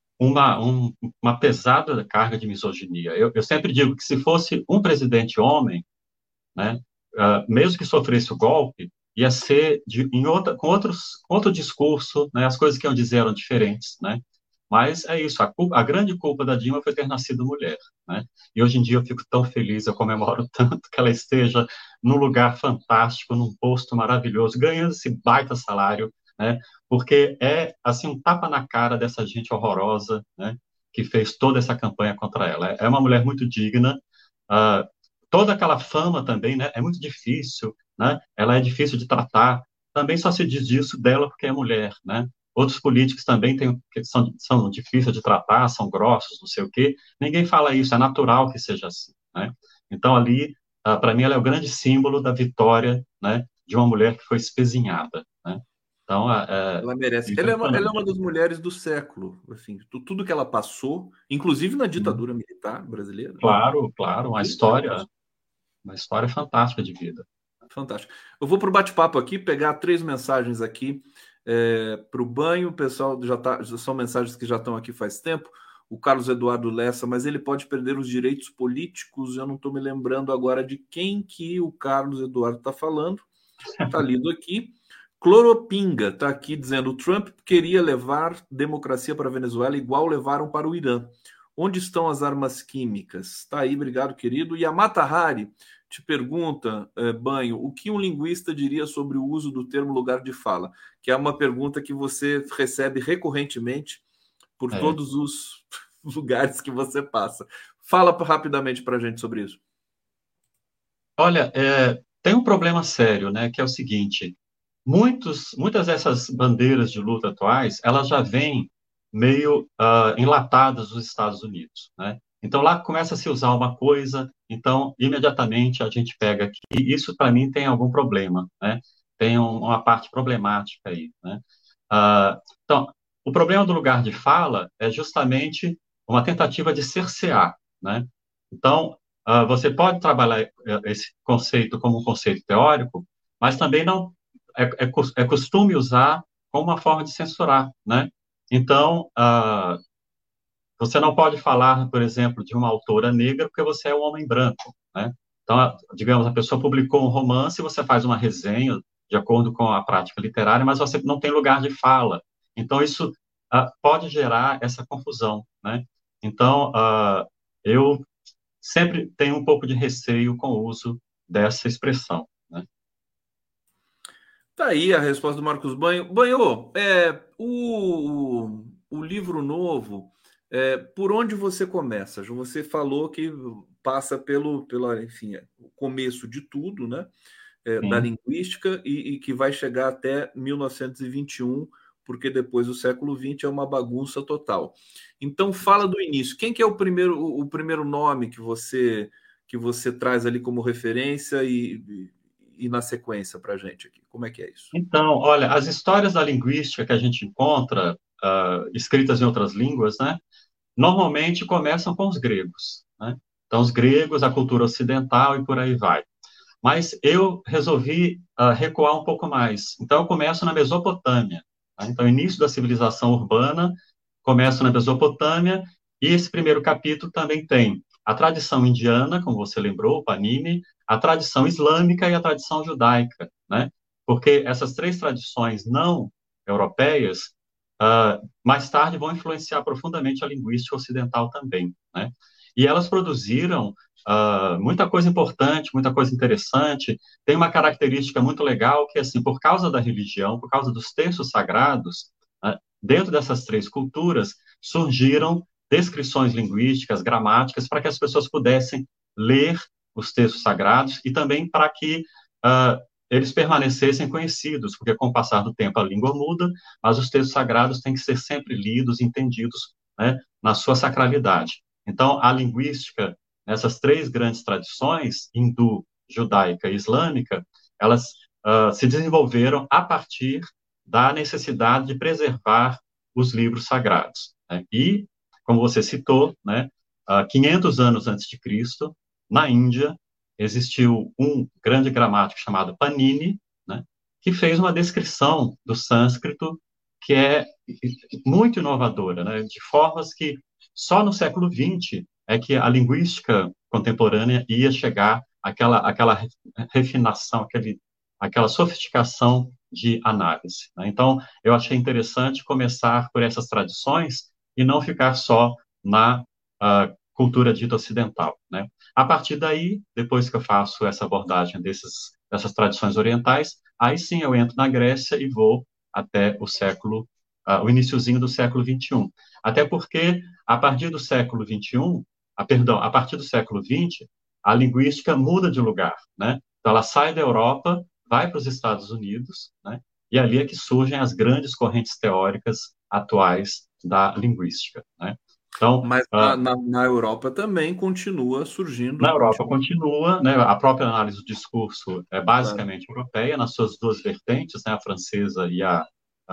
uma pesada carga de misoginia. Eu sempre digo que se fosse um presidente homem, né, mesmo que sofresse o golpe, ia ser com outro discurso, né, as coisas que iam dizer eram diferentes, né? Mas é isso, a grande culpa da Dilma foi ter nascido mulher, né? E hoje em dia eu fico tão feliz, eu comemoro tanto que ela esteja num lugar fantástico, num posto maravilhoso, ganhando esse baita salário, né? Porque é, assim, um tapa na cara dessa gente horrorosa, né? Que fez toda essa campanha contra ela. É uma mulher muito digna, uh, toda aquela fama também, né? É muito difícil, né? Ela é difícil de tratar. Também só se diz isso dela porque é mulher, né? Outros políticos também são difíceis de tratar, são grossos, não sei o quê. Ninguém fala isso, é natural que seja assim, né? Então, ali, para mim, ela é o grande símbolo da vitória, né, de uma mulher que foi espezinhada, né? Então, ela merece. isso é Ela é uma impressionante. das mulheres do século, assim, tudo que ela passou, inclusive na ditadura militar brasileira, né? Claro, claro, Tudo que ela passou. uma história fantástica de vida. Fantástico. Eu vou para o bate-papo aqui, pegar 3 mensagens aqui para o banho. O pessoal já são mensagens que já estão aqui faz tempo. O Carlos Eduardo Lessa, mas ele pode perder os direitos políticos. Eu não estou me lembrando agora de quem que o Carlos Eduardo está falando. Está lido aqui. Cloropinga está aqui dizendo: o Trump queria levar democracia para a Venezuela igual levaram para o Irã. Onde estão as armas químicas? Está aí, obrigado, querido. E a Mata Hari te pergunta, Banho, o que um linguista diria sobre o uso do termo lugar de fala? Que é uma pergunta que você recebe recorrentemente por É. todos os lugares que você passa. Fala rapidamente para a gente sobre isso. Olha, tem um problema sério, né, que é o seguinte: muitas dessas bandeiras de luta atuais, elas já vêm meio enlatadas dos Estados Unidos, né? Então lá começa a se usar uma coisa, então imediatamente a gente pega aqui. E isso para mim tem algum problema, né? Tem uma parte problemática aí, né? Então, o problema do lugar de fala é justamente uma tentativa de cercear, né? Então, você pode trabalhar esse conceito como um conceito teórico, mas também não é costume usar como uma forma de censurar, né? Então, você não pode falar, por exemplo, de uma autora negra porque você é um homem branco, né? Então, digamos, a pessoa publicou um romance, você faz uma resenha de acordo com a prática literária, mas você não tem lugar de fala. Então, isso pode gerar essa confusão, né? Então, eu sempre tenho um pouco de receio com o uso dessa expressão, né? Tá aí a resposta do Marcos Banho. Banho, o livro novo, por onde você começa? Você falou que passa enfim, o começo de tudo, né? Da linguística e que vai chegar até 1921, porque depois o século XX é uma bagunça total. Então, fala do início. Quem que é o primeiro nome que você traz ali como referência e na sequência para a gente aqui? Como é que é isso? Então, olha, as histórias da linguística que a gente encontra, escritas em outras línguas, né, normalmente começam com os gregos, né? Então, os gregos, a cultura ocidental e por aí vai. Mas eu resolvi recuar um pouco mais. Então, eu começo na Mesopotâmia, tá? Então, o início da civilização urbana começa na Mesopotâmia, e esse primeiro capítulo também tem a tradição indiana, como você lembrou, o Panini, a tradição islâmica e a tradição judaica, né? Porque essas três tradições não europeias, mais tarde vão influenciar profundamente a linguística ocidental também, né? E elas produziram muita coisa importante, muita coisa interessante. Tem uma característica muito legal que, assim, por causa da religião, por causa dos textos sagrados, dentro dessas três culturas surgiram descrições linguísticas, gramáticas, para que as pessoas pudessem ler os textos sagrados e também para que eles permanecessem conhecidos, porque com o passar do tempo a língua muda, mas os textos sagrados têm que ser sempre lidos, entendidos, né, na sua sacralidade. Então, a linguística, nessas três grandes tradições, hindu, judaica e islâmica, elas se desenvolveram a partir da necessidade de preservar os livros sagrados, né? E, como você citou, né, 500 anos antes de Cristo, na Índia, existiu um grande gramático chamado Panini, né, que fez uma descrição do sânscrito que é muito inovadora, né, de formas que só no século XX é que a linguística contemporânea ia chegar àquela refinação, aquela sofisticação de análise, né? Então, eu achei interessante começar por essas tradições e não ficar só na cultura dita ocidental, né? A partir daí, depois que eu faço essa abordagem dessas tradições orientais, aí sim eu entro na Grécia e vou até o iniciozinho do século XXI. Até porque, a partir do século XXI, a partir do século XX, a linguística muda de lugar, né? Então, ela sai da Europa, vai para os Estados Unidos, né? E ali é que surgem as grandes correntes teóricas atuais da linguística, né? Então, mas na Europa também continua surgindo. Na Europa continua, né? A própria análise do discurso é basicamente europeia, nas suas duas vertentes, né? A francesa e a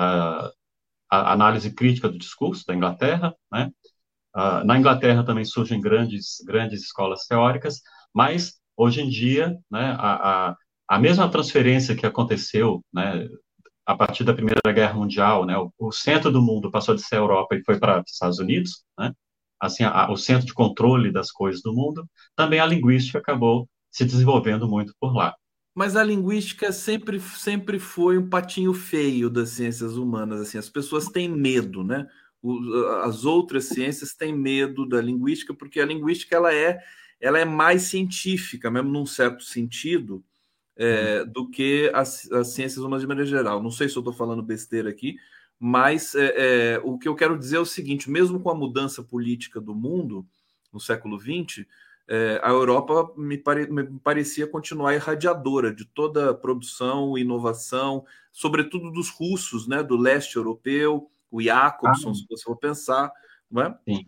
análise crítica do discurso da Inglaterra, né? Na Inglaterra também surgem grandes escolas teóricas, mas hoje em dia, né, a mesma transferência que aconteceu, né, a partir da Primeira Guerra Mundial, né, o centro do mundo passou de ser a Europa e foi para os Estados Unidos, né, assim, o centro de controle das coisas do mundo, também a linguística acabou se desenvolvendo muito por lá. Mas a linguística sempre foi um patinho feio das ciências humanas, assim, as pessoas têm medo, né? As outras ciências têm medo da linguística, porque a linguística ela é mais científica, mesmo num certo sentido, do que as ciências humanas de maneira geral. Não sei se eu estou falando besteira aqui, mas o que eu quero dizer é o seguinte: mesmo com a mudança política do mundo no século XX, a Europa me parecia continuar irradiadora de toda a produção, inovação, sobretudo dos russos, né, do leste europeu, o Jacobson, se você for pensar, não é? Sim.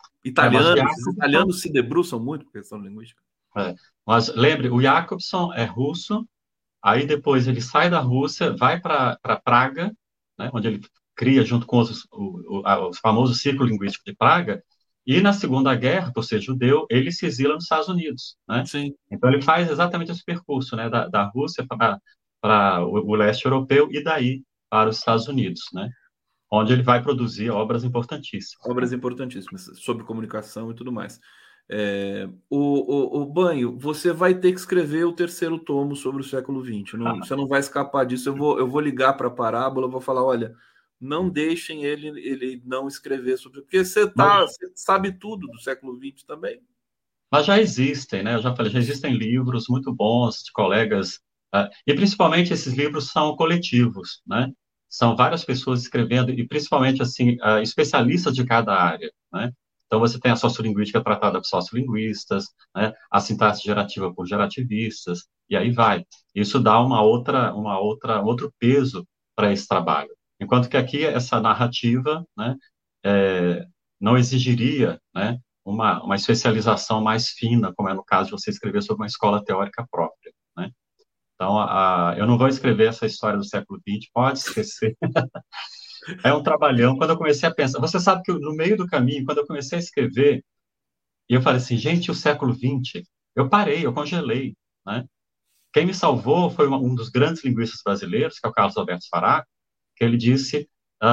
Os italianos se debruçam muito com a questão linguística. Mas lembre, o Jacobson é russo, aí depois ele sai da Rússia, vai para Praga, né, onde ele cria, junto com o famoso Círculo Linguístico de Praga, e na Segunda Guerra, por ser judeu, ele se exila nos Estados Unidos, né? Sim. Então ele faz exatamente esse percurso, né, da Rússia para o leste europeu e daí para os Estados Unidos, né, onde ele vai produzir obras importantíssimas. Obras importantíssimas sobre comunicação e tudo mais. O Banho, você vai ter que escrever o terceiro tomo sobre o século XX. Você não vai escapar disso. Eu vou ligar para a Parábola, vou falar, olha, não deixem ele não escrever sobre... Porque você sabe tudo do século XX também. Mas já existem, né? Eu já falei, já existem livros muito bons de colegas, e principalmente esses livros são coletivos, né? São várias pessoas escrevendo, e principalmente, assim, especialistas de cada área, né? Então, você tem a sociolinguística tratada por sociolinguistas, né? A sintaxe gerativa por gerativistas, e aí vai. Isso dá um outro peso para esse trabalho. Enquanto que aqui, essa narrativa, né? Não exigiria, né? Uma especialização mais fina, como é no caso de você escrever sobre uma escola teórica própria, né? Então, eu não vou escrever essa história do século XX, pode esquecer. É um trabalhão. Quando eu comecei a pensar, você sabe que no meio do caminho, quando eu comecei a escrever, e eu falei assim, gente, o século XX, eu parei, eu congelei, né? Quem me salvou foi um dos grandes linguistas brasileiros, que é o Carlos Alberto Fará, que ele disse,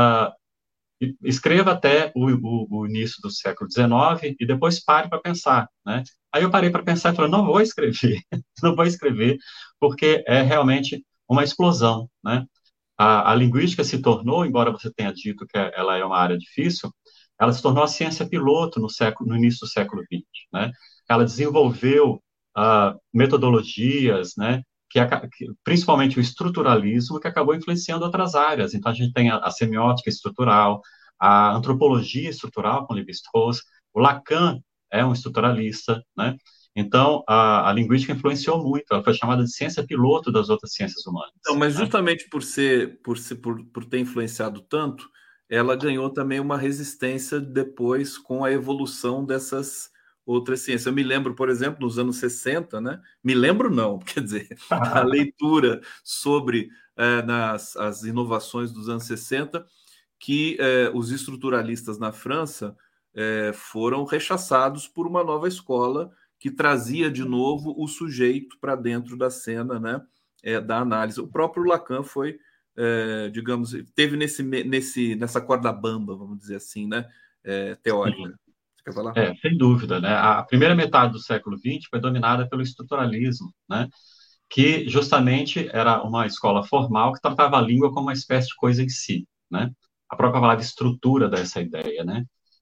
escreva até o início do século XIX e depois pare para pensar, né? Aí eu parei para pensar e falei, não vou escrever, não vou escrever, porque é realmente uma explosão, né? A linguística se tornou, embora você tenha dito que ela é uma área difícil, ela se tornou a ciência piloto no início do século XX, né? Ela desenvolveu metodologias, né? Principalmente o estruturalismo, que acabou influenciando outras áreas. Então, a gente tem a semiótica estrutural, a antropologia estrutural, com Lévi-Strauss, o Lacan é um estruturalista, né? Então, a linguística influenciou muito, ela foi chamada de ciência piloto das outras ciências humanas. Então, mas justamente por ter influenciado tanto, ela ganhou também uma resistência depois com a evolução dessas outras ciências. Eu me lembro, por exemplo, nos anos 60, né? Me lembro não, quer dizer, a leitura sobre as inovações dos anos 60, que os estruturalistas na França foram rechaçados por uma nova escola que trazia de novo o sujeito para dentro da cena, né, da análise. O próprio Lacan foi, digamos, teve nessa corda bamba, vamos dizer assim, né, teórica. Sim. Você quer falar? Sem dúvida, né? A primeira metade do século XX foi dominada pelo estruturalismo, né, que justamente era uma escola formal que tratava a língua como uma espécie de coisa em si, né? A própria palavra estrutura dessa ideia, né?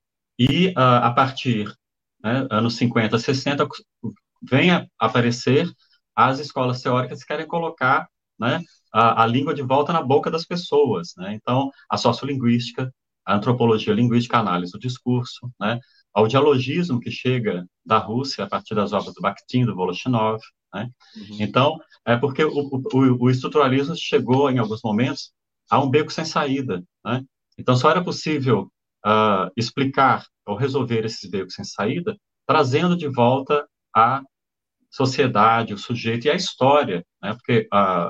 E a partir, né, anos 50, 60, vem a aparecer as escolas teóricas que querem colocar, né, a língua de volta na boca das pessoas, né? Então, a sociolinguística, a antropologia linguística, a análise do discurso, né? Ao dialogismo que chega da Rússia a partir das obras do Bakhtin, do Voloshinov, né? Uhum. Então, é porque o estruturalismo chegou, em alguns momentos, a um beco sem saída, né? Então, só era possível explicar ou resolver esses becos sem saída, trazendo de volta a sociedade, o sujeito e a história, né? Porque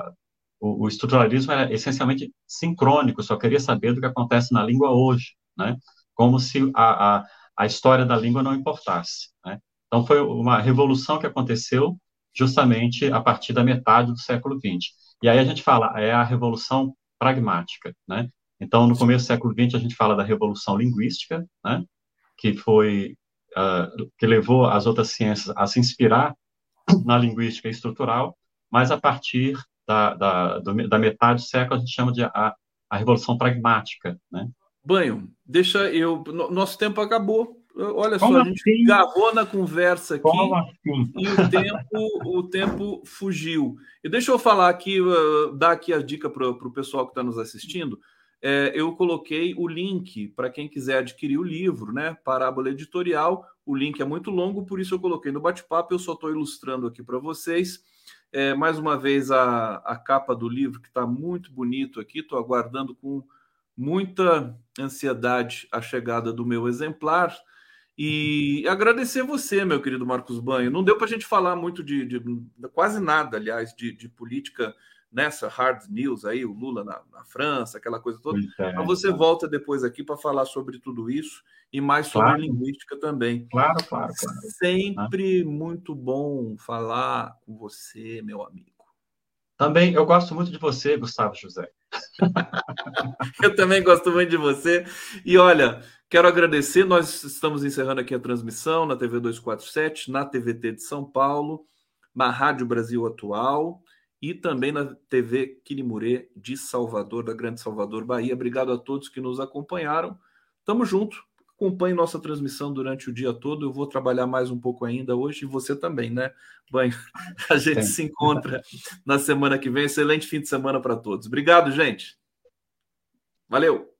o estruturalismo era essencialmente sincrônico, só queria saber do que acontece na língua hoje, né? Como se a história da língua não importasse, né? Então, foi uma revolução que aconteceu justamente a partir da metade do século XX. E aí a gente fala, é a revolução pragmática, né? Então, no começo do século XX, a gente fala da revolução linguística, né? Que foi, que levou as outras ciências a se inspirar na linguística estrutural, mas a partir da metade do século, a gente chama de a revolução pragmática, né? Banho, nosso tempo acabou. Olha só, a gente agarrou na conversa aqui e o tempo fugiu. E deixa eu falar aqui, dar aqui a dica para o pessoal que está nos assistindo. Eu coloquei o link para quem quiser adquirir o livro, né? Parábola Editorial. O link é muito longo, por isso eu coloquei no bate-papo. Eu só estou ilustrando aqui para vocês. Mais uma vez, a capa do livro, que está muito bonito aqui. Estou aguardando com muita ansiedade a chegada do meu exemplar. E agradecer você, meu querido Marcos Banho. Não deu para a gente falar muito de quase nada, aliás, de política nessa hard news aí, o Lula na França, aquela coisa toda. Mas você volta depois aqui para falar sobre tudo isso e mais sobre linguística também. Claro. Sempre muito bom falar com você, meu amigo. Também, eu gosto muito de você, Gustavo José. Eu também gosto muito de você. E olha, quero agradecer. Nós estamos encerrando aqui a transmissão na TV 247, na TVT de São Paulo, na Rádio Brasil Atual e também na TV Quirimurê de Salvador, da Grande Salvador, Bahia. Obrigado a todos que nos acompanharam. Tamo junto. Acompanhe nossa transmissão durante o dia todo. Eu vou trabalhar mais um pouco ainda hoje e você também, né, Banho? A gente se encontra na semana que vem. Excelente fim de semana para todos. Obrigado, gente. Valeu!